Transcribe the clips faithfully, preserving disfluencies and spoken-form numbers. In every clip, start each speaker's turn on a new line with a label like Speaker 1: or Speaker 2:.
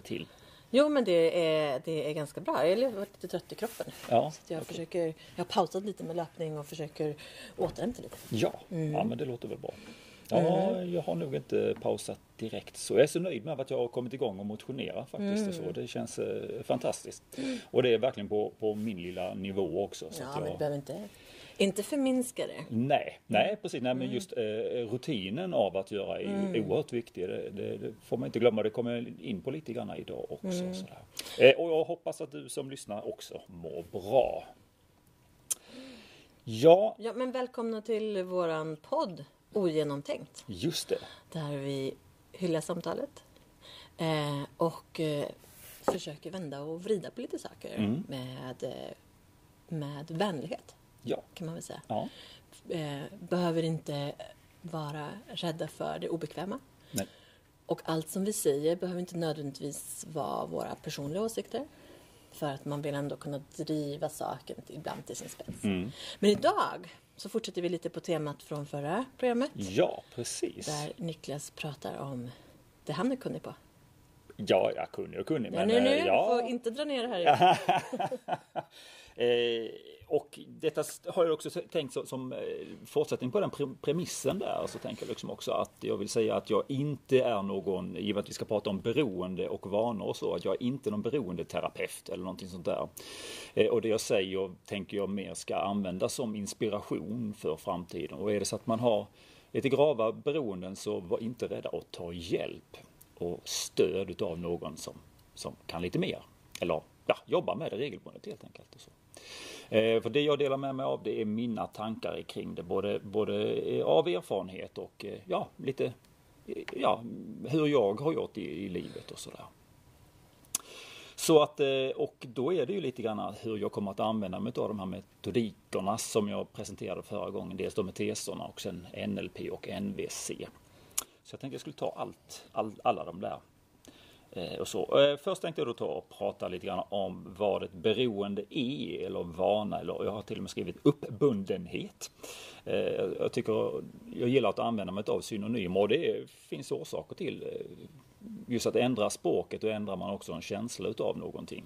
Speaker 1: till?
Speaker 2: Jo, men det är, det är ganska bra. Jag är lite trött i kroppen.
Speaker 1: Ja,
Speaker 2: så jag,
Speaker 1: okay.
Speaker 2: försöker, jag har pausat lite med löpning och försöker återhämta lite.
Speaker 1: Ja, mm. ja men det låter väl bra. Ja, mm. jag har nog inte pausat direkt. Så jag är så nöjd med att jag har kommit igång och motionera faktiskt. Mm. Och så. Det känns eh, fantastiskt. Mm. Och det är verkligen på, på min lilla nivå också. Så
Speaker 2: ja,
Speaker 1: att jag...
Speaker 2: men du behöver inte, inte förminska det.
Speaker 1: Nej, nej precis. Nej, men just eh, rutinen av att göra är mm. ju oerhört viktig. Det, det, det får man inte glömma. Det kommer jag in på lite grann idag också. Mm. Sådär. Eh, och jag hoppas att du som lyssnar också mår bra. Ja.
Speaker 2: Ja, men välkomna till våran podd. Ogenomtänkt.
Speaker 1: Just det.
Speaker 2: Där vi hyllar samtalet eh, och eh, försöker vända och vrida på lite saker mm. med, eh, med vänlighet.
Speaker 1: Ja.
Speaker 2: Kan man väl säga.
Speaker 1: Ja.
Speaker 2: Eh, behöver inte vara rädda för det obekväma.
Speaker 1: Nej.
Speaker 2: Och allt som vi säger behöver inte nödvändigtvis vara våra personliga åsikter. För att man vill ändå kunna driva saken ibland till sin spets. Mm. Men idag så fortsätter vi lite på temat från förra programmet.
Speaker 1: Ja, precis.
Speaker 2: Där Niklas pratar om det han är kunnig på.
Speaker 1: Ja, jag kunnig och kunnig.
Speaker 2: Ja,
Speaker 1: men,
Speaker 2: nu, nu,
Speaker 1: ja.
Speaker 2: du får inte dra ner det här.
Speaker 1: eh, och detta har jag också tänkt som, som fortsättning på den pre- premissen där. Så tänker jag liksom också att jag vill säga att jag inte är någon, i och med att vi ska prata om beroende och vanor och så, att jag är inte någon beroendeterapeut eller någonting sånt där. Eh, och det jag säger tänker jag mer ska användas som inspiration för framtiden. Och är det så att man har lite grava beroenden, så var inte rädda att ta hjälp och stöd av någon som, som kan lite mer. Eller ja, jobba med det regelbundet helt enkelt. Och så. Eh, för det jag delar med mig av, det är mina tankar kring det. Både, både av erfarenhet och eh, ja, lite ja, hur jag har gjort i, i livet och sådär. Så att, eh, och då är det ju lite grann hur jag kommer att använda mig av de här metodikerna som jag presenterade förra gången. Dels de med teserna och sen N L P och N V C. Så jag tänkte jag skulle ta allt, all, alla de där. Eh, och så. Eh, först tänkte jag då ta och prata lite grann om vad ett beroende är, eller vana, eller jag har till och med skrivit uppbundenhet. Eh, jag tycker, jag gillar att använda mig av synonymer, och det finns orsaker till. Just att ändra språket, och ändrar man också en känsla av någonting.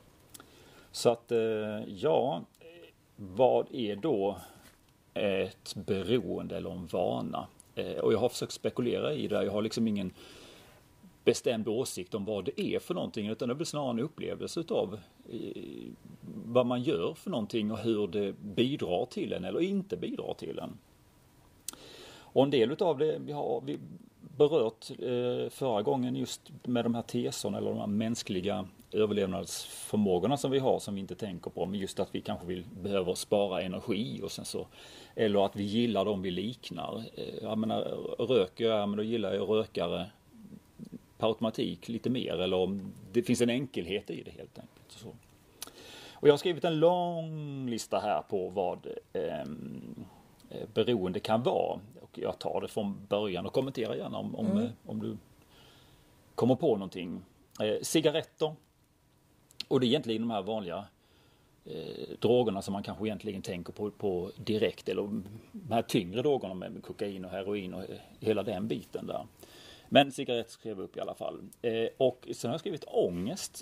Speaker 1: Så att, eh, ja, vad är då ett beroende eller en vana? Eh, och jag har försökt spekulera i det. Jag har liksom ingen bestämd åsikt om vad det är för någonting, utan det blir snarare en upplevelse av eh, vad man gör för någonting och hur det bidrar till en eller inte bidrar till en. Och en del av det vi har vi berört eh, förra gången just med de här teserna eller de här mänskliga överlevnadsförmågorna som vi har, som vi inte tänker på, men just att vi kanske vill, behöver spara energi och sen så, eller att vi gillar dem vi liknar. Eh, jag menar, röker jag, men då gillar jag rökare per automatik lite mer, eller om det finns en enkelhet i det helt enkelt. Så. Och jag har skrivit en lång lista här på vad eh, beroende kan vara. Och jag tar det från början och kommenterar gärna om, om, mm. om du kommer på någonting. Eh, cigaretter. Och det är egentligen de här vanliga eh, drogerna som man kanske egentligen tänker på, på direkt. Eller de här tyngre drogerna med kokain och heroin och hela den biten där. Men cigarett skrev upp i alla fall. Eh, och sen har jag skrivit ångest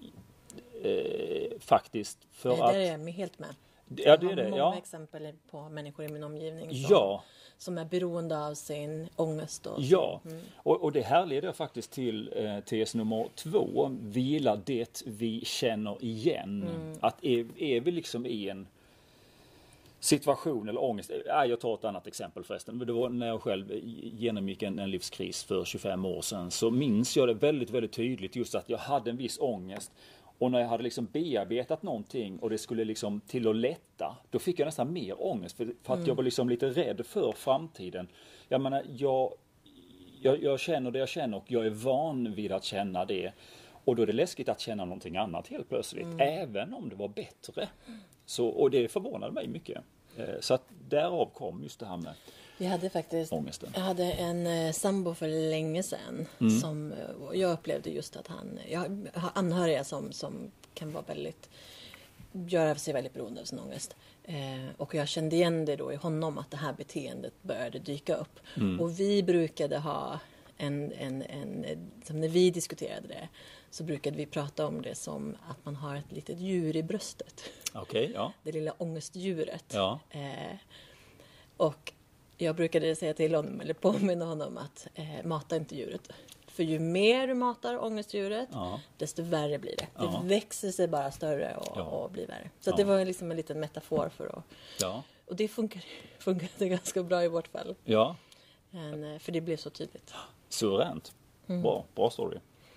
Speaker 1: eh, faktiskt. För
Speaker 2: Nej,
Speaker 1: att,
Speaker 2: där är jag helt med.
Speaker 1: Ja, det är
Speaker 2: jag
Speaker 1: det,
Speaker 2: har många
Speaker 1: ja.
Speaker 2: exempel på människor i min omgivning som,
Speaker 1: ja.
Speaker 2: som är beroende av sin ångest. Och
Speaker 1: ja,
Speaker 2: mm.
Speaker 1: och, och det här leder jag faktiskt till eh, tes nummer två. Vi gillar det vi känner igen. Mm. Att är, är vi liksom i en situation eller ångest. Ja, jag tar ett annat exempel förresten. Det var när jag själv genomgick en, en livskris för tjugofem år sedan, så minns jag det väldigt, väldigt tydligt, just att jag hade en viss ångest. Och när jag hade liksom bearbetat någonting och det skulle liksom till att lätta, då fick jag nästan mer ångest för, för att mm. jag var liksom lite rädd för framtiden. Jag menar, jag, jag, jag känner det jag känner och jag är van vid att känna det. Och då är det läskigt att känna någonting annat helt plötsligt, mm. även om det var bättre. Så, och det förvånade mig mycket. Så att därav kom just det här med
Speaker 2: jag hade faktiskt,
Speaker 1: ångesten.
Speaker 2: Jag hade en eh, sambo för länge sedan mm. som jag upplevde just att han, jag har anhöriga som, som kan vara väldigt, göra sig väldigt beroende av sin ångest. Eh, och jag kände igen det då i honom, att det här beteendet började dyka upp. Mm. Och vi brukade ha en, en, en, som när vi diskuterade det, så brukade vi prata om det som att man har ett litet djur i bröstet.
Speaker 1: Okej, okay, ja.
Speaker 2: Det lilla ångestdjuret.
Speaker 1: Ja.
Speaker 2: Eh, och jag brukade säga till honom, eller påminna honom att eh, mata inte djuret. För ju mer du matar ångestdjuret, ja. desto värre blir det. Det ja. växer sig bara större och, ja. och blir värre. Så ja. det var liksom en liten metafor för att...
Speaker 1: Ja.
Speaker 2: Och det funkar, funkade ganska bra i vårt fall.
Speaker 1: Ja.
Speaker 2: Men, för det blev så tydligt.
Speaker 1: Suveränt. Mm. Bra, bra story.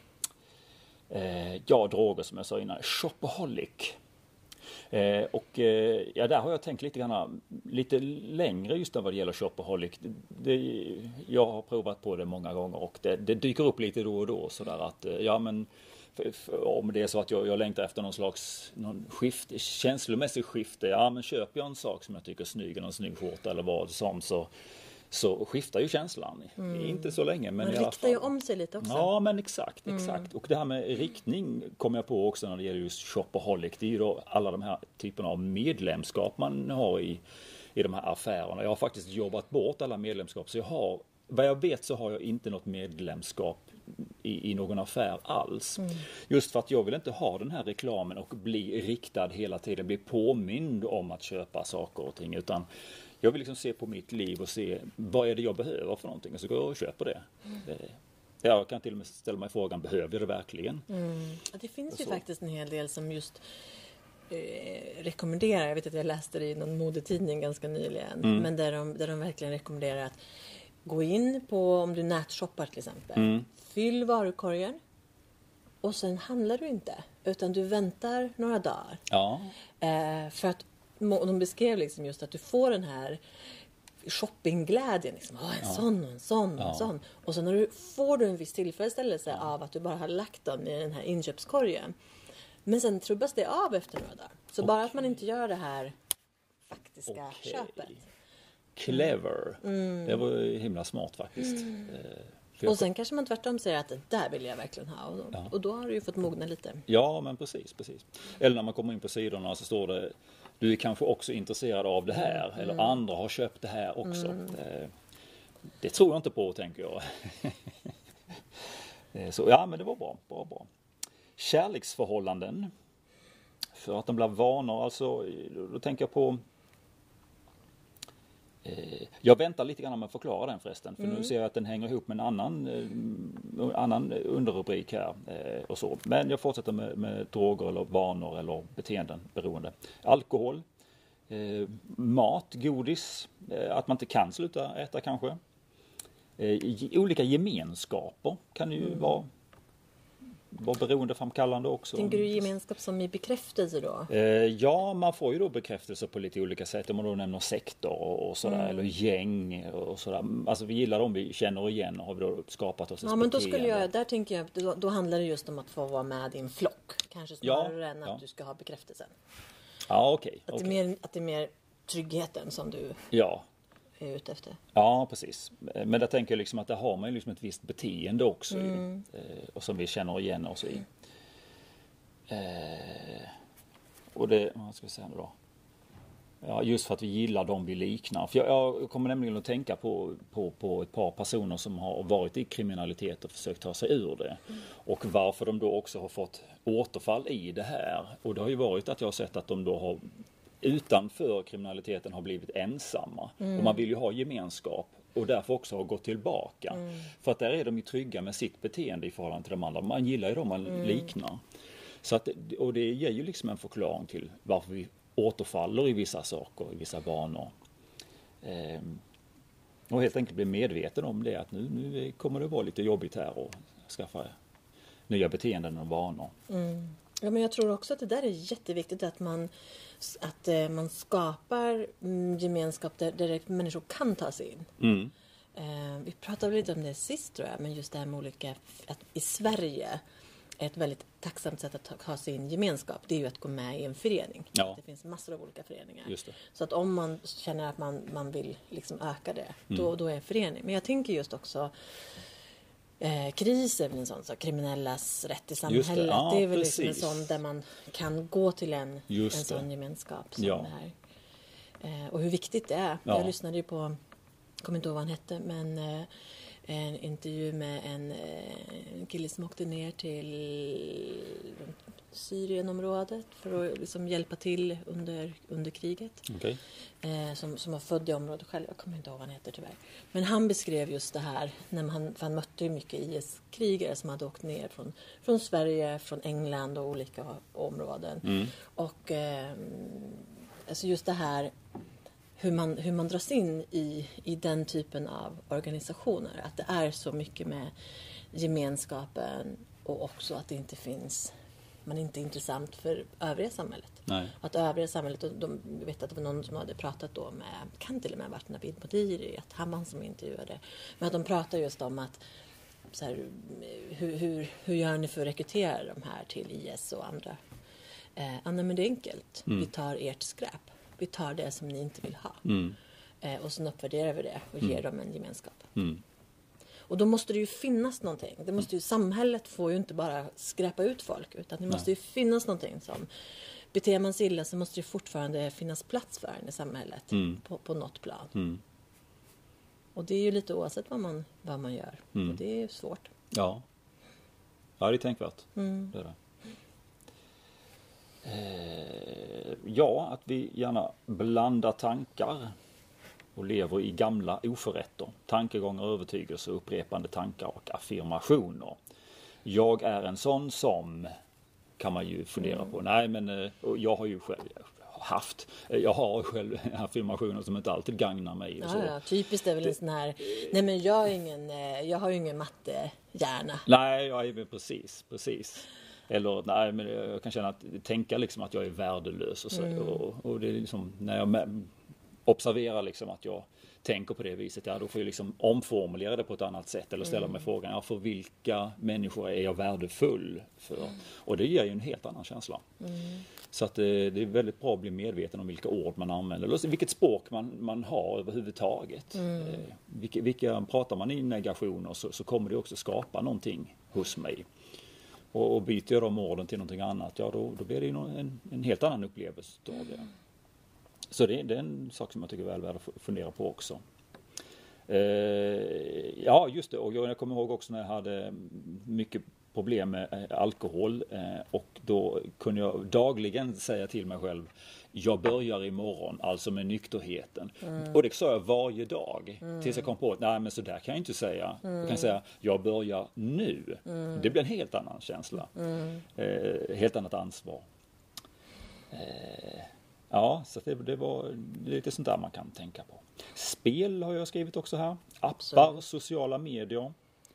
Speaker 1: Eh, ja, droger som jag sa innan. Shopaholic. Eh, och eh, ja, där har jag tänkt lite grann, lite längre just vad det gäller Shopaholic. Det, det, jag har provat på det många gånger och det, det dyker upp lite då och då sådär att ja men för, för, om det är så att jag, jag längtar efter någon slags någon skift, känslomässig skifte, ja men köper jag en sak som jag tycker är snygg, någon snygg skjorta eller vad som så så skiftar ju känslan. Mm. Inte så länge. Men
Speaker 2: man riktar ju om sig lite också.
Speaker 1: Ja, men exakt. exakt. Mm. Och det här med riktning kommer jag på också när det gäller just Shopaholic. Det är ju då alla de här typerna av medlemskap man har i, i de här affärerna. Jag har faktiskt jobbat bort alla medlemskap. Så jag har, vad jag vet så har jag inte något medlemskap i, i någon affär alls. Mm. Just för att jag vill inte ha den här reklamen och bli riktad hela tiden. Bli påmind om att köpa saker och ting. Utan jag vill liksom se på mitt liv och se vad är det jag behöver för någonting och så går jag och köper det. Mm. det jag kan till och med ställa mig frågan, behöver jag det verkligen?
Speaker 2: Mm. Det finns ju faktiskt en hel del som just eh, rekommenderar, jag vet att jag läste det i någon modetidning ganska nyligen, mm. men där de, där de verkligen rekommenderar att gå in på, om du nätshoppar till exempel, mm. fyll varukorgen och sen handlar du inte, utan du väntar några dagar.
Speaker 1: Ja.
Speaker 2: Eh, för att de beskrev liksom just att du får den här shoppingglädjen. Liksom. Oh, en ja. sån och en sån och ja. en sån. Och sen när du, får du en viss tillfredsställelse ja. av att du bara har lagt dem i den här inköpskorgen. Men sen trubbas det av efter några dagar. Så okay. bara att man inte gör det här faktiska okay. köpet.
Speaker 1: Clever. Mm. Det var himla smart faktiskt. Mm.
Speaker 2: Eh, och sen kanske man tvärtom säger att det där vill jag verkligen ha. Och då, ja. och då har du ju fått mogna lite.
Speaker 1: Ja, men precis, precis. Eller när man kommer in på sidorna så står det du är kanske också intresserad av det här. Mm. Eller andra har köpt det här också. Mm. Det, det tror jag inte på, tänker jag. Så ja, men det var bra. bra, bra. Kärleksförhållanden. För att de blir vanor. Alltså, då tänker jag på... Eh, jag väntar lite grann med att förklara den förresten. För mm. nu ser jag att den hänger ihop med en annan, eh, annan underrubrik här. Eh, och så. Men jag fortsätter med, med droger eller vanor eller beteenden beroende. Alkohol, eh, mat, godis, eh, att man inte kan sluta äta kanske. Eh, olika gemenskaper kan ju mm. vara, vara beroendeframkallande också.
Speaker 2: Tänker du gemenskap som i bekräftelse då?
Speaker 1: Eh, ja, man får ju då bekräftelse på lite olika sätt. Om man då nämner sektor och, och sådär, mm. eller gäng och sådär. Alltså vi gillar dem vi känner igen och har vi då skapat oss ett
Speaker 2: Ja, men då skulle jag, där tänker jag, då, då handlar det just om att få vara med i en flock. Kanske snarare
Speaker 1: ja,
Speaker 2: än att
Speaker 1: ja.
Speaker 2: du ska ha bekräftelsen.
Speaker 1: Ja, okej. Okay,
Speaker 2: att,
Speaker 1: okay.
Speaker 2: det är mer, att det är mer tryggheten som du...
Speaker 1: Ja.
Speaker 2: är ute efter.
Speaker 1: Ja, precis. Men där tänker jag liksom att där har man ju liksom ett visst beteende också
Speaker 2: mm.
Speaker 1: ju, och som vi känner igen oss i. Eh, och det, vad ska vi säga nu då? Ja, just för att vi gillar dem vi liknar. För jag, jag kommer nämligen att tänka på, på, på ett par personer som har varit i kriminalitet och försökt ta sig ur det. Mm. Och varför de då också har fått återfall i det här. Och det har ju varit att jag har sett att de då har utanför kriminaliteten har blivit ensamma. Mm. Och man vill ju ha gemenskap. Och därför också har gått tillbaka. Mm. För att där är de ju trygga med sitt beteende i förhållande till de andra. Man gillar ju dem man mm. liknar. Så att, och det ger ju liksom en förklaring till varför vi återfaller i vissa saker, i vissa vanor. Ehm, och helt enkelt bli medveten om det. Att nu, nu kommer det vara lite jobbigt här och skaffa nya beteenden och vanor.
Speaker 2: Mm. Ja, men jag tror också att det där är jätteviktigt att man, att eh, man skapar mm, gemenskap där, där människor kan ta sig in.
Speaker 1: Mm.
Speaker 2: Eh, vi pratade lite om det sist tror jag, men just det här med olika, att i Sverige ett väldigt tacksamt sätt att ta, ha sin gemenskap, det är ju att gå med i en förening.
Speaker 1: Ja.
Speaker 2: Det finns massor av olika föreningar.
Speaker 1: Just det.
Speaker 2: Så att om man känner att man, man vill liksom öka det,
Speaker 1: mm.
Speaker 2: då, då är en förening. Men jag tänker just också Eh, kris är väl en sån sak, kriminellas rätt i samhället. Det. Ja, det är väl liksom en sån där man kan gå till en, en sån gemenskap som
Speaker 1: ja.
Speaker 2: det här. Eh, och hur viktigt det är. Ja. Jag lyssnade ju på, jag kommer inte ihåg vad han hette, men eh, en intervju med en, en kille som åkte ner till Syrienområdet för att liksom hjälpa till under, under kriget.
Speaker 1: Okay.
Speaker 2: Eh, som, som var född i området själv. Jag kommer inte ihåg vad han heter tyvärr. Men han beskrev just det här. När man, för han mötte ju mycket I S-krigare som hade åkt ner från, från Sverige, från England och olika områden. Mm. Och eh, alltså just det här hur man, hur man dras in i, i den typen av organisationer. Att det är så mycket med gemenskapen och också att det inte finns, man är inte intressant för övriga samhället.
Speaker 1: Nej. Att
Speaker 2: övriga samhället, och de vet att det var någon som hade pratat då med, kan till och med ha varit Navid Modiri, att han var som intervjuade. Men att de pratar just om att så här, hur, hur, hur gör ni för att rekrytera de här till I S och andra? Eh, Anna, men det är enkelt. Mm. Vi tar ert skräp. Vi tar det som ni inte vill ha. Mm. Eh, och sen uppvärderar vi det och ger mm. dem en gemenskap. Mm. Och då måste det ju finnas någonting. Det måste ju, samhället får ju inte bara skräpa ut folk. Utan det måste Nej. ju finnas någonting som... Beter man sig illa så måste det fortfarande finnas plats för en i samhället. Mm. På, på något plan. Mm. Och det är ju lite oavsett vad man, vad man gör. Mm. Och det är svårt.
Speaker 1: Ja. Ja, det är tänkvärt. Mm. Det är det. Ja, att vi gärna blandar tankar och lever i gamla oförrätter. Tankegångar, övertygelser, upprepande tankar och affirmationer. Jag är en sån som, kan man ju fundera mm. på. Nej, men jag har ju själv haft, jag har själv affirmationer som inte alltid gagnar mig. Och
Speaker 2: ja,
Speaker 1: så.
Speaker 2: Ja, typiskt är väl en sån här, nej men jag, är ingen, jag har ju ingen mattehjärna.
Speaker 1: Nej, jag är precis, precis. Eller nej, men jag kan känna att tänka liksom att jag är värdelös och så mm. och, och det är liksom när jag med, observerar liksom att jag tänker på det viset, ja då får jag liksom omformulera det på ett annat sätt eller ställa mm. mig frågan, ja för vilka människor är jag värdefull för? Mm. Och det ger ju en helt annan känsla. Mm. Så att det, det är väldigt bra att bli medveten om vilka ord man använder eller vilket språk man, man har överhuvudtaget. Mm. Eh, vilka, vilka pratar man i negationer så, så kommer det också skapa någonting hos mig. Och byter jag de orden till någonting annat, ja då, då blir det ju en, en helt annan upplevelse av det. Så det, det är en sak som jag tycker är väl värd att fundera på också. Eh, ja, just det. Och jag kommer ihåg också när jag hade mycket problem med alkohol. Eh, och då kunde jag dagligen säga till mig själv, jag börjar imorgon, alltså med nykterheten. Mm. Och det sa jag varje dag. Mm. Tills jag kom på att nej men så där kan jag inte säga. Mm. Jag kan säga, jag börjar nu. Mm. Det blir en helt annan känsla. Mm. Eh, helt annat ansvar. Eh, ja, så det, det var lite sånt där man kan tänka på. Spel har jag skrivit också här. Appar, Absolut. Sociala medier.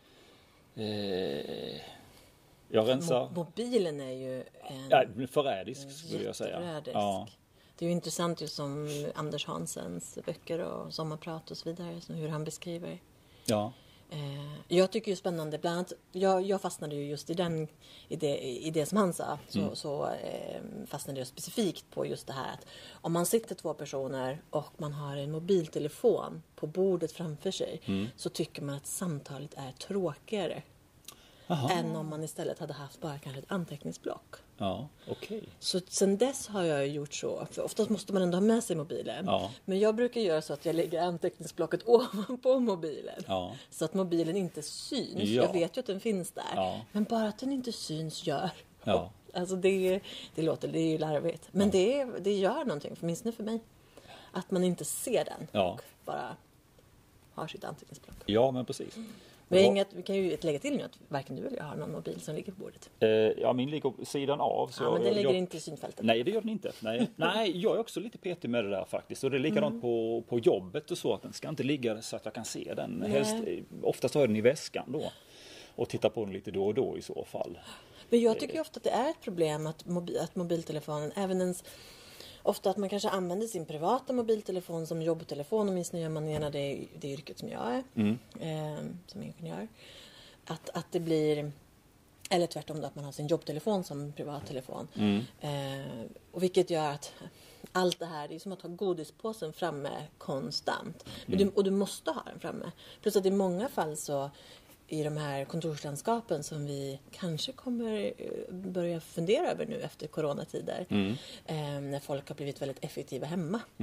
Speaker 1: Eh, jag rensar...
Speaker 2: Mo- mobilen är ju en...
Speaker 1: Ja, förrädisk skulle jag säga. Ja.
Speaker 2: Det är ju intressant just som Anders Hansens böcker och sommarprat och så vidare, hur han beskriver.
Speaker 1: Ja.
Speaker 2: Eh, jag tycker ju spännande, bland annat, jag, jag fastnade ju just i, den, i, det, i det som han sa, så, mm. så eh, fastnade jag specifikt på just det här att om man sitter två personer och man har en mobiltelefon på bordet framför sig mm. så tycker man att samtalet är tråkigare. Aha. Än om man istället hade haft bara kanske ett anteckningsblock.
Speaker 1: Ja, okej. Okay.
Speaker 2: Så sen dess har jag gjort så. För oftast måste man ändå ha med sig mobilen. Ja. Men jag brukar göra så att jag lägger anteckningsblocket ovanpå mobilen. Ja. Så att mobilen inte syns. Ja. Jag vet ju att den finns där. Ja. Men bara att den inte syns gör. Ja. Alltså det, det låter, det är ju larvigt. Men ja. det, det gör någonting, åtminstone för mig. Att man inte ser den. Ja. Och bara har sitt anteckningsblock.
Speaker 1: Ja, men precis.
Speaker 2: Men inget, vi kan ju lägga till nu att varken du eller jag har någon mobil som ligger på bordet.
Speaker 1: Eh, ja, min ligger på sidan av. Så
Speaker 2: ja, men den
Speaker 1: jag,
Speaker 2: ligger
Speaker 1: jag,
Speaker 2: inte i synfältet.
Speaker 1: Nej, det gör den inte. Nej, nej, jag är också lite petig med det där faktiskt. Och det är likadant mm. på, på jobbet och så. Att den ska inte ligga så att jag kan se den. Helst, oftast har jag den i väskan då. Och tittar på den lite då och då i så fall.
Speaker 2: Men jag tycker ju ofta att det är ett problem att, mobil, att mobiltelefonen, även ens... Ofta att man kanske använder sin privata mobiltelefon som jobbtelefon, åtminstone gör man gärna det i det yrket som jag är, mm. eh, som ingenjör. Att, att det blir, eller tvärtom då, att man har sin jobbtelefon som privattelefon. Mm. Eh, och vilket gör att allt det här, det är som att ha godispåsen framme konstant. Mm. Du, och du måste ha den framme. Plus att i många fall så i de här kontorslandskapen som vi kanske kommer börja fundera över nu efter coronatider. Mm. Eh, när folk har blivit väldigt effektiva hemma. Mm.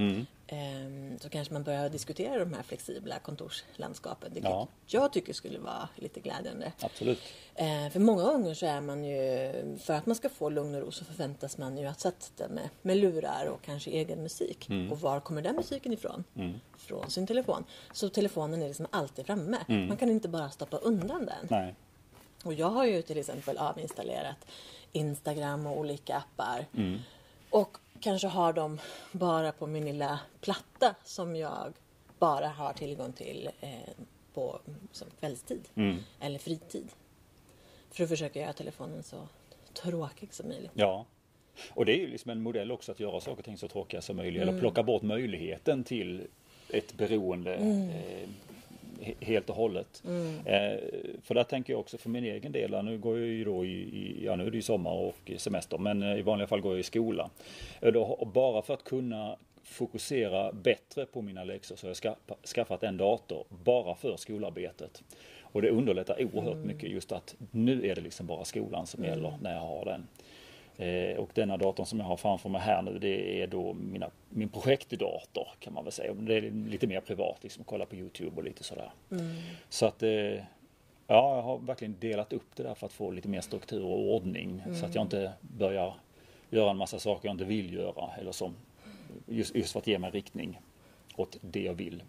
Speaker 2: eh, så kanske man börjar diskutera de här flexibla kontorslandskapen. Vilket
Speaker 1: Ja.
Speaker 2: jag tycker skulle vara lite glädjande.
Speaker 1: Absolut.
Speaker 2: Eh, för många gånger så är man ju, för att man ska få lugn och ro så förväntas man ju att sätta med, med lurar och kanske egen musik.
Speaker 1: Mm.
Speaker 2: Och var kommer den musiken ifrån?
Speaker 1: Mm.
Speaker 2: Från sin telefon. Så telefonen är liksom alltid framme.
Speaker 1: Mm.
Speaker 2: Man kan inte bara stoppa undan den.
Speaker 1: Nej.
Speaker 2: Och jag har ju till exempel avinstallerat Instagram och olika appar.
Speaker 1: Mm.
Speaker 2: Och kanske har dem bara på min lilla platta som jag bara har tillgång till eh, på som kvällstid.
Speaker 1: Mm.
Speaker 2: Eller fritid. För att försöka göra telefonen så tråkig som möjligt.
Speaker 1: Ja. Och det är ju liksom en modell också att göra saker och ting så tråkiga som möjligt.
Speaker 2: Mm.
Speaker 1: Eller plocka bort möjligheten till ett beroende
Speaker 2: Mm.
Speaker 1: eh, he- helt och hållet.
Speaker 2: Mm.
Speaker 1: Eh, för där tänker jag också för min egen del, nu går jag ju då i, i ja nu är det ju sommar och semester, men eh, i vanliga fall går jag i skola. Eh, då, och bara för att kunna fokusera bättre på mina läxor så har jag skaffa, skaffat en dator bara för skolarbetet. Och det underlättar oerhört
Speaker 2: Mm.
Speaker 1: mycket just att nu är det liksom bara skolan som
Speaker 2: Mm.
Speaker 1: gäller när jag har den. Eh, och denna datorn som jag har framför mig här nu, det är då mina, min projektdator kan man väl säga. Det är lite mer privat, liksom kolla på YouTube och lite sådär.
Speaker 2: Mm.
Speaker 1: Så att eh, ja, jag har verkligen delat upp det där för att få lite mer struktur och ordning.
Speaker 2: Mm.
Speaker 1: Så att jag inte börjar göra en massa saker jag inte vill göra. Eller som, just, just för att ge mig riktning åt det jag vill.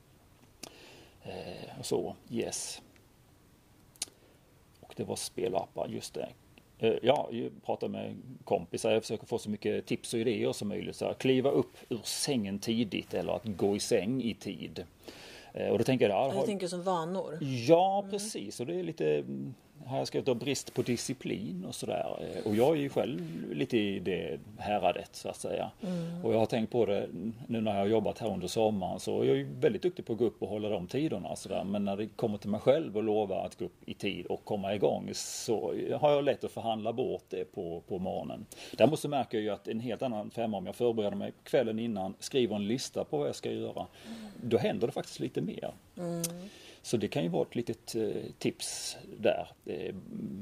Speaker 1: Eh, och så, yes. Och det var spelappar, just det. Ja, jag pratar med kompisar, jag försöker få så mycket tips och idéer som möjligt. Så här, kliva upp ur sängen tidigt eller att gå i säng i tid. Och då tänker jag...
Speaker 2: Jag
Speaker 1: har...
Speaker 2: tänker som vanor.
Speaker 1: Ja, precis. Och det är lite... Har jag skrivit då brist på disciplin och sådär. Och jag är ju själv lite i det häradet så att säga. Mm. Och jag har tänkt på det nu när jag har jobbat här under sommaren, så jag är ju väldigt duktig på att gå upp och hålla de tiderna. Så där. Men när det kommer till mig själv och lova att gå upp i tid och komma igång, så har jag lätt att förhandla bort det på, på morgonen. Däremot så märker jag ju att en helt annan femma, om jag förbereder mig kvällen innan, skriver en lista på vad jag ska göra, då händer det faktiskt lite mer. Mm. Så det kan ju vara ett litet eh, tips där. Eh,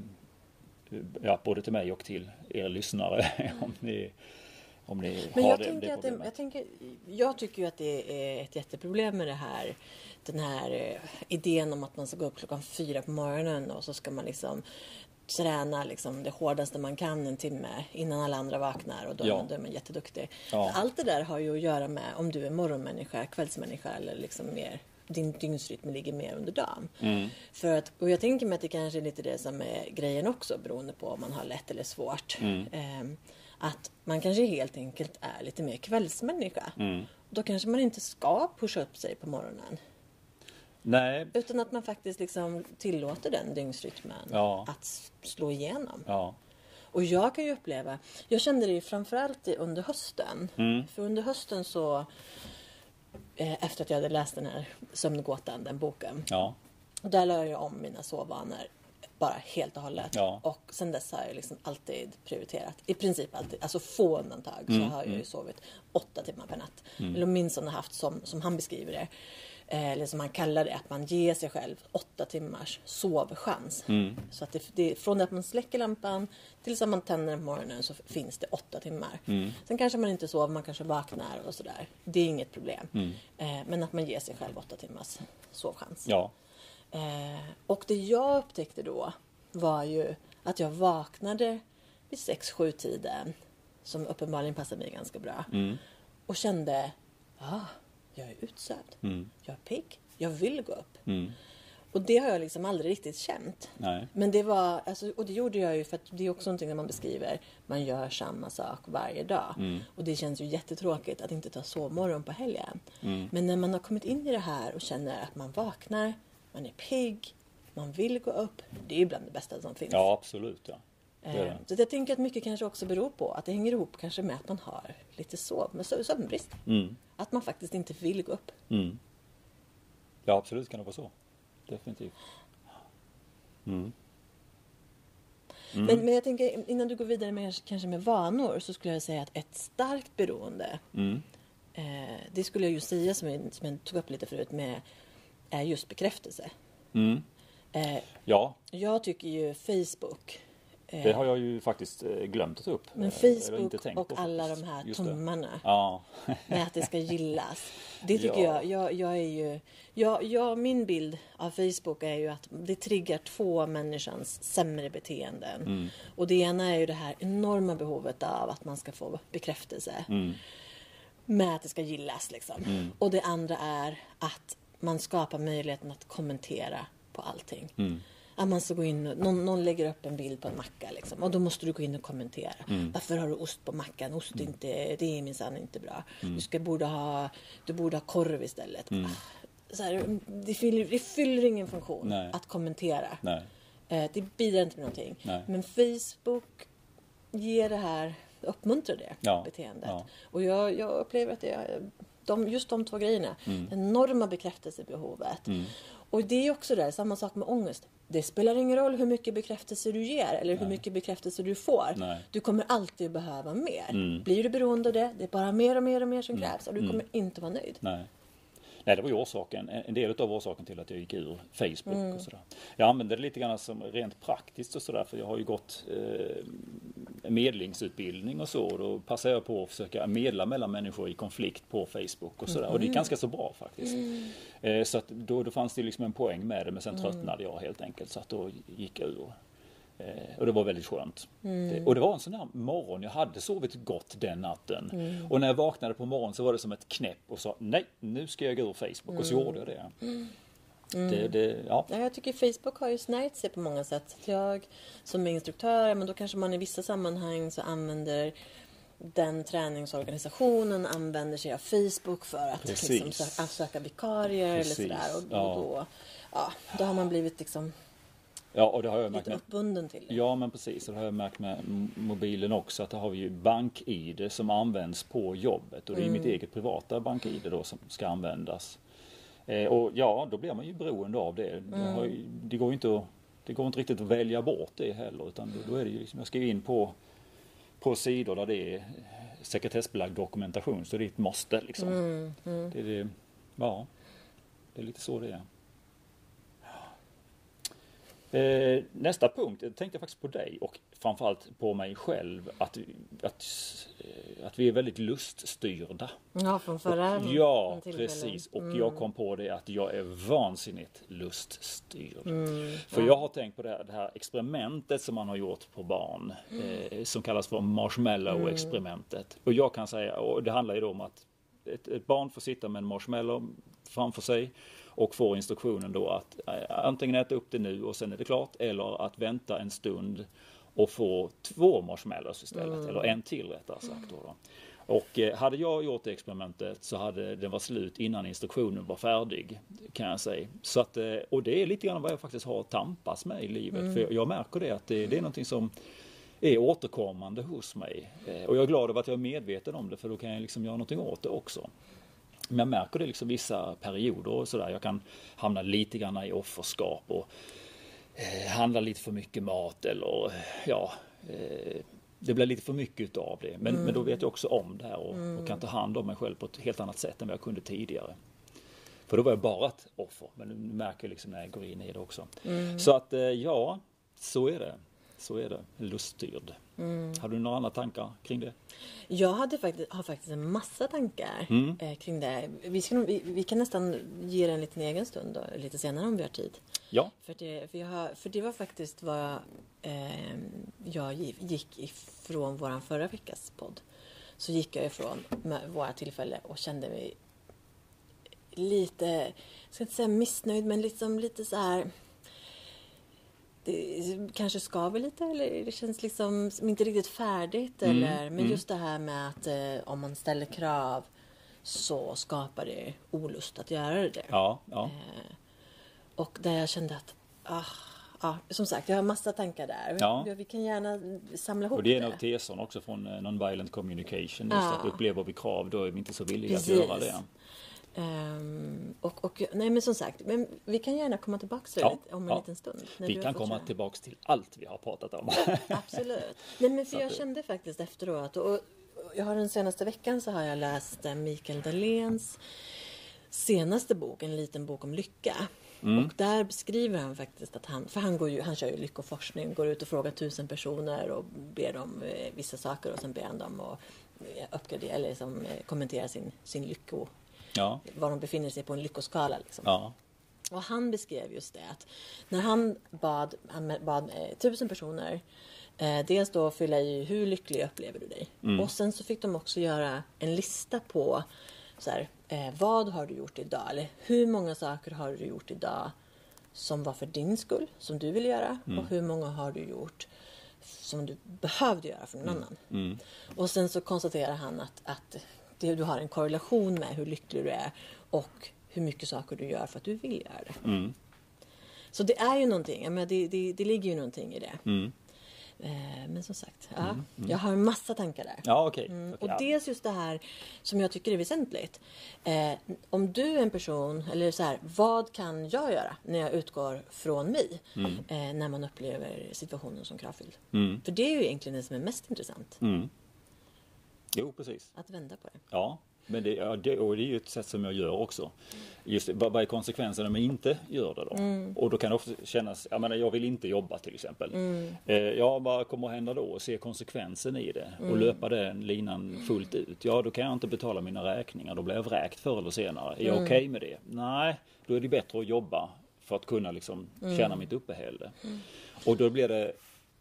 Speaker 1: ja, både till mig och till er lyssnare om ni, om ni
Speaker 2: Men
Speaker 1: har
Speaker 2: jag
Speaker 1: det,
Speaker 2: tänker
Speaker 1: det
Speaker 2: att det, jag, tänker, jag tycker ju att det är ett jätteproblem med det här. Den här eh, idén om att man ska gå upp klockan fyra på morgonen och så ska man liksom träna liksom det hårdaste man kan en timme innan alla andra vaknar, och då,
Speaker 1: ja.
Speaker 2: är, man, då är man jätteduktig.
Speaker 1: Ja.
Speaker 2: Allt det där har ju att göra med om du är morgonmänniska, kvällsmänniska eller liksom mer, din dygnsrytm ligger mer under dagen. Mm. För att, och jag tänker mig att det kanske är lite det som är grejen också, beroende på om man har lätt eller svårt. Mm. Eh, att man kanske helt enkelt är lite mer kvällsmänniska. Mm. Då kanske man inte ska pusha upp sig på morgonen.
Speaker 1: Nej.
Speaker 2: Utan att man faktiskt liksom tillåter den dygnsrytmen ja. att slå igenom.
Speaker 1: Ja.
Speaker 2: Och jag kan ju uppleva, jag kände det ju framförallt under hösten. Mm. För under hösten så, eh, efter att jag hade läst den här Sömngåtan, den boken. Ja. Och där la jag om mina sovvanor bara helt och hållet. Ja. Och sen dess har jag liksom alltid prioriterat, i princip alltid, alltså få undantag, mm. så har jag ju sovit åtta timmar per natt. Mm. Eller åtminstone haft som, som han beskriver det. Eller som han kallar det, att man ger sig själv åtta timmars sovchans. Mm. Så att det, det, från att man släcker lampan tills att man tänder den på morgonen så finns det åtta timmar. Mm. Sen kanske man inte sover, man kanske vaknar och sådär. Det är inget problem. Mm. Eh, men att man ger sig själv åtta timmars sovchans.
Speaker 1: Ja.
Speaker 2: Eh, och det jag upptäckte då var ju att jag vaknade vid sex sju tiden, som uppenbarligen passar mig ganska bra. Mm. Och kände, ah, jag är utsövd. Mm. Jag är pigg. Jag vill gå upp. Mm. Och det har jag liksom aldrig riktigt känt.
Speaker 1: Nej.
Speaker 2: Men det var, alltså, och det gjorde jag ju för att det är också någonting när man beskriver, man gör samma sak varje dag. Mm. Och det känns ju jättetråkigt att inte ta sovmorgon på helgen. Mm. Men när man har kommit in i det här och känner att man vaknar, man är pigg, man vill gå upp, det är ju bland det bästa som finns.
Speaker 1: Ja, absolut. Ja. Det
Speaker 2: eh, så jag tänker att mycket kanske också beror på att det hänger ihop kanske med att man har lite sov, med sömnbrist. Mm. Att man faktiskt inte vill gå upp.
Speaker 1: Mm. Ja, absolut kan det vara så. Definitivt. Mm. Mm.
Speaker 2: Men, men jag tänker, innan du går vidare med kanske med vanor, så skulle jag säga att ett starkt beroende, mm. eh, det skulle jag ju säga som jag, som jag tog upp lite förut med, är just bekräftelse.
Speaker 1: Mm. Eh, ja.
Speaker 2: Jag tycker ju Facebook
Speaker 1: Det har jag ju faktiskt glömt att ta upp.
Speaker 2: Men Facebook och alla de här tummarna.
Speaker 1: Ja.
Speaker 2: Med att det ska gillas. Det tycker
Speaker 1: ja.
Speaker 2: jag, jag, jag är ju, jag, jag, min bild av Facebook är ju att det triggar två människans sämre beteenden.
Speaker 1: Mm.
Speaker 2: Och det ena är ju det här enorma behovet av att man ska få bekräftelse.
Speaker 1: Mm.
Speaker 2: Med att det ska gillas liksom.
Speaker 1: Mm.
Speaker 2: Och det andra är att man skapar möjligheten att kommentera på allting.
Speaker 1: Mm.
Speaker 2: Att man ska gå in och, någon, någon lägger upp en bild på en macka liksom, och då måste du gå in och kommentera.
Speaker 1: Mm.
Speaker 2: Varför har du ost på mackan? Ost är inte, det är minsann inte bra.
Speaker 1: Mm.
Speaker 2: Du ska borde ha, du borde ha korv istället.
Speaker 1: Mm.
Speaker 2: Så här, det, fyller, det fyller ingen funktion
Speaker 1: Nej.
Speaker 2: att kommentera.
Speaker 1: Nej.
Speaker 2: Eh, det bidrar inte med någonting.
Speaker 1: Nej.
Speaker 2: Men Facebook ger det här, uppmuntrar det
Speaker 1: ja.
Speaker 2: beteendet.
Speaker 1: Ja.
Speaker 2: Och jag, jag upplever att det är de, just de två grejerna.
Speaker 1: Mm.
Speaker 2: Det enorma bekräftelsebehovet.
Speaker 1: Mm.
Speaker 2: Och det är också där, samma sak med ångest. Det spelar ingen roll hur mycket bekräftelse du ger eller hur
Speaker 1: Nej.
Speaker 2: mycket bekräftelse du får.
Speaker 1: Nej.
Speaker 2: Du kommer alltid behöva mer.
Speaker 1: Mm.
Speaker 2: Blir du beroende av det, det är bara mer och mer och mer som
Speaker 1: Mm.
Speaker 2: krävs. Och du
Speaker 1: Mm.
Speaker 2: kommer inte vara nöjd.
Speaker 1: Nej. Nej, det var ju orsaken, en del av orsaken till att jag gick ur Facebook
Speaker 2: Mm.
Speaker 1: och sådär. Jag använde det lite grann som rent praktiskt och sådär, för jag har ju gått eh, medlingsutbildning och så. Och då passar jag på att försöka medla mellan människor i konflikt på Facebook och sådär.
Speaker 2: Mm.
Speaker 1: Och det är ganska så bra faktiskt.
Speaker 2: Mm.
Speaker 1: Eh, så att då, då fanns det liksom en poäng med det, men sen
Speaker 2: Mm.
Speaker 1: tröttnade jag helt enkelt. Så att då gick jag ur. Eh, och det var väldigt skönt.
Speaker 2: Mm.
Speaker 1: Det, och det var en sån här morgon, jag hade sovit gott den natten.
Speaker 2: Mm.
Speaker 1: Och när jag vaknade på morgonen så var det som ett knäpp och sa nej, nu ska jag gå ur Facebook. Mm. Och så gjorde jag det.
Speaker 2: Mm.
Speaker 1: det, det ja.
Speaker 2: Ja, jag tycker Facebook har ju snärjt sig på många sätt. Så jag som instruktör, men då kanske man i vissa sammanhang så använder den träningsorganisationen använder sig av Facebook för att liksom söka, söka vikarier. Precis. Eller sådär. Och,
Speaker 1: ja.
Speaker 2: och då, ja, då har man blivit liksom
Speaker 1: Ja, och det har jag märkt
Speaker 2: lite uppbunden till det.
Speaker 1: Ja, men precis. Och det har jag märkt med mobilen också. Att det har vi ju bank-I D som används på jobbet. Och det är mm. mitt eget privata bank-I D då som ska användas. Eh, och ja, då blir man ju beroende av det. Mm. Det, har ju, det går ju inte att, det går inte riktigt att välja bort det heller. Utan då, då är det ju liksom, jag ska in på, på sidor där det är sekretessbelagd dokumentation. Så det är ett måste liksom.
Speaker 2: Mm. Mm.
Speaker 1: Det är det, ja, det är lite så det är. Eh, nästa punkt, jag tänkte faktiskt på dig och framförallt på mig själv att, att, att vi är väldigt luststyrda.
Speaker 2: Ja, från förra
Speaker 1: och, Ja, precis. Och mm. jag kom på det att jag är vansinnigt luststyrd. Mm. För ja. jag har tänkt på det här, det här experimentet som man har gjort på barn mm. eh, som kallas för marshmallow-experimentet. Mm. Och jag kan säga, och det handlar ju då om att ett, ett barn får sitta med en marshmallow framför sig och får instruktionen då att antingen äta upp det nu och sen är det klart, eller att vänta en stund och få två marshmallows istället, mm. eller en till rättare sagt. Då då. Och eh, hade jag gjort det experimentet så hade det varit slut innan instruktionen var färdig, kan jag säga. Så att, eh, och det är lite grann vad jag faktiskt har tampas med i livet, mm. för jag märker det att det, det är någonting som är återkommande hos mig. Eh, och jag är glad över att jag är medveten om det, för då kan jag liksom göra någonting åt det också. Men jag märker det liksom vissa perioder och sådär. Jag kan hamna lite grann i offerskap och eh, handla lite för mycket mat eller ja, eh, det blir lite för mycket av det. Men, mm. men då vet jag också om det här och, mm. och kan ta hand om mig själv på ett helt annat sätt än vad jag kunde tidigare. För då var jag bara ett offer, men nu märker jag liksom när jag går in i det också. Mm. Så att eh, ja, så är det. Så är det, luststyrd. Mm. Har du några andra tankar kring det?
Speaker 2: Jag hade faktiskt, har faktiskt en massa tankar mm. eh, kring det. Vi, ska, vi, vi kan nästan ge det en liten egen stund då, lite senare om vi har tid.
Speaker 1: Ja.
Speaker 2: För det, för jag har, för det var faktiskt vad eh, jag gick ifrån våran förra veckas podd. Så gick jag ifrån med våra tillfälle och kände mig lite, jag ska inte säga missnöjd, men liksom lite så här. Det kanske skaver lite, eller det känns liksom inte riktigt färdigt. Mm, eller, men mm. just det här med att eh, om man ställer krav så skapar det olust att göra det.
Speaker 1: Ja, ja.
Speaker 2: Eh, och där jag kände att, ah, ah, som sagt, jag har massa tankar där.
Speaker 1: Ja.
Speaker 2: Vi, vi kan gärna samla ihop det.
Speaker 1: Och det är en av teserna också från Nonviolent Communication. Just
Speaker 2: ja.
Speaker 1: att upplever vi krav, då är vi inte så villiga
Speaker 2: Precis.
Speaker 1: att göra det.
Speaker 2: Um, och, och, nej men som sagt, men vi kan gärna komma tillbaka till ja, det om en ja. liten stund.
Speaker 1: Vi kan komma tillbaka till allt vi har pratat om.
Speaker 2: Absolut. Nej men för jag kände faktiskt efteråt, och, och jag har den senaste veckan så har jag läst Mikael Dahléns senaste bok, En liten bok om lycka. Mm. Och där beskriver han faktiskt att han, för han, går ju, han kör ju lyckoforskning, går ut och frågar tusen personer och ber dem eh, vissa saker och sen ber han dem att eh, uppgradera eller liksom, eh, kommentera sin, sin lycko,
Speaker 1: ja.
Speaker 2: var de befinner sig på en lyckoskala. Liksom.
Speaker 1: Ja.
Speaker 2: Och han beskrev just det att när han bad, han bad eh, tusen personer eh, dels då fylla i hur lycklig upplever du dig. Mm. Och sen så fick de också göra en lista på så här, eh, vad har du gjort idag? Eller hur många saker har du gjort idag som var för din skull, som du vill göra? Mm. Och hur många har du gjort som du behövde göra för någon mm. annan? Mm. Och sen så konstaterar han att, att det, du har en korrelation med hur lycklig du är och hur mycket saker du gör för att du vill göra det. Mm. Så det är ju någonting, jag menar, det, det, det ligger ju någonting i det. Mm. Eh, men som sagt, ja, mm. Mm. jag har en massa tankar där.
Speaker 1: Ja, okay.
Speaker 2: Mm.
Speaker 1: Okay,
Speaker 2: och
Speaker 1: ja.
Speaker 2: dels just det här som jag tycker är väsentligt. Eh, om du är en person, eller så här, vad kan jag göra när jag utgår från mig? Mm. Eh, när man upplever situationen som kravfylld. Mm. För det är ju egentligen det som är mest intressant.
Speaker 1: Mm. Jo, precis.
Speaker 2: Att vända på det.
Speaker 1: Ja. Men det, ja, det, och det är ju ett sätt som jag gör också. Just det, vad är konsekvensen om jag inte gör det då? Mm. Och då kan det ofta kännas, jag menar, jag vill inte jobba till exempel. Mm. Eh, ja, vad kommer att hända då? Se konsekvensen i det och mm. löpa den linan fullt ut. Ja, då kan jag inte betala mina räkningar. Då blir jag vräkt förr eller senare. Är jag mm. okej okay med det? Nej, då är det bättre att jobba för att kunna liksom tjäna mm. mitt uppehälle. Mm. Och då blir det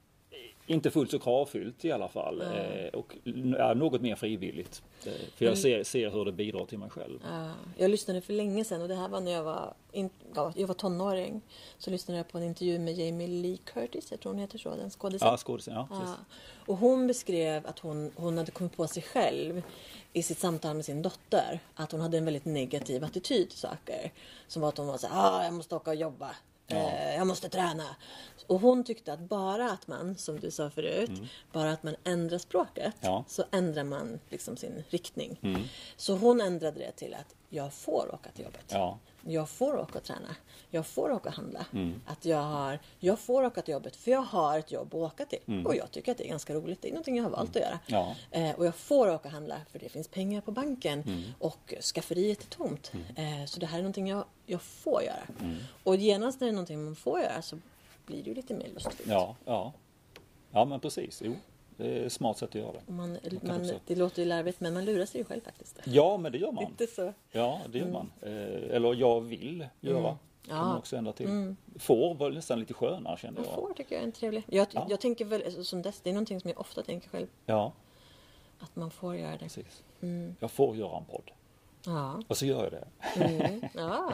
Speaker 1: inte fullt så kravfyllt i alla fall. Mm. Eh, och ja, något mer frivilligt. Eh, för jag ser, ser hur det bidrar till mig själv.
Speaker 2: Ja, jag lyssnade för länge sedan och det här var när jag var, in, ja, jag var tonåring. Så lyssnade jag på en intervju med Jamie Lee Curtis, jag tror hon heter så, den skådisen.
Speaker 1: Ja, skådisen, ja,
Speaker 2: ja. Och hon beskrev att hon, hon hade kommit på sig själv i sitt samtal med sin dotter. Att hon hade en väldigt negativ attityd till saker. Som var att hon var så här, ah, jag måste åka och jobba. Ja. Jag måste träna. Och hon tyckte att bara att man, som du sa förut, mm. bara att man ändrar språket, ja. Så ändrar man liksom sin riktning. Mm. Så hon ändrade det till att jag får åka till jobbet. Ja. Jag får åka och träna. Jag får åka och handla. Mm. Att jag, har, jag får åka till jobbet för jag har ett jobb att åka till. Mm. Och jag tycker att det är ganska roligt. Det är någonting jag har valt att göra. Ja. Eh, och jag får åka och handla för det finns pengar på banken. Mm. Och skafferiet är tomt. Mm. Eh, så det här är någonting jag, jag får göra. Mm. Och genast när det är någonting man får göra så blir det ju lite mer lustfyllt.
Speaker 1: Ja, ja. Ja, men precis. Jo. Det är ett smart sätt att göra det.
Speaker 2: Man, man, det låter ju larvigt, men man lurar sig ju själv faktiskt.
Speaker 1: Ja, men det gör man.
Speaker 2: Inte så.
Speaker 1: Ja, det gör mm. man. Eh, eller jag vill göra. Mm. Ja. Kan man också ändra till. Mm. Får var nästan lite skönare, kände jag.
Speaker 2: Får tycker jag är en trevlig. Jag, ja. jag tänker väl, som dess, det är någonting som jag ofta tänker själv.
Speaker 1: Ja.
Speaker 2: Att man får göra det.
Speaker 1: Precis. Mm. Jag får göra en podd.
Speaker 2: Ja.
Speaker 1: Och så gör jag det.
Speaker 2: Mm. Ja.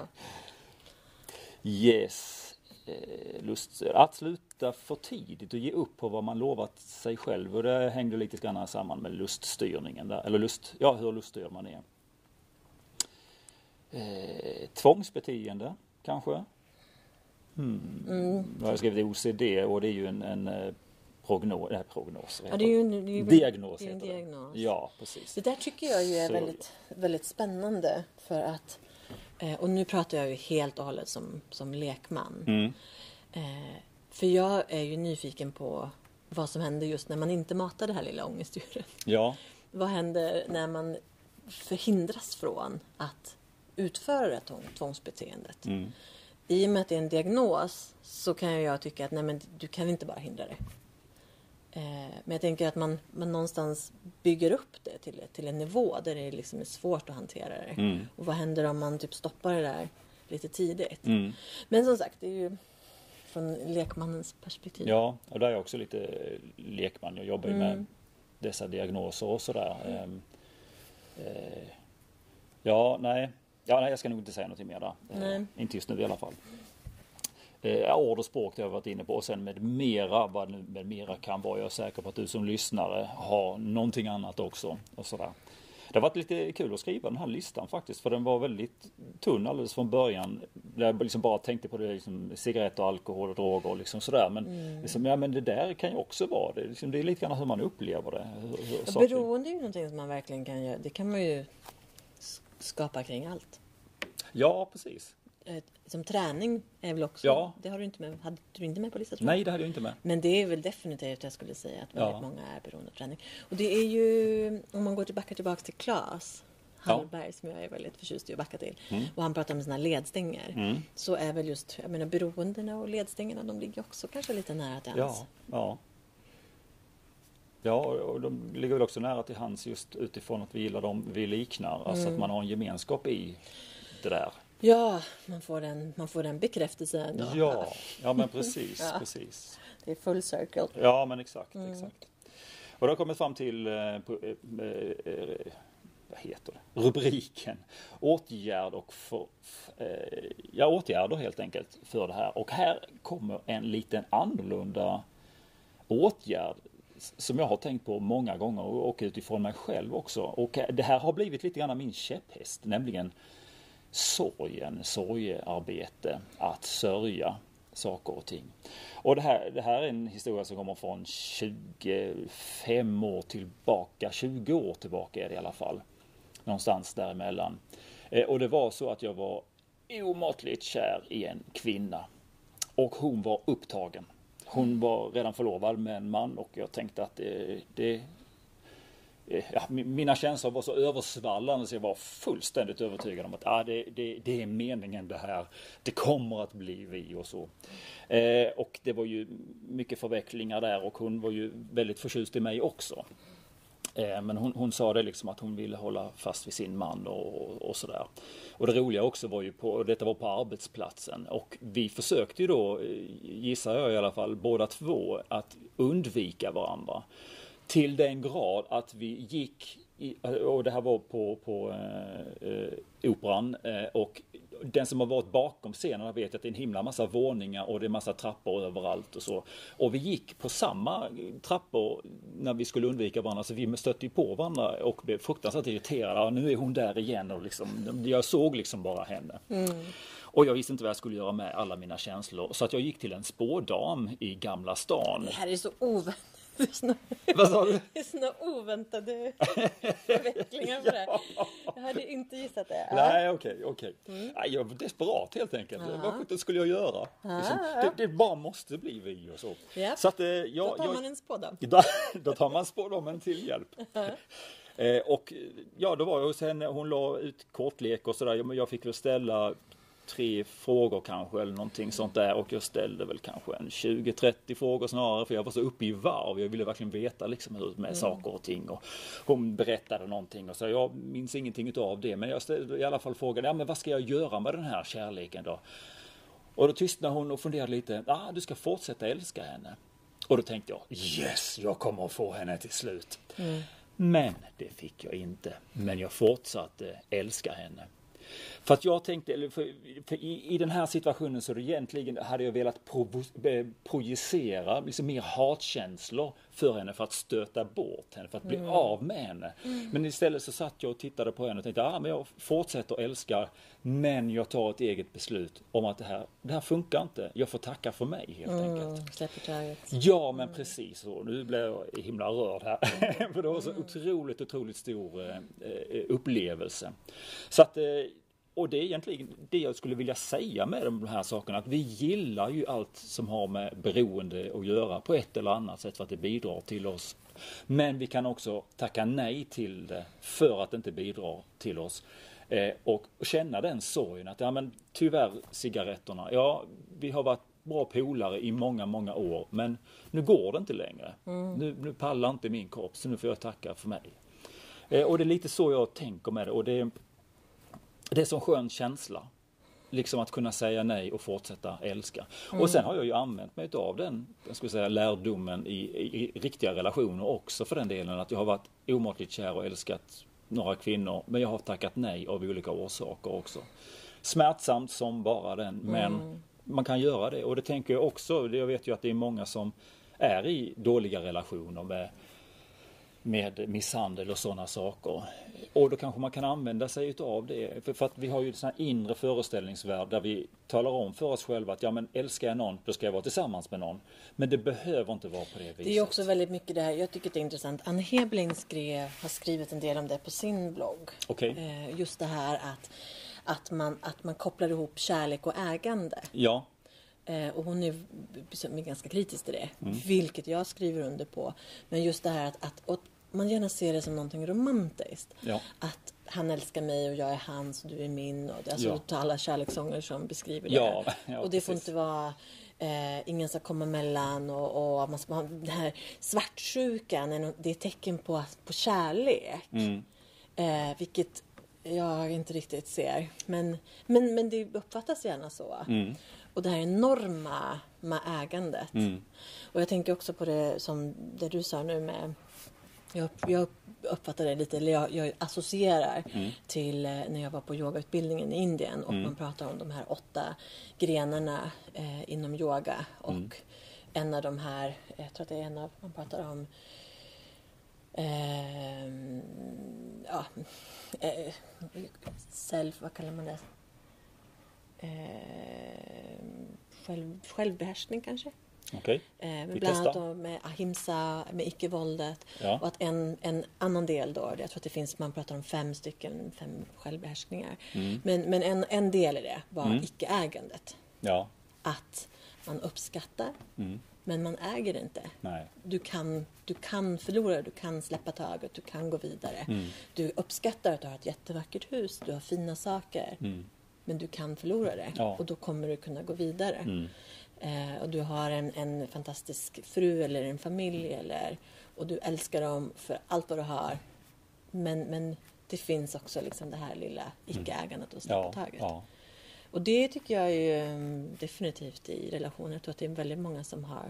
Speaker 1: Yes. Lust, att sluta för tidigt och ge upp på vad man lovat sig själv, och det hängde lite grann samman med luststyrningen där, eller lust, ja, hur luststyrd man är. Eh, tvångsbeteende kanske. Hmm. Mm. Jag har skrivit O C D och det är ju en, en prognos, äh, prognos
Speaker 2: ja, det är ju en, det är ju
Speaker 1: diagnos,
Speaker 2: det är en diagnos.
Speaker 1: Ja, precis.
Speaker 2: Det där tycker jag ju är väldigt, väldigt spännande för att, och nu pratar jag ju helt och hållet som, som lekman. Mm. Eh, för jag är ju nyfiken på vad som händer just när man inte matar det här lilla ångestdjuret.
Speaker 1: Ja.
Speaker 2: Vad händer när man förhindras från att utföra det här tvångsbeteendet? Mm. I och med att det är en diagnos så kan jag tycka att nej, men du kan inte bara hindra det. Men jag tänker att man, man någonstans bygger upp det till, till en nivå där det liksom är svårt att hantera det. Mm. Och vad händer om man typ stoppar det där lite tidigt? Mm. Men som sagt, det är ju från lekmannens perspektiv.
Speaker 1: Ja, och där är jag också lite lekman. Jag jobbar ju mm. med dessa diagnoser och sådär. Mm. Eh, ja, nej. ja, nej, jag ska nog inte säga något mer där. Eh, inte just nu i alla fall. Eh, ord och språk det har jag varit inne på, och sen med mera, vad nu med mera kan vara, jag är säker på att du som lyssnare har någonting annat också och sådär. Det har varit lite kul att skriva den här listan faktiskt, för den var väldigt tunn alldeles från början. Jag liksom bara tänkte på det, liksom, cigaretter, alkohol och droger och liksom sådär, men, mm. liksom, ja, men det där kan ju också vara det. Liksom, det är lite grann hur man upplever det.
Speaker 2: Ja, beroende är ju någonting som man verkligen kan göra. Det kan man ju skapa kring allt.
Speaker 1: Ja, precis.
Speaker 2: Som träning är väl också, ja. Det har du inte med, hade du inte med på listan?
Speaker 1: Nej, det hade jag inte med.
Speaker 2: Men det är väl definitivt, jag skulle säga, att väldigt ja. många är beroende av träning. Och det är ju, om man går tillbaka tillbaka till Claes, Hallberg, ja. som jag är väldigt förtjust i att backa till. Mm. Och han pratar om sina ledstänger.
Speaker 1: Mm.
Speaker 2: Så är väl just, jag menar, beroendena och ledstängerna, de ligger också kanske lite nära till hans.
Speaker 1: Ja, ja. Ja, och de ligger väl också nära till hans just utifrån att vi gillar dem vi liknar. Alltså mm. att man har en gemenskap i det där.
Speaker 2: Ja, man får den, man får den bekräftelsen. Och,
Speaker 1: ja, ja, men precis, ja. precis.
Speaker 2: Det är full circle.
Speaker 1: Ja, men exakt,
Speaker 2: mm.
Speaker 1: exakt. Och då har kommit fram till eh, på, eh, eh, vad heter det? Rubriken. Åtgärd och för, eh, ja, åtgärder helt enkelt för det här. Och här kommer en liten annorlunda åtgärd som jag har tänkt på många gånger och utifrån mig själv också. Och det här har blivit lite grann min käpphäst, nämligen sorgen, sorgearbete, att sörja saker och ting. Och det här, det här är en historia som kommer från tjugofem år tillbaka, tjugo år tillbaka är det i alla fall. Någonstans däremellan. Eh, och det var så att jag var omåttligt kär i en kvinna. Och hon var upptagen. Hon var redan förlovad med en man och jag tänkte att det... det ja, mina känslor var så översvallande så jag var fullständigt övertygad om att ah, det, det, det är meningen det här. Det kommer att bli vi och så. Eh, och det var ju mycket förvecklingar där och hon var ju väldigt förtjust i mig också. Eh, men hon, hon sa det liksom att hon ville hålla fast vid sin man och, och sådär. Och det roliga också var ju på, detta var på arbetsplatsen och vi försökte ju då, gissar jag i alla fall, båda två att undvika varandra. Till den grad att vi gick, i, och det här var på, på eh, operan eh, och den som har varit bakom scenen vet att det är en himla massa våningar och det är massa trappor överallt och så. Och vi gick på samma trappor när vi skulle undvika varandra så vi stötte ju på varandra och blev fruktansvärt irriterade. Ja, nu är hon där igen och liksom, jag såg liksom bara henne. Mm. Och jag visste inte vad jag skulle göra med alla mina känslor så att jag gick till en spådam i Gamla stan.
Speaker 2: Det här är så oväntat. Det är såna,
Speaker 1: Vad sa du?
Speaker 2: Det är såna oväntade förvecklingar på det. Jag hade inte gissat det.
Speaker 1: Nej, okej, okay, okej. Okay. Mm. Jag var desperat helt enkelt. Aha. Vad skulle jag göra? Liksom, det, det bara måste bli vi och så.
Speaker 2: Yep.
Speaker 1: Så att, ja,
Speaker 2: då tar
Speaker 1: jag,
Speaker 2: man en spådam.
Speaker 1: Då, då tar man spådamen till hjälp. eh, och ja, då var jag hos henne. Hon la ut kortlek och sådär. Jag fick väl ställa tre frågor kanske eller någonting sånt där och jag ställde väl kanske en tjugo trettio frågor snarare för jag var så uppe i varv. Jag ville verkligen veta liksom hur med mm. saker och ting och hon berättade någonting och så jag minns ingenting utav det men jag ställde i alla fall frågan, ja men vad ska jag göra med den här kärleken då? Och då tystnade hon och funderade lite, ja ah, du ska fortsätta älska henne. Och då tänkte jag, yes, jag kommer att få henne till slut. Mm. Men det fick jag inte. Men jag fortsatte älska henne. För att jag tänkte, eller för, för i, i den här situationen så egentligen hade jag velat provo, projicera liksom mer hatkänslor för henne för att stöta bort henne, för att bli mm. av med henne. Mm. Men istället så satt jag och tittade på henne och tänkte, ja ah, men jag fortsätter älska, men jag tar ett eget beslut om att det här, det här funkar inte. Jag får tacka för mig helt mm. enkelt.
Speaker 2: Släpper taget.
Speaker 1: Ja, men mm. precis så. Nu blev jag himla rörd här. Mm. För det var så otroligt, otroligt stor eh, upplevelse. Så att eh, och det är egentligen det jag skulle vilja säga med de här sakerna. Att vi gillar ju allt som har med beroende att göra på ett eller annat sätt för att det bidrar till oss. Men vi kan också tacka nej till det för att det inte bidrar till oss. Eh, och känna den sorgen att ja men tyvärr cigaretterna. Ja, vi har varit bra polare i många, många år. Men nu går det inte längre. Mm. Nu, nu pallar inte min kropp så nu får jag tacka för mig. Eh, och det är lite så jag tänker med det. Och det är Det är en skön känsla. Liksom att kunna säga nej och fortsätta älska. Mm. Och sen har jag ju använt mig av den jag skulle säga, lärdomen i, i, i riktiga relationer också för den delen. Att jag har varit omåttligt kär och älskat några kvinnor. Men jag har tackat nej av olika orsaker också. Smärtsamt som bara den. Men mm. man kan göra det. Och det tänker jag också. Jag vet ju att det är många som är i dåliga relationer med med misshandel och sådana saker. Och då kanske man kan använda sig av det. För, för att vi har ju en sån här inre föreställningsvärld där vi talar om för oss själva att ja men älskar jag någon, då ska jag vara tillsammans med någon. Men det behöver inte vara på det viset.
Speaker 2: Det är också väldigt mycket det här, jag tycker det är intressant. Anne Hebling skrev, har skrivit en del om det på sin blogg.
Speaker 1: Okay.
Speaker 2: Just det här att, att, man, att man kopplar ihop kärlek och ägande.
Speaker 1: Ja.
Speaker 2: Och hon är ganska kritisk till det. Mm. Vilket jag skriver under på. Men just det här att, att och man gärna ser det som någonting romantiskt.
Speaker 1: Ja.
Speaker 2: Att han älskar mig och jag är hans och du är min. Och det, alltså
Speaker 1: Ja.
Speaker 2: ja. alla kärlekssånger som beskriver det.
Speaker 1: Ja, ja,
Speaker 2: och det får
Speaker 1: precis.
Speaker 2: inte vara eh, ingen ska komma emellan. Och, och man ska, man, den här svartsjukan är no, det är tecken på, på kärlek.
Speaker 1: Mm.
Speaker 2: Eh, vilket jag inte riktigt ser. Men, men, men det uppfattas gärna så.
Speaker 1: Mm.
Speaker 2: Och det här enorma med ägandet.
Speaker 1: Mm.
Speaker 2: Och jag tänker också på det som det du sa nu med... Jag, jag uppfattar det lite, eller jag, jag associerar
Speaker 1: Mm.
Speaker 2: till eh, när jag var på yogautbildningen i Indien. Och
Speaker 1: Mm.
Speaker 2: man pratar om de här åtta grenarna eh, inom yoga. Och
Speaker 1: Mm.
Speaker 2: en av de här, jag tror att det är en av, man pratar om... Eh, ja, eh, self, vad kallar man det? Eh, själv, självbehärskning kanske.
Speaker 1: Okej.
Speaker 2: Eh, men
Speaker 1: Vi
Speaker 2: bland annat
Speaker 1: testar.
Speaker 2: då med ahimsa, med icke-våldet.
Speaker 1: Ja.
Speaker 2: Och att en, en annan del då, jag tror att det finns, man pratar om fem stycken, fem självbehärskningar.
Speaker 1: Mm.
Speaker 2: Men, men en, en del i det var
Speaker 1: Mm.
Speaker 2: icke-ägandet.
Speaker 1: Ja.
Speaker 2: Att man uppskattar,
Speaker 1: Mm.
Speaker 2: men man äger inte.
Speaker 1: Nej.
Speaker 2: Du kan, du kan förlora, du kan släppa taget, du kan gå vidare.
Speaker 1: Mm.
Speaker 2: Du uppskattar att du har ett jättevackert hus, du har fina saker.
Speaker 1: Mm.
Speaker 2: Men du kan förlora det.
Speaker 1: Ja.
Speaker 2: Och då kommer du kunna gå vidare.
Speaker 1: Mm.
Speaker 2: Eh, och du har en, en fantastisk fru eller en familj. Eller, och du älskar dem för allt vad du har. Men, men det finns också liksom det här lilla icke-ägandet och släppa
Speaker 1: Ja.
Speaker 2: taget.
Speaker 1: Ja.
Speaker 2: Och det tycker jag är ju, um, definitivt i relationer. Jag tror att det är väldigt många som har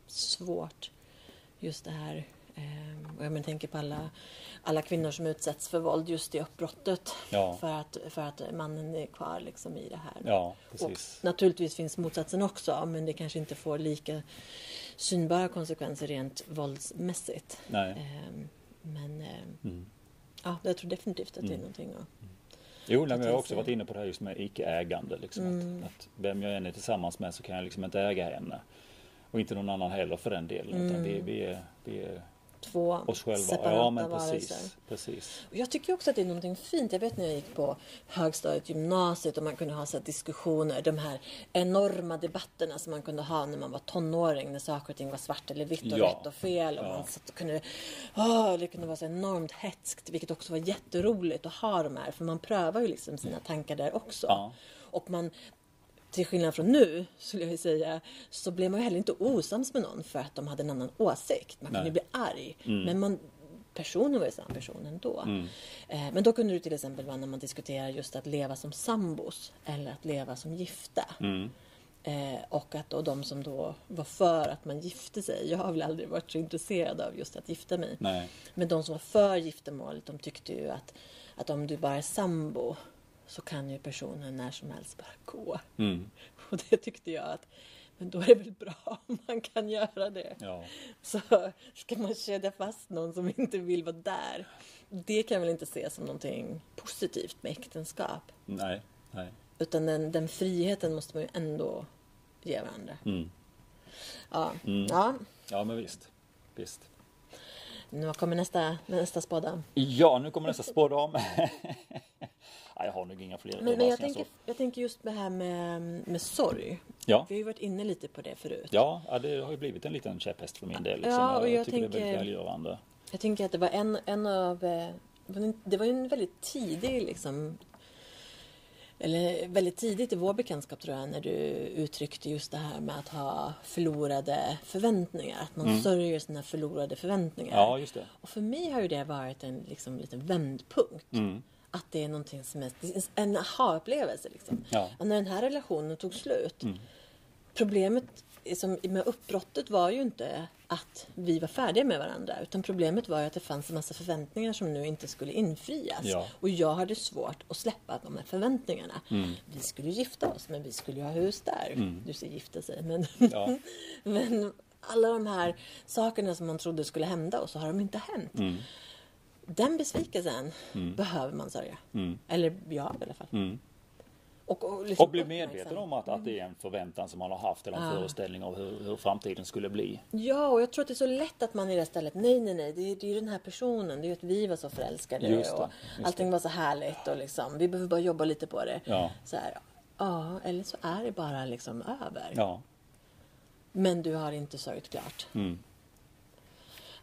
Speaker 2: svårt just det här. Um, och jag men, tänker på alla, alla kvinnor som utsätts för våld just i uppbrottet.
Speaker 1: Ja.
Speaker 2: För, att, för att mannen är kvar liksom i det här.
Speaker 1: Ja,
Speaker 2: Och
Speaker 1: precis.
Speaker 2: naturligtvis finns motsatsen också. Men det kanske inte får lika synbara konsekvenser rent våldsmässigt.
Speaker 1: Nej.
Speaker 2: Um, men um,
Speaker 1: Mm.
Speaker 2: ja, jag tror definitivt att det är
Speaker 1: Mm.
Speaker 2: någonting att...
Speaker 1: Jo, nej, men jag har
Speaker 2: till
Speaker 1: också
Speaker 2: sig.
Speaker 1: varit inne på det här just med icke-ägande. Liksom,
Speaker 2: Mm.
Speaker 1: att, att vem jag än är tillsammans med så kan jag liksom inte äga henne. Och inte någon annan heller för den delen. Utan
Speaker 2: Mm.
Speaker 1: vi, vi, är, vi är
Speaker 2: Två
Speaker 1: oss själva.
Speaker 2: separata
Speaker 1: Ja, men
Speaker 2: varelser.
Speaker 1: precis. precis.
Speaker 2: Och jag tycker också att det är någonting fint. Jag vet när jag gick på högstadiet, gymnasiet och man kunde ha så här diskussioner. De här enorma debatterna som man kunde ha när man var tonåring. När saker och ting var svart eller vitt och
Speaker 1: Ja.
Speaker 2: rätt och fel. Och
Speaker 1: Ja.
Speaker 2: man satt och kunde, åh, det kunde vara så enormt hetskt. Vilket också var jätteroligt att ha de här. För man prövar ju liksom sina tankar där också.
Speaker 1: Ja.
Speaker 2: Och man... Till skillnad från nu, skulle jag säga, så blev man ju heller inte osams med någon för att de hade en annan åsikt. Man kunde
Speaker 1: Nej.
Speaker 2: bli arg.
Speaker 1: Mm.
Speaker 2: Men man, personen var ju samma person ändå.
Speaker 1: Mm.
Speaker 2: Eh, men då kunde det till exempel vara när man diskuterar just att leva som sambos eller att leva som gifta.
Speaker 1: Mm.
Speaker 2: Eh, och att och de som då var för att man gifte sig. Jag har väl aldrig varit så intresserad av just att gifta mig.
Speaker 1: Nej.
Speaker 2: Men de som var för giftermålet, de tyckte ju att, att om du bara är sambo så kan ju personen när som helst bara gå.
Speaker 1: Mm.
Speaker 2: Och det tyckte jag att, men då är det väl bra om man kan göra det.
Speaker 1: Ja.
Speaker 2: Så ska man kedja fast någon som inte vill vara där. Det kan jag väl inte se som någonting positivt med äktenskap.
Speaker 1: Nej. Nej.
Speaker 2: Utan den, den friheten måste man ju ändå ge varandra.
Speaker 1: Mm.
Speaker 2: Ja,
Speaker 1: Mm.
Speaker 2: ja.
Speaker 1: Ja, men visst. Visst.
Speaker 2: Nu kommer nästa, nästa spådam.
Speaker 1: Ja, nu kommer nästa spådam. Ja, jag har nog inga fler
Speaker 2: Men, men jag,
Speaker 1: överraskningar
Speaker 2: tänker,
Speaker 1: så.
Speaker 2: jag tänker just det här med, med sorg.
Speaker 1: Ja.
Speaker 2: Vi har ju varit inne lite på det förut.
Speaker 1: Ja, ja, det har ju blivit en liten käpphäst för min del. Liksom.
Speaker 2: Ja, och
Speaker 1: jag,
Speaker 2: jag
Speaker 1: tycker det är
Speaker 2: tänker-
Speaker 1: väldigt välgörande.
Speaker 2: Jag tänker att det var en, en av... eh, Det var ju en väldigt tidig liksom... Eller väldigt tidigt i vår bekantskap tror jag när du uttryckte just det här med att ha förlorade förväntningar. Att man
Speaker 1: Mm.
Speaker 2: sörjer sina förlorade förväntningar.
Speaker 1: Ja, just det.
Speaker 2: Och för mig har ju det varit en liksom, liten vändpunkt.
Speaker 1: Mm.
Speaker 2: Att det är någonting som är en aha-upplevelse. Liksom.
Speaker 1: Ja.
Speaker 2: Och när den här relationen tog slut.
Speaker 1: Mm.
Speaker 2: Problemet som med uppbrottet var ju inte att vi var färdiga med varandra. Utan problemet var ju att det fanns en massa förväntningar som nu inte skulle infrias.
Speaker 1: Ja.
Speaker 2: Och jag hade svårt att släppa de här förväntningarna.
Speaker 1: Mm.
Speaker 2: Vi skulle gifta oss, men vi skulle ju ha hus där.
Speaker 1: Mm.
Speaker 2: Du säger gifta sig, men...
Speaker 1: Ja.
Speaker 2: men alla de här sakerna som man trodde skulle hända och så har de inte hänt.
Speaker 1: Mm.
Speaker 2: Den besvikelsen
Speaker 1: Mm.
Speaker 2: behöver man sörja.
Speaker 1: Mm.
Speaker 2: Eller jag i alla fall.
Speaker 1: Mm.
Speaker 2: Och, och, liksom
Speaker 1: Och bli medveten om att, att det är en förväntan som man har haft eller en
Speaker 2: Ja.
Speaker 1: föreställning av hur, hur framtiden skulle bli.
Speaker 2: Ja, och jag tror att det är så lätt att man i det stället, nej, nej, nej, det är, det är ju den här personen, det är ju att vi var så förälskade
Speaker 1: Just det,
Speaker 2: och
Speaker 1: just
Speaker 2: allting
Speaker 1: det.
Speaker 2: var så härligt och liksom, vi behöver bara jobba lite på det.
Speaker 1: Ja.
Speaker 2: Så här, ja, eller så är det bara liksom över.
Speaker 1: Ja.
Speaker 2: Men du har inte sörjt klart.
Speaker 1: Mm.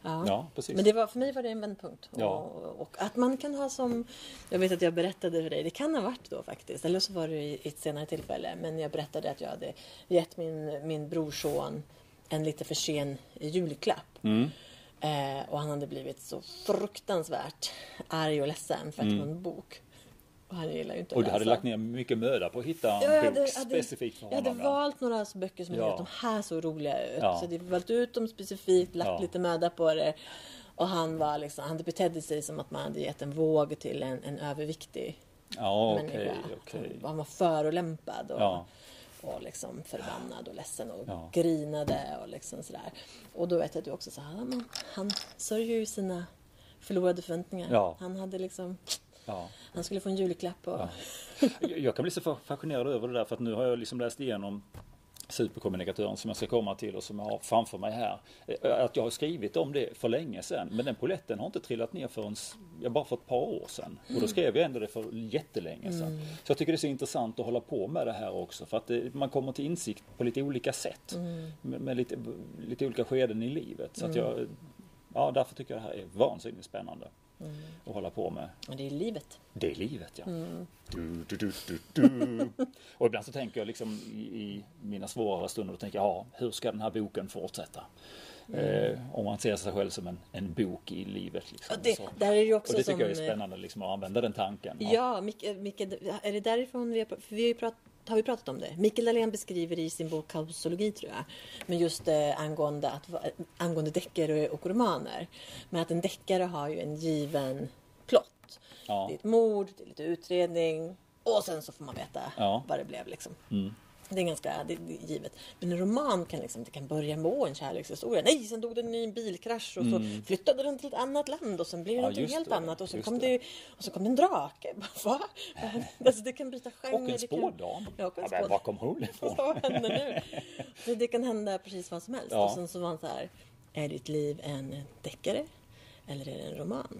Speaker 2: Ja.
Speaker 1: Ja, precis.
Speaker 2: Men det var, för mig var det en vändpunkt.
Speaker 1: Ja.
Speaker 2: Och, och att man kan ha som, jag vet att jag berättade för dig, det kan ha varit då faktiskt, eller så var det i ett senare tillfälle, men jag berättade att jag hade gett min, min brorson en lite för sen julklapp.
Speaker 1: Mm.
Speaker 2: Eh, och han hade blivit så fruktansvärt arg och ledsen för att det var en bok. Och han gillar ju inte att
Speaker 1: Och du
Speaker 2: läsa.
Speaker 1: hade lagt ner mycket möda på att hitta en
Speaker 2: Ja, jag
Speaker 1: bok
Speaker 2: hade- hade-
Speaker 1: specifikt för
Speaker 2: Jag
Speaker 1: honom.
Speaker 2: hade
Speaker 1: ja.
Speaker 2: valt några böcker som
Speaker 1: Ja.
Speaker 2: jag vet, de här så roliga ut.
Speaker 1: Ja.
Speaker 2: Så jag hade valt ut dem specifikt, lagt
Speaker 1: Ja.
Speaker 2: lite möda på det. Och han var liksom, han betedde sig som att man hade gett en våg till en, en överviktig
Speaker 1: Ja, okej,
Speaker 2: människa.
Speaker 1: okej.
Speaker 2: Han, han var förolämpad och,
Speaker 1: Ja.
Speaker 2: och liksom förbannad och ledsen och
Speaker 1: Ja.
Speaker 2: grinade och liksom sådär. Och då vet jag att du också sa, ja, men han sörjer ju sina förlorade förväntningar.
Speaker 1: Ja.
Speaker 2: Han hade liksom,
Speaker 1: Ja.
Speaker 2: han skulle få en julklapp och...
Speaker 1: Ja. Jag jag kan bli så fascinerad över det där, för att nu har jag liksom läst igenom superkommunikatören som jag ska komma till och som jag har framför mig här. Att jag har skrivit om det för länge sedan, men den poletten har inte trillat ner förrän jag bara för ett par år sedan. Och då skrev jag ändå det för jättelänge sedan. Mm. Så jag tycker det är så intressant att hålla på med det här också, för att det, man kommer till insikt på lite olika sätt. Mm. Med, med lite, lite olika skeden i livet. Så att jag, ja, därför tycker jag det här är vansinnigt spännande. Mm. Att hålla på med.
Speaker 2: Men det är livet.
Speaker 1: Det är livet, ja.
Speaker 2: Mm.
Speaker 1: Du, du, du, du, du. Och ibland så tänker jag liksom i, i mina svårare stunder, då tänker jag, ja, hur ska den här boken fortsätta? Mm. Eh, om man ser sig själv som en, en bok i livet. Liksom.
Speaker 2: Och det,
Speaker 1: så.
Speaker 2: där är det också
Speaker 1: och det tycker
Speaker 2: som,
Speaker 1: jag är spännande liksom, att använda den tanken.
Speaker 2: Ja, ja Micke, Micke, är det därifrån vi har, för vi har ju pratat, har vi pratat om det? Mikael Dahlén beskriver i sin bok Kausologi, tror jag, men just eh, angående, att, angående deckare och romaner. Men att en deckare har ju en given plott.
Speaker 1: Ja.
Speaker 2: Det är ett mord, det är lite utredning och sen så får man veta
Speaker 1: Ja.
Speaker 2: vad det blev liksom.
Speaker 1: Mm.
Speaker 2: Det är ganska det är givet. Men en roman kan liksom, det kan börja med en kärlekshistoria. Nej, sen dog den i en bilkrasch och
Speaker 1: Mm.
Speaker 2: så flyttade den till ett annat land och sen blev det
Speaker 1: Ja,
Speaker 2: något
Speaker 1: just
Speaker 2: helt
Speaker 1: det,
Speaker 2: annat och så
Speaker 1: just
Speaker 2: kom
Speaker 1: det.
Speaker 2: det och så kom det en drake. Va? Alltså, det kan byta genre.
Speaker 1: Och en
Speaker 2: det kan-
Speaker 1: spådam.
Speaker 2: Ja, och en
Speaker 1: Ja, men
Speaker 2: spådam.
Speaker 1: var kom hon ifrån?
Speaker 2: Vad händer nu? Så det kan hända precis vad som helst.
Speaker 1: Ja.
Speaker 2: Och sen så var han så här, är ditt liv en deckare eller är det en roman?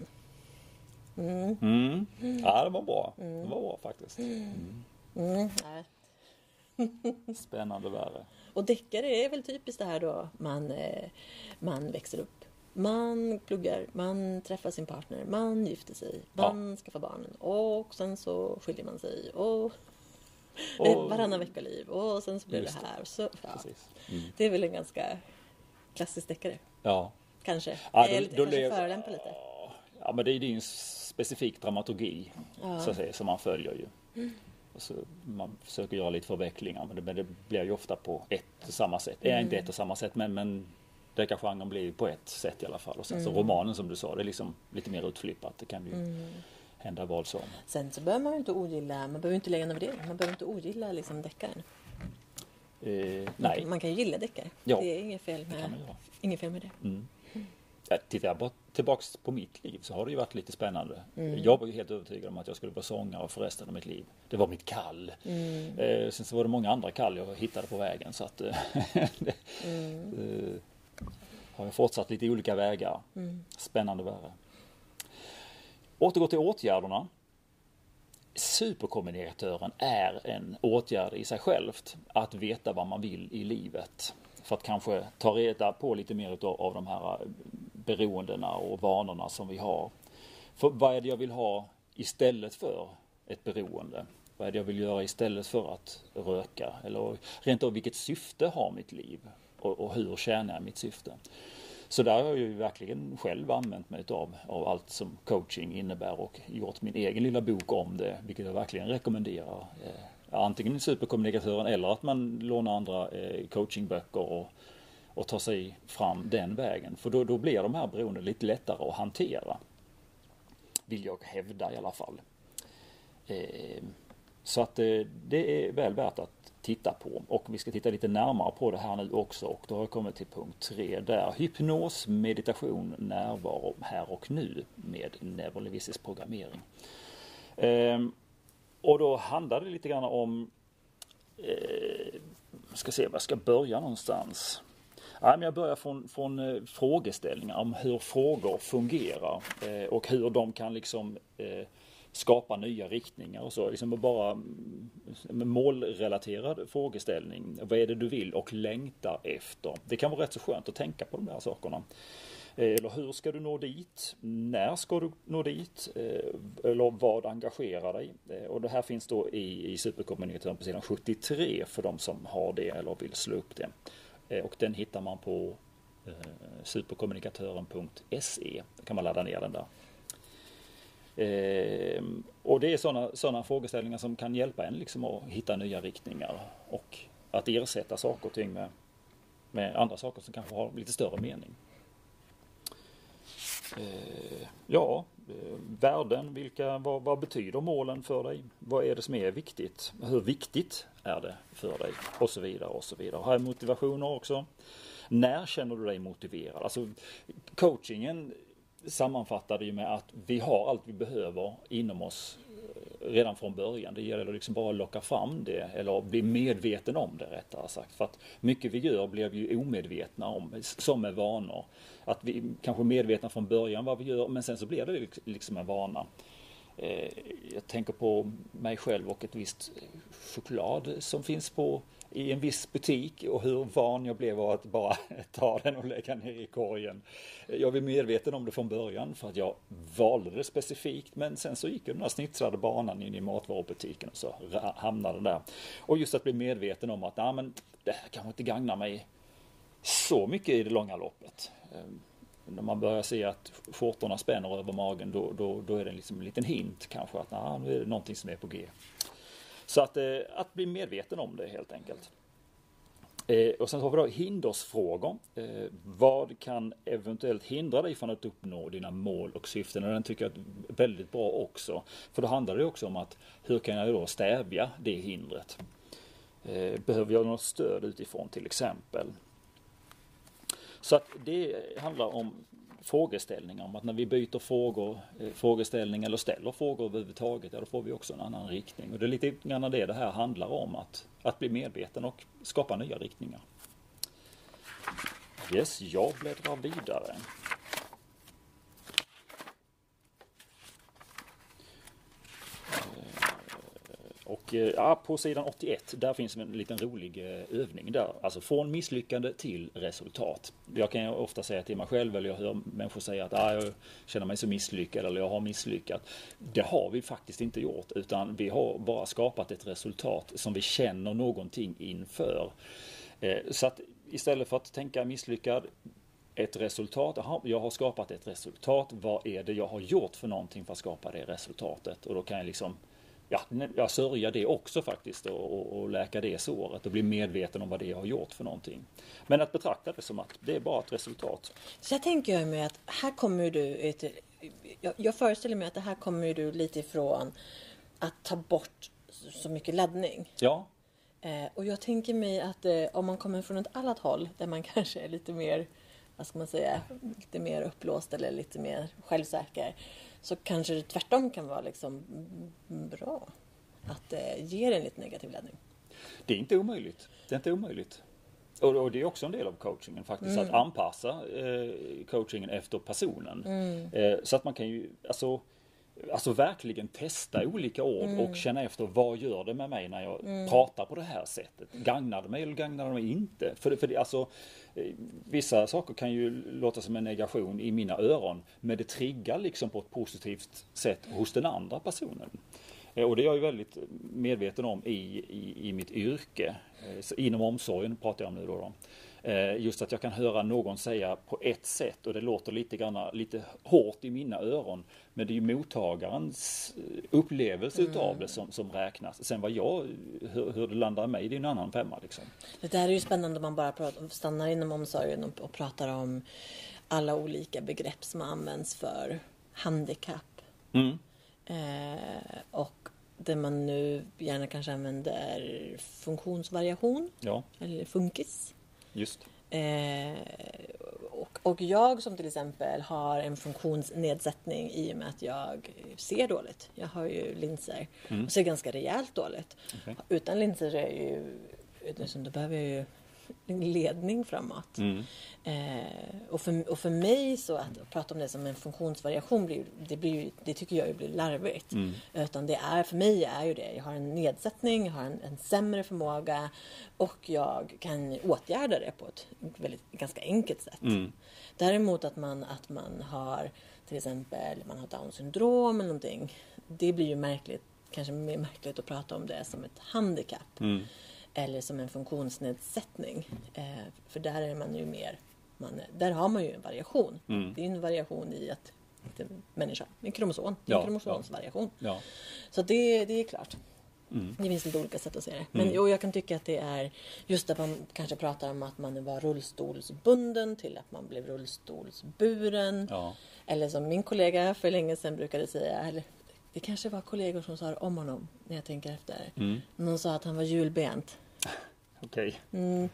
Speaker 2: Mm.
Speaker 1: Mm. Ja, det var bra. Det var bra faktiskt. Mm.
Speaker 2: Mm. Nej.
Speaker 1: Spännande värre.
Speaker 2: Och deckare är väl typiskt det här då, man, eh, man växer upp. Man pluggar, man träffar sin partner, man gifter sig, man ja. skaffar barn och sen så skiljer man sig och, och varannan vecka liv och sen så blir det här. Så, ja. Mm. Det är väl en ganska klassisk deckare.
Speaker 1: Ja.
Speaker 2: Kanske.
Speaker 1: Ja,
Speaker 2: Eller kanske förolämpar lite.
Speaker 1: Ja, men det är ju en specifik dramaturgi ja. så att säga, som man följer ju. Mm. Så man försöker göra lite förvecklingar, men det, men det blir ju ofta på ett och samma sätt. Mm. Är inte ett och samma sätt, men, men deckargenren blir ju på ett sätt i alla fall. Och sen mm. så romanen som du sa, det är liksom lite mer utflippat. Det kan ju mm. hända vad som.
Speaker 2: Sen så behöver man ju inte ogilla, man behöver inte lägga en värdering. Man behöver inte ogilla liksom deckaren.
Speaker 1: Eh, nej.
Speaker 2: Man kan, man kan ju gilla deckare.
Speaker 1: Ja,
Speaker 2: det är inget fel med, inget fel med det.
Speaker 1: Mm. Ja, tittar jag bara tillbaks på mitt liv så har det ju varit lite spännande. Mm. Jag var ju helt övertygad om att jag skulle vara sångare för resten av mitt liv. Det var mitt kall. Mm. Eh, sen så var det många andra kall jag hittade på vägen. Så att det, mm. eh, har jag fortsatt lite olika vägar. Mm. Spännande värre. Återgå till åtgärderna. Superkommunikatören är en åtgärd i sig självt. Att veta vad man vill i livet. För att kanske ta reda på lite mer av, av de här beroendena och vanorna som vi har. För vad är det jag vill ha istället för ett beroende? Vad är det jag vill göra istället för att röka? Eller rent av vilket syfte har mitt liv? Och, och hur tjänar jag mitt syfte? Så där har jag ju verkligen själv använt mig av, av allt som coaching innebär och gjort min egen lilla bok om det, vilket jag verkligen rekommenderar. Antingen superkommunikatören eller att man lånar andra coachingböcker och, och tar sig fram den vägen. För då, då blir de här beroende lite lättare att hantera. Vill jag hävda i alla fall. Eh, så att eh, det är väl värt att titta på. Och vi ska titta lite närmare på det här nu också. Och då har jag kommit till punkt tre där. Hypnos, meditation, närvaro här och nu med neurolingvistisk programmering. Eh, och då handlar det lite grann om eh, ska se var jag ska börja någonstans. Ja, men jag börjar från, från eh, frågeställningar om hur frågor fungerar eh, och hur de kan liksom eh, skapa nya riktningar och så. Liksom bara mm, målrelaterad frågeställning. Vad är det du vill och längtar efter? Det kan vara rätt så skönt att tänka på de här sakerna. Eller hur ska du nå dit? När ska du nå dit? Eller vad engagerar dig? Och det här finns då i, i Superkommunikatören på sidan sjuttiotre för de som har det eller vill slå upp det. Och den hittar man på eh, superkommunikatören punkt se. Då kan man ladda ner den där. Eh, och det är sådana sådana frågeställningar som kan hjälpa en liksom att hitta nya riktningar och att ersätta saker och ting med, med andra saker som kanske har lite större mening. Eh, ja, eh, värden, vilka, vad, vad betyder målen för dig? Vad är det som är viktigt? Hur viktigt är det för dig? Och så vidare och så vidare. Har jag motivationer också? När känner du dig motiverad? Alltså coachingen sammanfattar det ju med att vi har allt vi behöver inom oss redan från början. Det gäller liksom bara att locka fram det eller bli medveten om det rättare sagt. För att mycket vi gör blir vi ju omedvetna om, som är vanor. Att vi kanske är medvetna från början vad vi gör men sen så blir det liksom en vana. Jag tänker på mig själv och ett visst choklad som finns på i en viss butik och hur van jag blev av att bara ta den och lägga ner i korgen. Jag var medveten om det från början för att jag valde det specifikt men sen så gick den där snitslade banan in i matvarubutiken och så hamnade där. Och just att bli medveten om att nej, men det här kanske inte gagnar mig så mycket i det långa loppet. När man börjar se att skjortorna spänner över magen då, då, då är det liksom en liten hint kanske att nej, nu är det någonting som är på G. Så att, eh, att bli medveten om det helt enkelt. Eh, och sen har vi då hindersfrågor. Eh, vad kan eventuellt hindra dig från att uppnå dina mål och syften? Och den tycker jag är väldigt bra också. För då handlar det också om att hur kan jag då stävja det hindret? Eh, behöver jag något stöd utifrån till exempel? Så att det handlar om frågeställningar, om att när vi byter frågor, frågeställning eller ställer frågor överhuvudtaget, ja, då får vi också en annan riktning. Och det är lite grann det det här handlar om, att, att bli medveten och skapa nya riktningar. Yes, jag bläddrar vidare. Och ja, på sidan åttioett, där finns en liten rolig övning där. Alltså från misslyckande till resultat. Jag kan ju ofta säga till mig själv, eller jag hör människor säga att ah, jag känner mig så misslyckad eller jag har misslyckat. Det har vi faktiskt inte gjort, utan vi har bara skapat ett resultat som vi känner någonting inför. Så att istället för att tänka misslyckad, ett resultat, aha, jag har skapat ett resultat, vad är det jag har gjort för någonting för att skapa det resultatet? Och då kan jag liksom Ja, jag sörjer det också faktiskt och, och, och läka det såret och bli medveten om vad det jag har gjort för någonting. Men att betrakta det som att det är bara ett resultat.
Speaker 2: Så jag tänker mig att här kommer du, ett, jag, jag föreställer mig att det här kommer du lite ifrån att ta bort så mycket laddning.
Speaker 1: Ja.
Speaker 2: Eh, och jag tänker mig att eh, om man kommer från ett annat håll där man kanske är lite mer, vad ska man säga, lite mer upplåst eller lite mer självsäker, så kanske det tvärtom kan vara liksom bra att eh, ge en lite negativ laddning.
Speaker 1: Det är inte omöjligt. Det är inte omöjligt. Och, och det är också en del av coachingen faktiskt, mm. att anpassa eh, coachingen efter personen. Mm. Eh, så att man kan ju alltså, alltså verkligen testa olika ord mm. och känna efter vad gör det med mig när jag mm. pratar på det här sättet. Gagnar det mig eller gagnar det mig inte? För, för det, alltså, eh, vissa saker kan ju låta som en negation i mina öron, men det triggar liksom på ett positivt sätt hos den andra personen. Och det är jag ju väldigt medveten om i, i, i mitt yrke. Så inom omsorgen pratar jag om nu då, då. Just att jag kan höra någon säga på ett sätt och det låter lite grann, lite hårt i mina öron. Men det är ju mottagarens upplevelse mm. utav det som, som räknas. Sen vad jag, hur, hur det landar i mig, det är en annan femma liksom.
Speaker 2: Det där är ju spännande om man bara pratar, stannar inom omsorgen och, och pratar om alla olika begrepp som används för handikapp. Mm. Eh, och det man nu gärna kanske använder är funktionsvariation. Ja. Eller funkis.
Speaker 1: Just.
Speaker 2: Eh, och, och jag som till exempel har en funktionsnedsättning i och med att jag ser dåligt. Jag har ju linser mm. och ser ganska rejält dåligt. Okay. Utan linser är ju, då behöver jag ju ledning framåt.
Speaker 1: Mm.
Speaker 2: Eh, och, för, och för mig så att prata om det som en funktionsvariation blir, det, blir, det tycker jag blir larvigt.
Speaker 1: Mm.
Speaker 2: Utan det är, för mig är ju det, jag har en nedsättning, jag har en, en sämre förmåga och jag kan åtgärda det på ett väldigt, ganska enkelt sätt.
Speaker 1: Mm.
Speaker 2: Däremot att man, att man har till exempel man har Down syndrom eller någonting, det blir ju märkligt, kanske mer märkligt att prata om det som ett handikapp. Mm. Eller som en funktionsnedsättning. Eh, för där är man ju mer, man, där har man ju en variation. Mm. Det är en variation i att en människa, en kromosom,
Speaker 1: ja,
Speaker 2: en kromosomsvariation.
Speaker 1: Ja.
Speaker 2: Så det, det är klart.
Speaker 1: Mm.
Speaker 2: Det finns lite olika sätt att se det. Men mm. och jag kan tycka att det är just att man kanske pratar om att man var rullstolsbunden till att man blev rullstolsburen.
Speaker 1: Ja.
Speaker 2: Eller som min kollega för länge sedan brukade säga, eller det kanske var kollegor som sa om honom när jag tänker efter. Mm. Någon sa att han var hjulbent.
Speaker 1: Okej. Okay.
Speaker 2: Mm.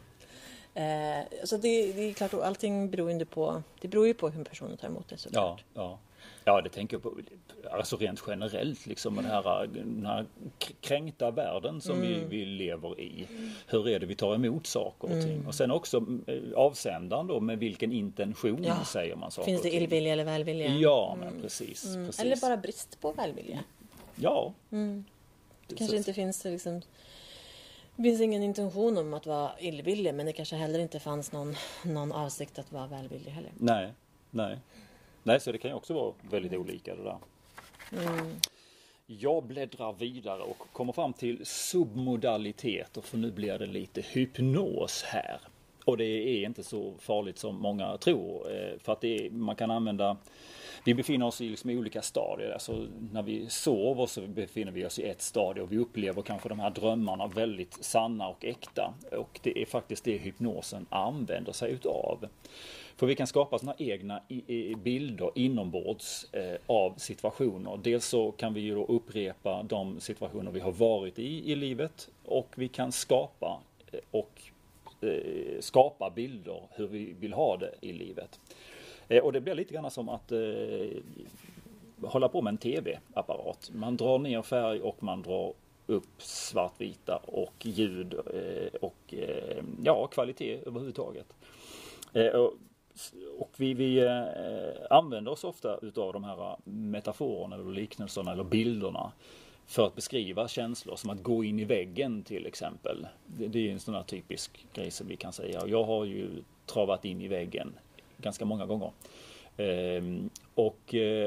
Speaker 2: Eh, så det, det är klart, och allting beror ju på, det beror ju på hur personen tar emot det, såklart.
Speaker 1: Ja, ja. Ja, det tänker jag på, alltså rent generellt liksom, den här, den här kränkta världen som mm. vi, vi lever i. Hur är det vi tar emot saker och mm. ting? Och sen också avsändaren då, med vilken intention ja. säger man saker.
Speaker 2: Finns det illvilja eller välvilja?
Speaker 1: Ja, men mm. precis,
Speaker 2: mm.
Speaker 1: precis.
Speaker 2: Eller bara brist på välvilja.
Speaker 1: Ja.
Speaker 2: Mm. Det kanske inte finns liksom, det finns ingen intention om att vara illvillig, men det kanske heller inte fanns någon, någon avsikt att vara välvillig heller.
Speaker 1: Nej, nej. Nej, så det kan ju också vara väldigt olika det där. Mm. Jag bläddrar vidare och kommer fram till submodaliteter, för nu blir det lite hypnos här. Och det är inte så farligt som många tror, för att det är, man kan använda, vi befinner oss i liksom olika stadier. Alltså när vi sover så befinner vi oss i ett stadie och vi upplever kanske de här drömmarna väldigt sanna och äkta. Och det är faktiskt det hypnosen använder sig utav. För vi kan skapa såna egna bilder inombords eh, av situationer. Dels så kan vi ju då upprepa de situationer vi har varit i i livet, och vi kan skapa eh, och eh, skapa bilder hur vi vill ha det i livet. Eh, och det blir lite grann som att eh, hålla på med en tv-apparat. Man drar ner färg och man drar upp svartvita och ljud eh, och eh, ja, kvalitet överhuvudtaget. Eh, och, Och vi, vi eh, använder oss ofta utav de här metaforerna eller liknelserna eller bilderna för att beskriva känslor, som att gå in i väggen till exempel. Det, det är en sån här typisk grej som vi kan säga. Jag har ju travat in i väggen ganska många gånger. Eh, och eh,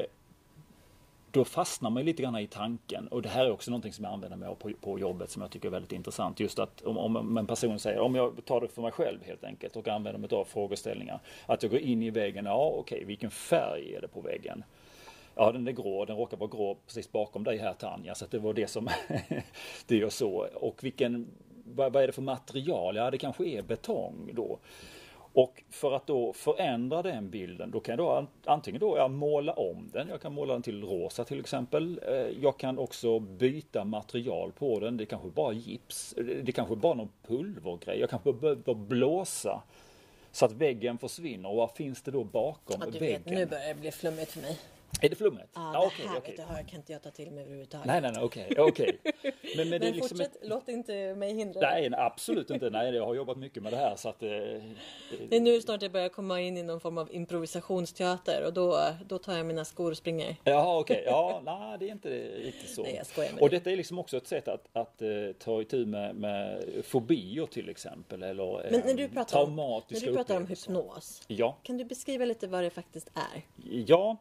Speaker 1: då fastnar man lite grann i tanken, och det här är också någonting som jag använder mig av på, på jobbet som jag tycker är väldigt intressant. Just att om, om en person säger, om jag tar det för mig själv helt enkelt och använder mig av frågeställningar, att jag går in i väggen, ja okej, vilken färg är det på väggen? Ja, den är grå, den råkar vara grå precis bakom dig här, Tanja, så att det var det som det gör så. Och vilken, vad, vad är det för material? Ja, det kanske är betong då. Och för att då förändra den bilden, då kan jag då antingen då jag måla om den, jag kan måla den till rosa till exempel. Jag kan också byta material på den, det kanske bara gips, det kanske bara någon pulvergrej. Jag kanske behöver blåsa så att väggen försvinner, och vad finns det då bakom
Speaker 2: ja, du
Speaker 1: väggen?
Speaker 2: Vet, nu börjar det bli flummigt för mig.
Speaker 1: Är det flummigt?
Speaker 2: Ja, det
Speaker 1: ah,
Speaker 2: här
Speaker 1: okay,
Speaker 2: okay. Det här kan inte jag ta till mig överhuvudtaget.
Speaker 1: Nej, nej, nej, okej. Okay, okay. Men, men,
Speaker 2: men
Speaker 1: det är liksom
Speaker 2: fortsätt, ett... låt inte mig hindra.
Speaker 1: Nej, nej, absolut inte. Nej, jag har jobbat mycket med det här. Så att, eh,
Speaker 2: det är nu snart jag börjar komma in i någon form av improvisationsteater, och då, då tar jag mina skor och springer.
Speaker 1: Jaha, okej. Okay. Ja, nej, det är inte riktigt så.
Speaker 2: Nej, jag skojar med
Speaker 1: och
Speaker 2: det.
Speaker 1: Detta är liksom också ett sätt att, att uh, ta itu med, med fobier till exempel. Eller
Speaker 2: men när du pratar om,
Speaker 1: traumatiska
Speaker 2: när du pratar om hypnos,
Speaker 1: ja.
Speaker 2: Kan du beskriva lite vad det faktiskt är?
Speaker 1: Ja,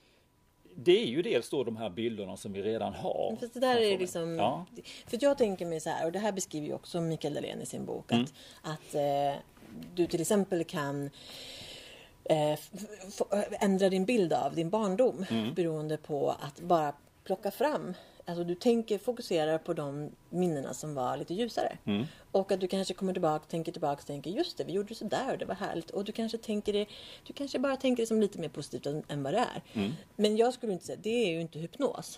Speaker 1: det är ju dels då de här bilderna som vi redan har.
Speaker 2: För det där är liksom, ja. För jag tänker mig så här, och det här beskriver ju också Mikael Dahlén i sin bok, mm. att, att eh, du till exempel kan eh, f- f- ändra din bild av din barndom mm. beroende på att bara plocka fram. Alltså du tänker, fokuserar på de minnena som var lite ljusare. Mm. Och att du kanske kommer tillbaka, tänker tillbaka och tänker, just det, vi gjorde så där och det var härligt. Och du kanske tänker det, du kanske bara tänker det som lite mer positivt än, än vad det är. Mm. Men jag skulle inte säga, det är ju inte hypnos.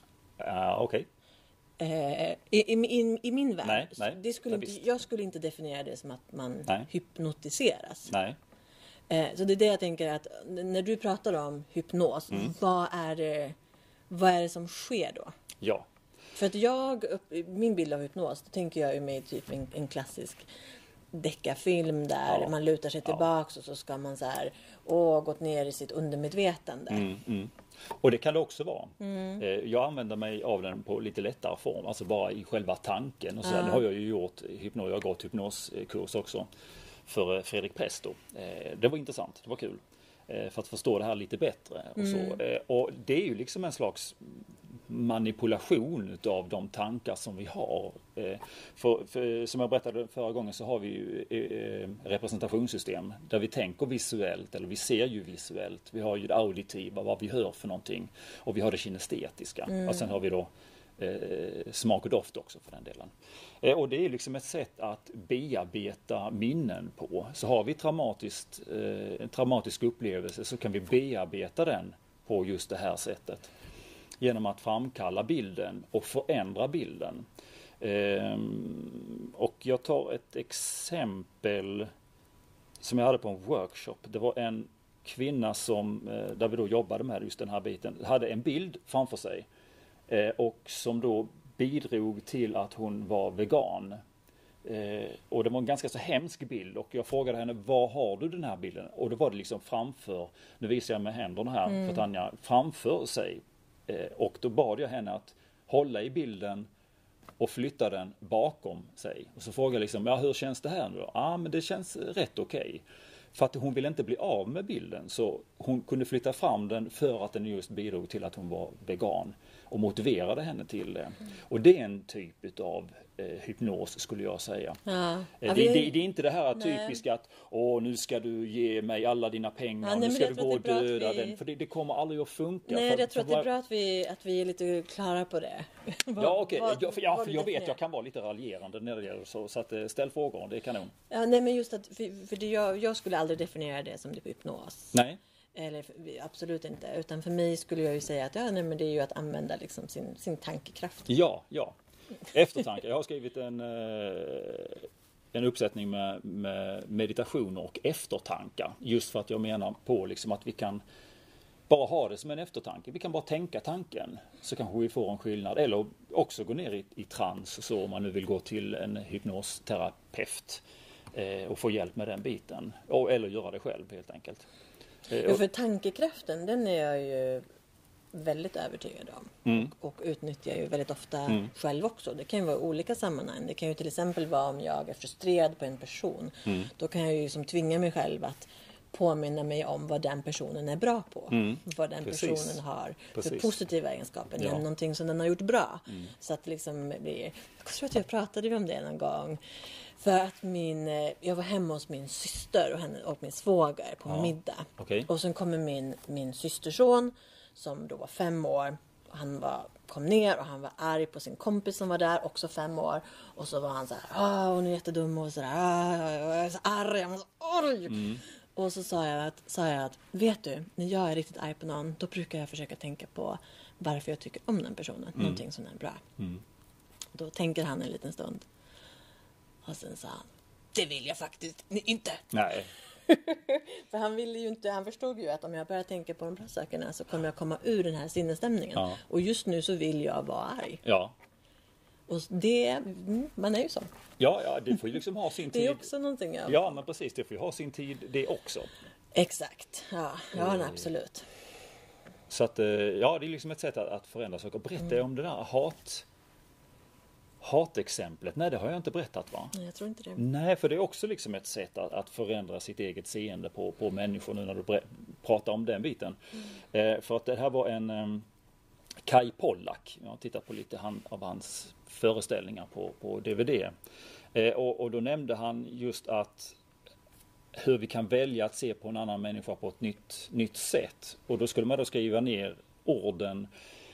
Speaker 1: Uh, Okej.
Speaker 2: Okay. Uh, i, i, I min värld.
Speaker 1: Nej, nej,
Speaker 2: det skulle inte, jag skulle inte definiera det som att man nej. hypnotiseras.
Speaker 1: Nej.
Speaker 2: Uh, så det är det jag tänker, att när du pratar om hypnos, mm. vad är det, vad är det som sker då? För att jag, min bild av hypnos, då tänker jag ju mig typ en, en klassisk, deckarfilm där
Speaker 1: Ja.
Speaker 2: man lutar sig
Speaker 1: Ja.
Speaker 2: tillbaks och så ska man så här, åh, gått ner i sitt undermedvetande.
Speaker 1: Mm, mm. Och det kan det också vara.
Speaker 2: Mm.
Speaker 1: Eh, Jag använder mig av den på lite lättare form, alltså bara i själva tanken. Och så
Speaker 2: Ja.
Speaker 1: Det har jag ju gjort hypnos, jag har gått hypnoskurs också för Fredrik Presto. Eh, Det var intressant, det var kul. eh, För att förstå det här lite bättre. Och, så.
Speaker 2: Mm.
Speaker 1: Eh, och det är ju liksom en slags manipulation utav de tankar som vi har. Eh, För, för, som jag berättade förra gången så har vi ju eh, representationssystem där vi tänker visuellt, eller vi ser ju visuellt. Vi har ju det auditiva, vad vi hör för någonting. Och vi har det kinestetiska.
Speaker 2: Mm.
Speaker 1: Och sen har vi då eh, smak och doft också för den delen. Eh, och det är liksom ett sätt att bearbeta minnen på. Så har vi traumatiskt, eh, en traumatisk upplevelse så kan vi bearbeta den på just det här sättet. Genom att framkalla bilden och förändra bilden. Ehm, och jag tar ett exempel som jag hade på en workshop. Det var en kvinna som, eh, där vi då jobbade med just den här biten, hade en bild framför sig. Eh, och som då bidrog till att hon var vegan. Eh, och det var en ganska så hemsk bild och jag frågade henne, var har du den här bilden? Och då var det liksom framför, nu visar jag med händerna här
Speaker 2: Mm.
Speaker 1: för Tanja, framför sig. Eh, och då bad jag henne att hålla i bilden och flytta den bakom sig. Och så frågade jag liksom, ja hur känns det här nu då? Ja men det känns rätt okej. Okay. För att hon ville inte bli av med bilden så hon kunde flytta fram den för att den just bidrog till att hon var vegan. Och motiverade henne till det. Och det är en typ av eh, hypnos skulle jag säga.
Speaker 2: Ja.
Speaker 1: Eh,
Speaker 2: Ja,
Speaker 1: det,
Speaker 2: vi-
Speaker 1: det, det är inte det här
Speaker 2: Nej.
Speaker 1: typiska att åh nu ska du ge mig alla dina pengar,
Speaker 2: Ja, nej,
Speaker 1: nu
Speaker 2: men
Speaker 1: ska
Speaker 2: jag
Speaker 1: du
Speaker 2: tror
Speaker 1: gå
Speaker 2: att
Speaker 1: och
Speaker 2: det är bra att
Speaker 1: döda
Speaker 2: vi-
Speaker 1: den. För det, det kommer aldrig att funka.
Speaker 2: Nej,
Speaker 1: för,
Speaker 2: jag tror
Speaker 1: för
Speaker 2: att det är
Speaker 1: var-
Speaker 2: bra att vi, att vi är lite klara på det. Vad-
Speaker 1: Ja okej,
Speaker 2: vad-
Speaker 1: ja, för, ja,
Speaker 2: vad
Speaker 1: för
Speaker 2: du
Speaker 1: jag vet
Speaker 2: definierar.
Speaker 1: jag kan vara lite raljerande när det gäller så. Så att, eh, ställ frågor, det är kanon.
Speaker 2: Ja, nej, men just att, för, för det, jag, jag skulle aldrig definiera det som typ hypnos.
Speaker 1: Nej,
Speaker 2: Eller för- absolut inte. Utan för mig skulle jag ju säga att ja, nej, men det är ju att använda liksom sin, sin tankekraft.
Speaker 1: ja, ja. Eftertanke. Jag har skrivit en, eh, en uppsättning med, med meditationer och eftertankar. Just för att jag menar på liksom att vi kan bara ha det som en eftertanke. Vi kan bara tänka tanken. Så kanske vi får en skillnad. Eller också gå ner i, i trans. Så om man nu vill gå till en hypnosterapeut. Eh, och få hjälp med den biten. Och, eller göra det själv helt enkelt. Eh,
Speaker 2: Ja, för tankekraften, den är jag ju väldigt övertygad om.
Speaker 1: Mm.
Speaker 2: Och, och utnyttjar ju väldigt ofta
Speaker 1: Mm.
Speaker 2: själv också. Det kan ju vara olika sammanhang. Det kan ju till exempel vara om jag är frustrerad på en person.
Speaker 1: Mm.
Speaker 2: Då kan jag ju som tvinga mig själv att påminna mig om vad den personen är bra på.
Speaker 1: Mm.
Speaker 2: Vad den
Speaker 1: Precis.
Speaker 2: personen har för
Speaker 1: Precis.
Speaker 2: positiva egenskaper.
Speaker 1: Ja.
Speaker 2: Någonting som den har gjort bra.
Speaker 1: Mm.
Speaker 2: Så att liksom blir... Jag tror att jag pratade om det någon gång. För att min, eh, jag var hemma hos min syster och, henne, och min svåger på
Speaker 1: Ja.
Speaker 2: middag.
Speaker 1: Okej.
Speaker 2: Och sen kommer min, min systerson som då var fem år. Och han var, kom ner och han var arg på sin kompis som var där, också fem år. Och så var han så här, ah, hon är jättedum och sådär, ah, jag är så arg, jag är så arg.
Speaker 1: Mm.
Speaker 2: Och så sa jag, att, sa jag att, vet du, när jag är riktigt arg på någon, då brukar jag försöka tänka på varför jag tycker om den personen. Någonting som är bra.
Speaker 1: Mm.
Speaker 2: Då tänker han en liten stund. Och sen sa han, det vill jag faktiskt inte.
Speaker 1: Nej.
Speaker 2: För han ville ju inte, han förstod ju att om jag börjar tänka på de bra sakerna så kommer jag komma ur den här sinnesstämningen.
Speaker 1: Ja.
Speaker 2: Och just nu så vill jag vara arg.
Speaker 1: Ja.
Speaker 2: Och det, mm, man är ju så.
Speaker 1: Ja, ja, det får ju liksom ha sin tid.
Speaker 2: Det är också någonting jag...
Speaker 1: Ja, men precis. Det får ju ha sin tid det också.
Speaker 2: Exakt, ja, ja nej, absolut.
Speaker 1: Så att, eh, ja, det är liksom ett sätt att, att förändra saker. Berätta
Speaker 2: Mm.
Speaker 1: om det där hat, hatexemplet. Nej, det har jag inte berättat va?
Speaker 2: Nej, jag tror inte det.
Speaker 1: Nej, för det är också liksom ett sätt att, att förändra sitt eget seende på, på människor nu när du ber- pratar om den biten.
Speaker 2: Mm.
Speaker 1: Eh, för att det här var en um, Kai Pollak. Jag har tittat på lite han, av hans föreställningar på, på D V D. Eh, och, och då nämnde han just att hur vi kan välja att se på en annan människa på ett nytt, nytt sätt. Och då skulle man då skriva ner orden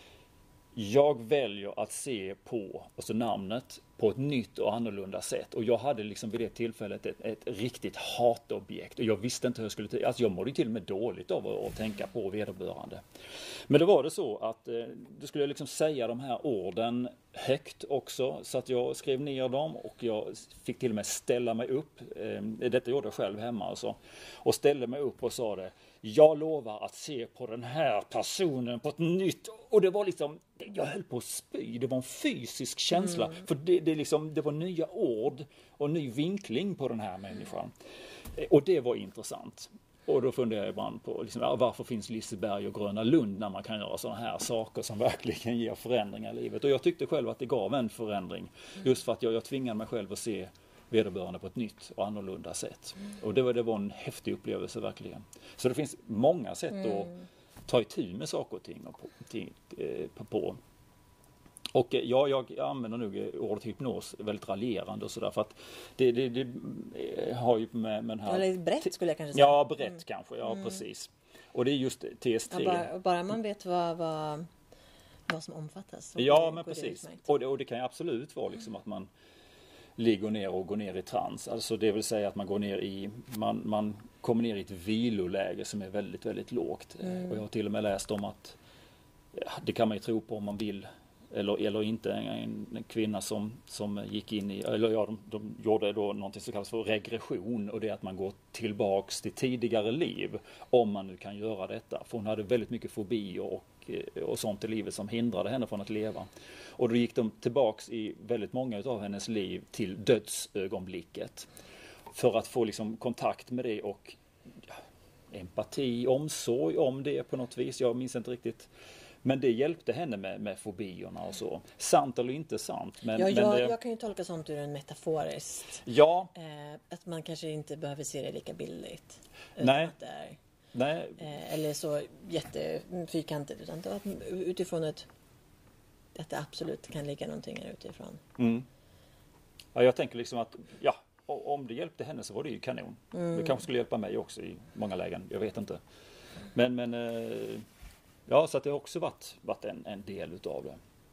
Speaker 1: jag väljer att se på, alltså namnet, på ett nytt och annorlunda sätt. Och jag hade liksom vid det tillfället ett, ett riktigt hatobjekt. Och jag visste inte hur jag skulle... T- alltså jag mådde till och med dåligt av att, att tänka på vederbörande. Men då var det så att eh, då skulle jag liksom säga de här orden högt också. Så att jag skrev ner dem och jag fick till och med ställa mig upp. Eh, detta gjorde jag själv hemma alltså. Och ställde mig upp och sa det. Jag lovar att se på den här personen på ett nytt... Och det var liksom... Jag höll på att spy. Det var en fysisk känsla.
Speaker 2: Mm.
Speaker 1: För det, det, är liksom, det var nya ord och ny vinkling på den här människan. Och det var intressant. Och då funderar jag ibland på liksom, ja, varför finns Liseberg och Gröna Lund när man kan göra sådana här saker som verkligen ger förändringar i livet. Och jag tyckte själv att det gav en förändring. Just för att jag, jag tvingade mig själv att se vederbörande på ett nytt och annorlunda sätt. Mm. Och det var, det var en häftig upplevelse verkligen. Så det finns många sätt mm. att ta itu med saker och ting och på, till, på, på. Och ja, jag använder nog ordet hypnos väldigt raljerande och sådär för att det, det, det har ju med, med den här...
Speaker 2: Eller brett skulle jag kanske säga.
Speaker 1: Ja, brett mm. kanske, ja mm. precis. Och det är just T S tre.
Speaker 2: Ja, bara, bara man vet vad, vad, vad som omfattas.
Speaker 1: Ja, men precis. Och det, och det kan ju absolut vara liksom att man ligger ner och går ner i trans. Alltså det vill säga att man går ner i, man, man kommer ner i ett viloläge som är väldigt, väldigt lågt. Mm. Och jag har till och med läst om att, ja, det kan man ju tro på om man vill, eller, eller inte, en, en kvinna som, som gick in i, eller ja, de, de gjorde då någonting som kallas för regression, och det är att man går tillbaks till tidigare liv, om man nu kan göra detta. För hon hade väldigt mycket fobier och och sånt i livet som hindrade henne från att leva. Och då gick de tillbaks i väldigt många av hennes liv till dödsögonblicket för att få liksom kontakt med det och ja, empati, omsorg om det på något vis. Jag minns inte riktigt. Men det hjälpte henne med, med fobierna och så. Sant eller inte sant. Men,
Speaker 2: ja,
Speaker 1: men
Speaker 2: jag,
Speaker 1: det...
Speaker 2: jag kan ju tolka sånt ur en metaforiskt.
Speaker 1: Ja.
Speaker 2: Eh, att man kanske inte behöver se det lika billigt.
Speaker 1: Nej.
Speaker 2: Att det är...
Speaker 1: Nej.
Speaker 2: Eller så jättefyrkantigt, utan att utifrån ett, att det absolut kan ligga någonting här utifrån.
Speaker 1: Mm. Ja, jag tänker liksom att ja, om det hjälpte henne så var det ju kanon. Mm. Det kanske skulle hjälpa mig också i många lägen, jag vet inte. Men, men ja, så att det har också varit, varit en, en del utav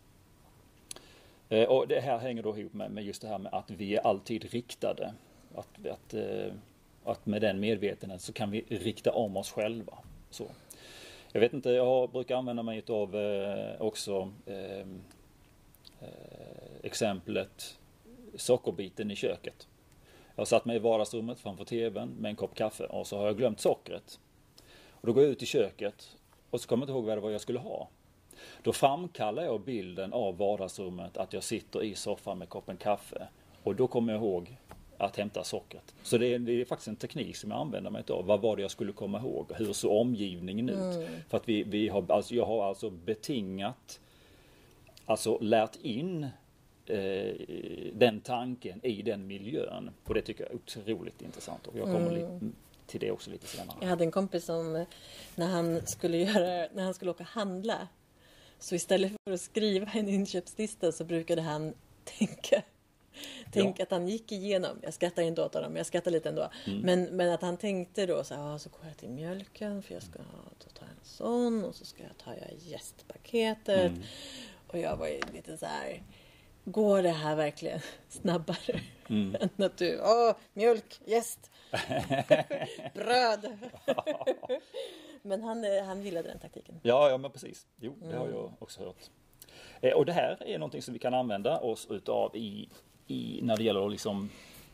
Speaker 1: det. Och det här hänger då ihop med, med just det här med att vi är alltid riktade. Att, att Att med den medvetenheten så kan vi rikta om oss själva. Så. Jag vet inte, jag brukar använda mig av eh, också eh, eh, exemplet sockerbiten i köket. Jag har satt mig i vardagsrummet framför tvn med en kopp kaffe och så har jag glömt sockret. Och då går jag ut i köket och så kommer jag inte ihåg vad det var jag skulle ha. Då framkallar jag bilden av vardagsrummet att jag sitter i soffan med koppen kaffe. Och då kommer jag ihåg att hämta sockret. Så det är, det är faktiskt en teknik som jag använder mig av. Vad var det jag skulle komma ihåg? Hur såg omgivningen ut? Mm. För att vi, vi har, alltså jag har alltså betingat, alltså lärt in eh, den tanken i den miljön. Och det tycker jag är otroligt intressant. Och jag kommer mm. lite, till det också lite senare.
Speaker 2: Jag hade en kompis som när han skulle göra, när han skulle åka handla, så istället för att skriva en inköpslista så brukade han tänka Tänk ja. att han gick igenom, jag skrattar inte åt honom, jag skrattar lite ändå. Mm. Men, men att han tänkte då så här, så går jag till mjölken för jag ska ta en sån och så ska jag ta gästpaketet. Mm. Och jag var ju lite så här, går det här verkligen snabbare mm. än att du, åh, mjölk, gäst, bröd. Men han, han gillade den taktiken.
Speaker 1: Ja, ja men precis. Jo, det har jag också hört. Eh, och det här är någonting som vi kan använda oss utav i I, när det gäller liksom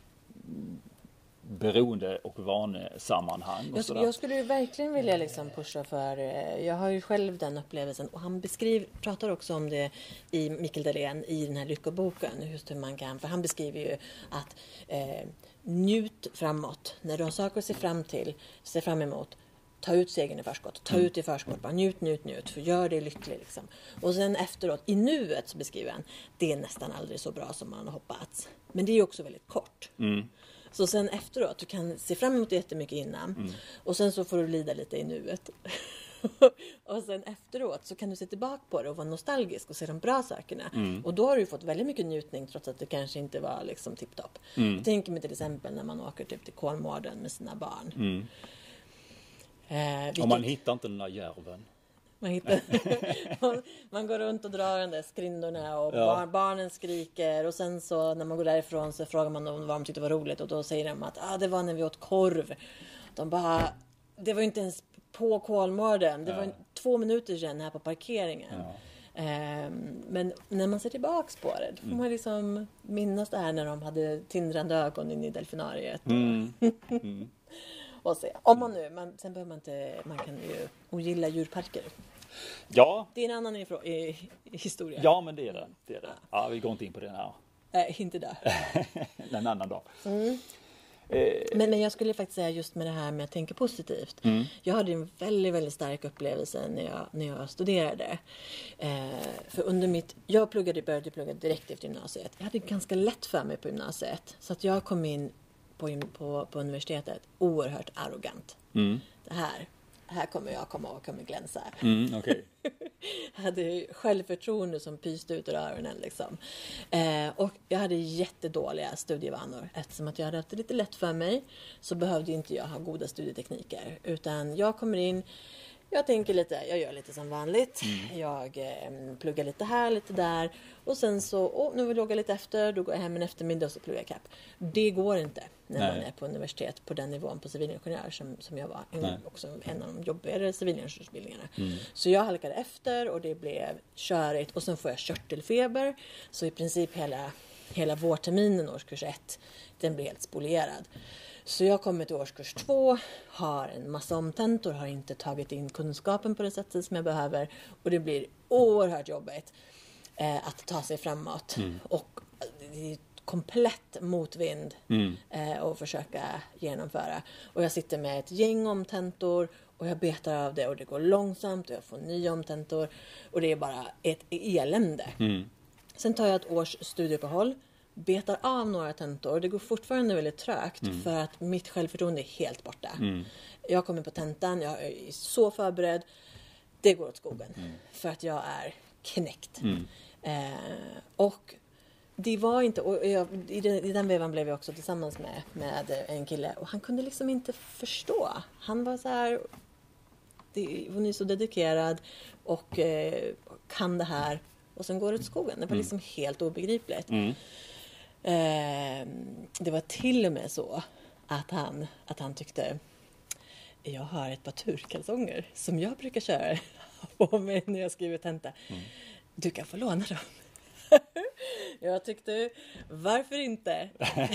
Speaker 1: beroende och vanesammanhang. Och
Speaker 2: jag, jag skulle ju verkligen vilja liksom pusha för, jag har ju själv den upplevelsen och han beskriver, pratar också om det i Mikael Dahlén i den här lyckoboken, just hur man kan, för han beskriver ju att eh, njut framåt, när du har saker att se fram till, se fram emot, ta ut segern i förskott, ta ut i förskott, bara njut, njut, njut, för gör dig lycklig liksom. Och sen efteråt, i nuet så beskriver han, det är nästan aldrig så bra som man har hoppats. Men det är ju också väldigt kort. Mm. Så sen efteråt, du kan se fram emot det jättemycket innan. Mm. Och sen så får du lida lite i nuet. Och sen efteråt så kan du se tillbaka på det och vara nostalgisk och se de bra sakerna. Mm. Och då har du fått väldigt mycket njutning trots att det kanske inte var liksom tipptopp. Mm. Jag tänker mig till exempel när man åker typ till Kolmården med sina barn. Mm.
Speaker 1: Eh, vilket... Och man hittar inte den där järven.
Speaker 2: Man, hittar... man, man går runt och drar den där skrindorna och ja. bar, barnen skriker. Och sen så när man går därifrån så frågar man dem vad de tyckte var roligt. Och då säger de att ah, det var när vi åt korv. De bara, det var inte ens på Kolmården. Det ja. var två minuter sedan här på parkeringen. Ja. Eh, men när man ser tillbaks på det, då får mm. man liksom minnas det här när de hade tindrande ögon in i delfinariet. Mm. Mm. Och se. Om man nu, man, sen behöver man inte, man kan ju ogilla djurparker.
Speaker 1: Ja.
Speaker 2: Det är en annan ifrå- i, i historia.
Speaker 1: Ja, men det är det. det, är det. Ja. Ja, vi går inte in på det här.
Speaker 2: Äh, inte där.
Speaker 1: En annan dag.
Speaker 2: Mm. Men, men jag skulle faktiskt säga just med det här med att tänka positivt. Mm. Jag hade en väldigt, väldigt stark upplevelse när jag, när jag studerade. Eh, för under mitt, jag pluggade, började plugga direkt efter gymnasiet. Jag hade ganska lätt för mig på gymnasiet. Så att jag kom in på, på, på universitetet oerhört arrogant. Mm. Det här, här kommer jag komma och kommer glänsa.
Speaker 1: Mm, okay.
Speaker 2: Jag hade självförtroende som pyste ut ur öronen liksom. Eh, och jag hade jättedåliga studievanor. Eftersom att jag hade haft det lite lätt för mig så behövde inte jag ha goda studietekniker. Utan jag kommer in, jag tänker lite, jag gör lite som vanligt. Mm. Jag eh, pluggar lite här, lite där. Och sen så, åh, nu vill jag logga lite efter. Då går jag hem en eftermiddag och så pluggar jag kapp. Det går inte när Nej. man är på universitet på den nivån på civilingenjör som, som jag var. En, också en av de jobbigare civilingenjörsutbildningarna. Mm. Så jag halkade efter och det blev körigt. Och sen får jag körtelfeber. Så i princip hela, hela vårterminen, årskurs ett, den blir helt spolierad. Så jag kommer till årskurs två, har en massa omtentor, har inte tagit in kunskapen på det sättet som jag behöver. Och det blir oerhört jobbigt eh, att ta sig framåt. Mm. Och det är komplett motvind mm. eh, att försöka genomföra. Och jag sitter med ett gäng omtentor och jag betar av det och det går långsamt och jag får nya omtentor. Och det är bara ett elände. Mm. Sen tar jag ett års studieuppehåll. Betar av några tentor. Det går fortfarande väldigt trögt mm. för att mitt självförtroende är helt borta. Mm. Jag kommer på tentan, jag är så förberedd. Det går åt skogen. Mm. För att jag är knäckt. Mm. Eh, och det var inte, och jag, i, den, i den vevan blev jag också tillsammans med, med en kille. Och han kunde liksom inte förstå. Han var så här, det, hon är så dedikerad och eh, kan det här. Och sen går det åt skogen. Det var liksom mm. helt obegripligt. Mm. Eh, det var till och med så att han, att han tyckte jag har ett par turkalsonger som jag brukar köra på mig när jag skriver tenta. Mm. Du kan få låna dem. Jag tyckte, varför inte?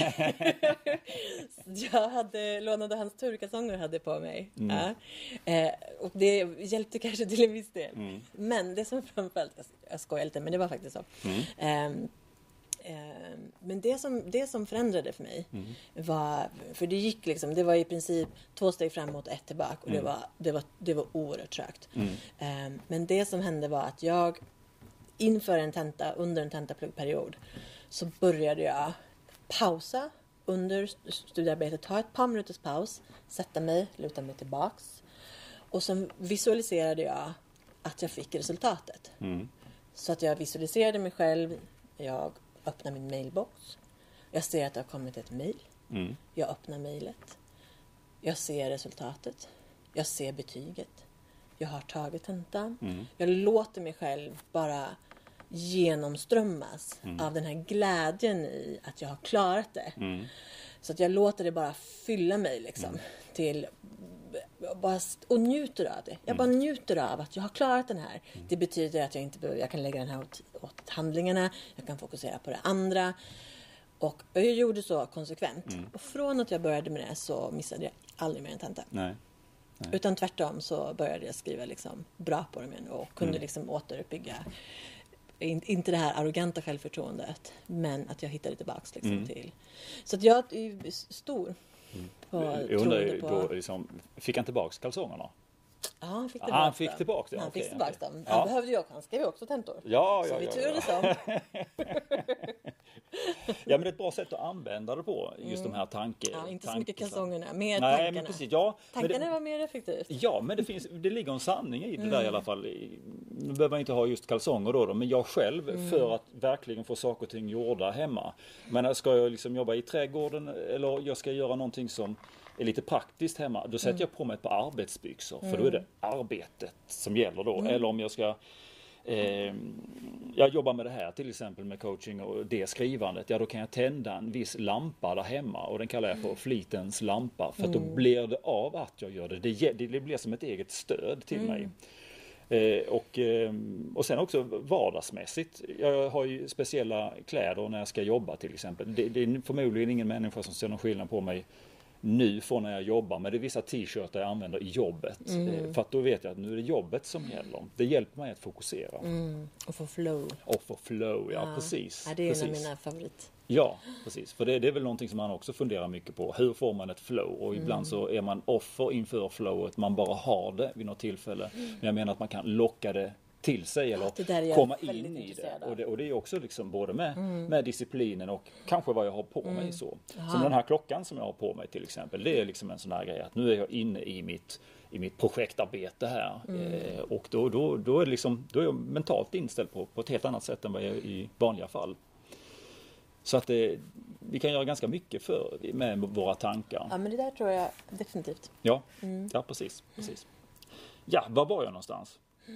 Speaker 2: Jag hade lånade hans turkalsonger och hade på mig. Mm. Ja. Eh, och det hjälpte kanske till en viss del. Mm. Men det som framförallt, jag, jag skojar lite, men det var faktiskt så. Mm. Eh, eh, men det som, det som förändrade för mig mm. var, för det gick liksom, det var i princip två steg framåt, ett tillbaka. Och mm. det, var, det, var, det var oerhört trögt. Mm. Eh, men det som hände var att jag inför en tenta, under en tentapluggperiod så började jag pausa under studiearbetet, ta ett par minuters paus, sätta mig, luta mig tillbaks och sen visualiserade jag att jag fick resultatet. Mm. Så att jag visualiserade mig själv, jag öppnar min mailbox, jag ser att det har kommit ett mail, mm. jag öppnar mailet, jag ser resultatet, jag ser betyget, jag har tagit tentan, mm. jag låter mig själv bara genomströmmas mm. av den här glädjen i att jag har klarat det. Mm. Så att jag låter det bara fylla mig liksom mm. till bara, och njuter av det. Jag bara mm. njuter av att jag har klarat den här. Mm. Det betyder att jag inte behöver, jag kan lägga den här åt, åt handlingarna, jag kan fokusera på det andra. Och jag gjorde så konsekvent. Mm. Och från att jag började med det så missade jag aldrig mer en tenta. Nej. Nej. Utan tvärtom så började jag skriva liksom bra på dem igen och kunde mm. liksom återuppbygga inte det här arroganta självförtroendet, men att jag hittade tillbaks liksom mm. till. Så att jag är stor
Speaker 1: mm. på jag undrar, på... Då, liksom, fick han tillbaks kalsongerna?
Speaker 2: Ja, han fick tillbaks
Speaker 1: ah, han fick tillbaks, ja,
Speaker 2: han
Speaker 1: okay,
Speaker 2: fick tillbaks
Speaker 1: okay.
Speaker 2: dem. Han ja. behövde ju också, han skrev ju också tentor.
Speaker 1: Ja,
Speaker 2: så
Speaker 1: ja,
Speaker 2: vi
Speaker 1: ja,
Speaker 2: turades
Speaker 1: ja.
Speaker 2: om.
Speaker 1: Ja, men det är ett bra sätt att använda det på, just mm. de här tankarna.
Speaker 2: Ja, inte så mycket kalsongerna, mer
Speaker 1: Nej,
Speaker 2: tankarna.
Speaker 1: Men precis, ja,
Speaker 2: tankarna
Speaker 1: men det,
Speaker 2: var mer effektivt.
Speaker 1: Ja, men det, finns, det ligger en sanning i det mm. där i alla fall. Nu behöver man inte ha just kalsonger då, då men jag själv, mm. för att verkligen få saker och ting gjorda hemma. Men ska jag liksom jobba i trädgården eller jag ska göra någonting som är lite praktiskt hemma, då sätter mm. jag på mig ett par arbetsbyxor. För mm. då är det arbetet som gäller då. Mm. Eller om jag ska eh, jag jobbar med det här till exempel med coaching och det skrivandet. Ja, då kan jag tända en viss lampa där hemma och den kallar jag för flitens lampa. För att mm. då blir det av att jag gör det. Det, det blir som ett eget stöd till mm. mig. Eh, och, eh, och sen också vardagsmässigt. Jag har ju speciella kläder när jag ska jobba till exempel. Det, det är förmodligen ingen människa som ser någon skillnad på mig nu från när jag jobbar, men det är vissa t-shirtar jag använder i jobbet. Mm. För att då vet jag att nu är det jobbet som gäller. Det hjälper mig att fokusera.
Speaker 2: Mm. Och få flow.
Speaker 1: Och få flow, ja, ja. precis.
Speaker 2: Ja, det är
Speaker 1: precis.
Speaker 2: en av mina favorit.
Speaker 1: Ja, precis. För det, det är väl någonting som man också funderar mycket på. Hur får man ett flow? Och ibland mm. så är man offer inför flowet. Man bara har det vid något tillfälle. Mm. Men jag menar att man kan locka det till sig eller
Speaker 2: ja,
Speaker 1: komma in i det. Och, det. och det är också liksom både med, mm. med disciplinen och kanske vad jag har på mig mm. så. Aha. Som den här klockan som jag har på mig till exempel. Det är liksom en sån här grej att nu är jag inne i mitt, i mitt projektarbete här. Mm. Eh, och då, då, då, är det liksom, då är jag mentalt inställd på, på ett helt annat sätt än vad jag är i vanliga fall. Så att det, vi kan göra ganska mycket för, med våra tankar.
Speaker 2: Ja, men det där tror jag definitivt.
Speaker 1: Ja, mm. ja precis, precis. Ja, var var jag någonstans?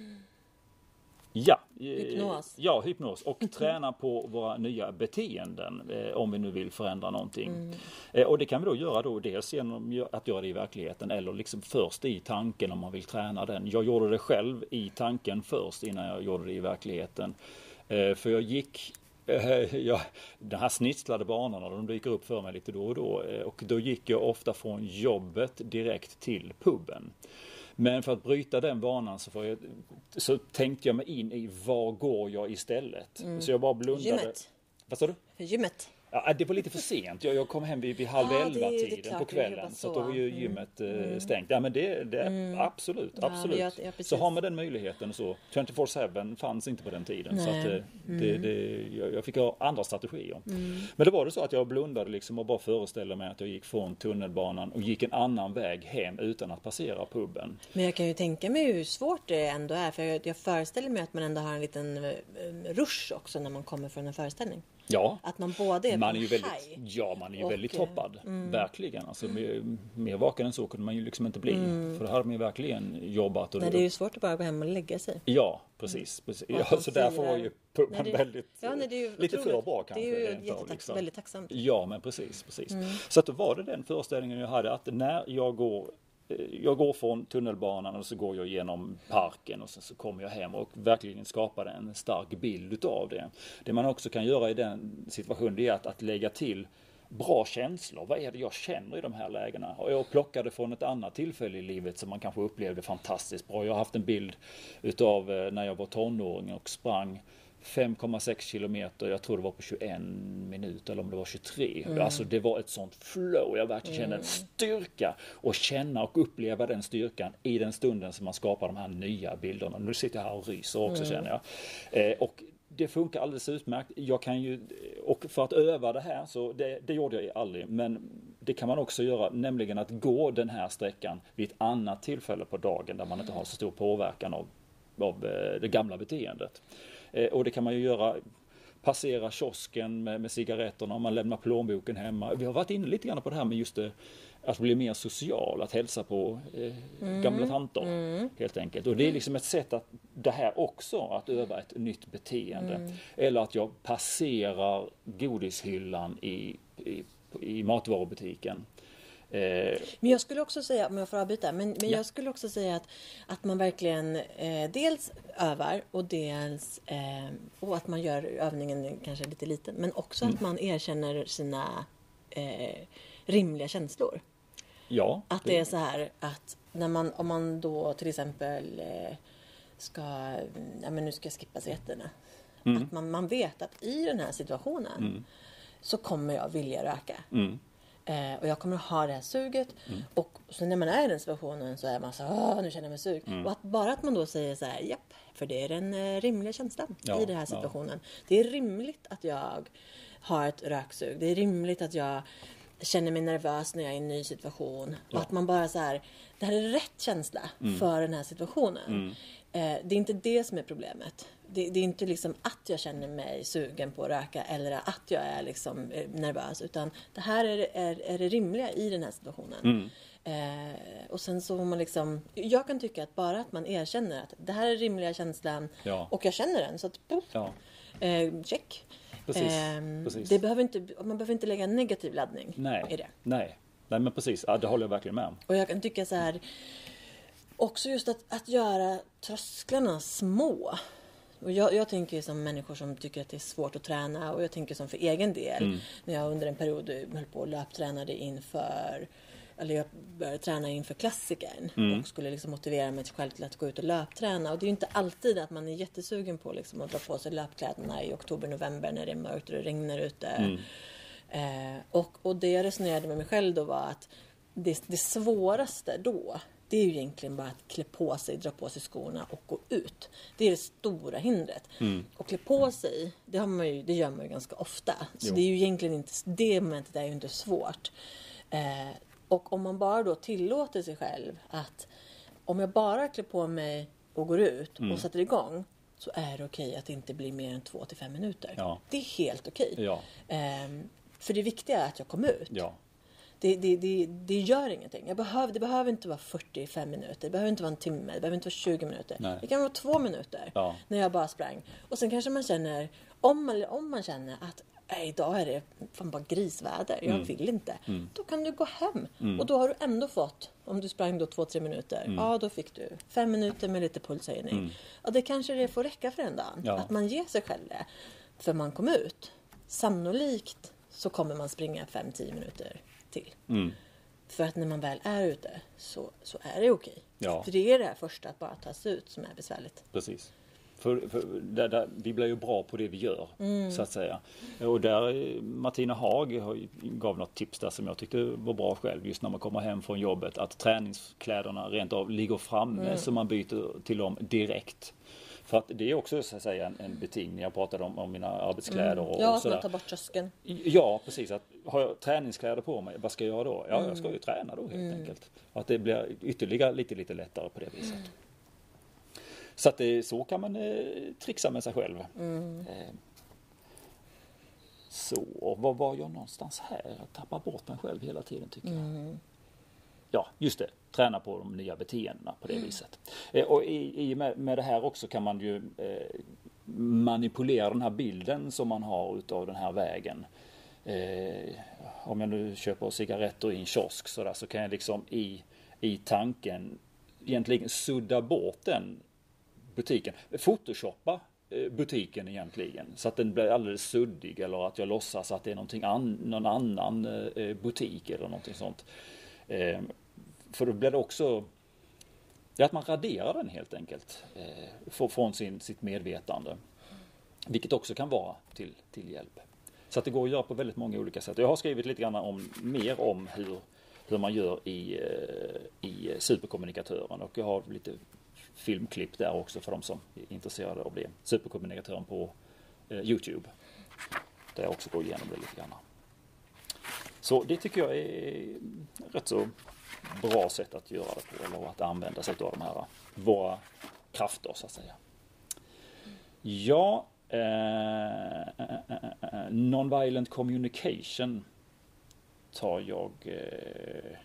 Speaker 1: Ja,
Speaker 2: hypnos.
Speaker 1: Ja, hypnos och träna på våra nya beteenden eh, om vi nu vill förändra någonting. Mm. Eh, och det kan vi då göra då dels genom att göra det i verkligheten eller liksom först i tanken om man vill träna den. Jag gjorde det själv i tanken först innan jag gjorde det i verkligheten. Eh, för jag gick eh, ja, den här snitslade banorna, de dyker upp för mig lite då och då eh, och då gick jag ofta från jobbet direkt till puben. Men för att bryta den vanan så, får jag, så tänkte jag mig in i var går jag istället. Mm. Så jag bara blundade.
Speaker 2: Gymmet.
Speaker 1: Vad sa du?
Speaker 2: Gymmet.
Speaker 1: Ja, det var lite för sent. Jag, jag kom hem vid, vid halv
Speaker 2: ja,
Speaker 1: elva
Speaker 2: det,
Speaker 1: tiden
Speaker 2: det klart,
Speaker 1: på kvällen. Så, så då var ju gymmet mm. eh, stängt. Ja men det, det
Speaker 2: mm.
Speaker 1: absolut, absolut.
Speaker 2: Ja, ja,
Speaker 1: så har man den möjligheten så. tjugofyra sju fanns inte på den tiden. Nej. Så att, eh, mm. det, det, jag, jag fick ha andra strategier. Mm. Men det var det så att jag blundade liksom och bara föreställde mig att jag gick från tunnelbanan och gick en annan väg hem utan att passera puben.
Speaker 2: Men jag kan ju tänka mig hur svårt det ändå är. För jag, jag föreställer mig att man ändå har en liten rush också när man kommer från en föreställning.
Speaker 1: Ja,
Speaker 2: att man både är
Speaker 1: man är ju väldigt, ja, man är ju och, väldigt toppad, mm. verkligen. Alltså, mer, mer vaken än så kunde man ju liksom inte bli. Mm. För det hade man ju verkligen jobbat. Och
Speaker 2: nej, det är ju svårt att bara gå hem och lägga sig.
Speaker 1: Ja, precis. precis. Ja, så därför var ju puben väldigt,
Speaker 2: ja, nej, det är ju
Speaker 1: lite för bra kanske.
Speaker 2: Det är ju jättetax, liksom. väldigt tacksamt.
Speaker 1: Ja, men precis, precis. Mm. Så att då var det den föreställningen jag hade att när jag går Jag går från tunnelbanan och så går jag genom parken och sen så kommer jag hem och verkligen skapar en stark bild utav det. Det man också kan göra i den situationen är att, att lägga till bra känslor. Vad är det jag känner i de här lägena? Och jag plockade från ett annat tillfälle i livet som man kanske upplevde fantastiskt bra. Jag har haft en bild utav när jag var tonåring och sprang fem komma sex kilometer, jag tror det var på tjugoen minuter eller om det var tjugotre. Mm. Alltså det var ett sånt flow, jag verkligen kände en styrka och känna och uppleva den styrkan i den stunden som man skapar de här nya bilderna. Nu sitter jag här och ryser också mm. känner jag. Eh, och det funkar alldeles utmärkt. Jag kan ju, och för att öva det här så det, det gjorde jag aldrig, men det kan man också göra, nämligen att gå den här sträckan vid ett annat tillfälle på dagen där man inte har så stor påverkan av, av det gamla beteendet. Och det kan man ju göra, passera kiosken med, med cigaretterna om man lämnar plånboken hemma. Vi har varit inne lite grann på det här med just det, att bli mer social, att hälsa på eh, mm. gamla tanter mm. helt enkelt. Och det är liksom ett sätt att det här också, att öva ett nytt beteende. Mm. Eller att jag passerar godishyllan i, i, i matvarubutiken.
Speaker 2: Men jag skulle också säga, om jag får avbyta, men, men
Speaker 1: ja.
Speaker 2: jag skulle också säga att, att man verkligen eh, dels övar och dels eh, och att man gör övningen kanske lite liten, men också mm. att man erkänner sina eh, rimliga känslor.
Speaker 1: Ja.
Speaker 2: Att det är så här att när man, om man då till exempel eh, ska, ja men nu ska jag skippa cigaretterna. Mm. Att man, man vet att i den här situationen mm. så kommer jag vilja röka. Mm. Eh, och jag kommer att ha det här suget. Mm. Och så när man är i den situationen så är man så här, nu känner jag mig sug. Mm. Och att bara att man då säger så här, japp, för det är den eh, rimliga känslan ja, i den här situationen. Ja. Det är rimligt att jag har ett röksug. Det är rimligt att jag känner mig nervös när jag är i en ny situation. Ja. Och att man bara så här, det här är rätt känsla mm. för den här situationen. Mm. Eh, det är inte det som är problemet. Det, det är inte liksom att jag känner mig sugen på att röka eller att jag är liksom nervös, utan det här är, är, är det rimliga i den här situationen. Mm. Eh, och sen så får man liksom, jag kan tycka att bara att man erkänner att det här är rimliga känslan ja. Och jag känner den, så att poff, ja. eh, check.
Speaker 1: Precis,
Speaker 2: eh,
Speaker 1: precis.
Speaker 2: Det behöver inte, man behöver inte lägga en negativ laddning
Speaker 1: nej,
Speaker 2: i det.
Speaker 1: Nej, nej men precis, ja, det håller jag verkligen med om.
Speaker 2: Och jag kan tycka så här, också just att, att göra trösklarna små. Och jag, jag tänker som människor som tycker att det är svårt att träna, och jag tänker som för egen del mm. när jag under en period höll på och löptränade inför eller jag började träna inför klassikern
Speaker 1: Mm.
Speaker 2: och skulle liksom motivera mig själv till att gå ut och löpträna. Och det är ju inte alltid att man är jättesugen på liksom att dra på sig löpkläderna i oktober, november när det är mörkt och det regnar ute.
Speaker 1: Mm.
Speaker 2: Eh, och, och det jag resonerade med mig själv då var att det, det svåraste då, det är ju egentligen bara att klä på sig, dra på sig skorna och gå ut. Det är det stora hindret.
Speaker 1: Mm.
Speaker 2: Och klä på sig, det, har man ju, det gör man ju ganska ofta. Så
Speaker 1: Jo.
Speaker 2: det är ju egentligen inte, det momentet är ju inte svårt. Eh, och om man bara då tillåter sig själv att om jag bara klär på mig och går ut
Speaker 1: Mm.
Speaker 2: och sätter igång, så är det okej att det inte blir mer än två till fem minuter.
Speaker 1: Ja.
Speaker 2: Det är helt okej.
Speaker 1: Ja.
Speaker 2: Eh, för det viktiga är att jag kommer ut.
Speaker 1: Ja.
Speaker 2: Det, det, det, det gör ingenting. Jag behöver, det behöver inte vara fyrtiofem minuter. Det behöver inte vara en timme. Det behöver inte vara tjugo minuter.
Speaker 1: Nej.
Speaker 2: Det kan vara två minuter.
Speaker 1: Ja.
Speaker 2: När jag bara sprang. Och sen kanske man känner. Om man, om man känner att äh, idag är det fan bara grisväder. Jag
Speaker 1: Mm.
Speaker 2: vill inte.
Speaker 1: Mm.
Speaker 2: Då kan du gå hem.
Speaker 1: Mm.
Speaker 2: Och då har du ändå fått. Om du sprang då två, tre minuter.
Speaker 1: Mm.
Speaker 2: Ja, då fick du fem minuter med lite pulshöjning.
Speaker 1: Mm.
Speaker 2: Och det kanske det får räcka för en dag.
Speaker 1: Ja.
Speaker 2: Att man ger sig själv det. För man kom ut. Sannolikt så kommer man springa fem till tio minuter till.
Speaker 1: Mm.
Speaker 2: För att när man väl är ute så, så är det okej.
Speaker 1: Ja.
Speaker 2: För det är det här första att bara ta sig ut som är besvärligt.
Speaker 1: Precis. För, för där, där, vi blir ju bra på det vi gör,
Speaker 2: Mm.
Speaker 1: så att säga. Och där, Martina Haag har ju- gav något tips där som jag tyckte var bra själv, just när man kommer hem från jobbet, att träningskläderna rent av ligger framme
Speaker 2: Mm.
Speaker 1: så man byter till dem direkt. För att det är också, så att säga, en, en beting. Jag pratade om, om mina arbetskläder och,
Speaker 2: Ja,
Speaker 1: och
Speaker 2: att man
Speaker 1: sådär.
Speaker 2: tar bort tröskeln.
Speaker 1: Ja, precis. Att, har jag träningskläder på mig, vad ska jag göra då? Ja,
Speaker 2: Mm.
Speaker 1: jag ska ju träna då helt enkelt. Och att det blir ytterligare lite, lite lättare på det viset.
Speaker 2: Mm.
Speaker 1: Så att det, så kan man eh, trixa med sig själv.
Speaker 2: Mm.
Speaker 1: Eh, så, var var jag någonstans här? Jag tappar bort mig själv hela tiden tycker jag.
Speaker 2: Mm.
Speaker 1: Ja, just det. Träna på de nya beteendena på det
Speaker 2: Mm.
Speaker 1: viset. Eh, och i, i med, med det här också kan man ju eh, manipulera den här bilden som man har utav den här vägen. Eh, om jag nu köper cigaretter i en kiosk så, där, så kan jag liksom i, i tanken egentligen sudda bort den butiken. Photoshoppa eh, butiken egentligen så att den blir alldeles suddig, eller att jag låtsas att det är någonting an, någon annan eh, butik eller någonting sånt. Eh, för då blir det också ja, att man raderar den helt enkelt eh, från sin, sitt medvetande. Vilket också kan vara till, till hjälp. Så att det går att göra på väldigt många olika sätt. Jag har skrivit lite grann om, mer om hur, hur man gör i, eh, i Superkommunikatören, och jag har lite filmklipp där också för de som är intresserade av det. Superkommunikatören på eh, YouTube. Där jag också går igenom det lite grann. Så det tycker jag är rätt så bra sätt att göra det på, eller att använda sig av de här våra krafter så att säga. Ja, eh, eh, eh, non-violent communication tar jag eh,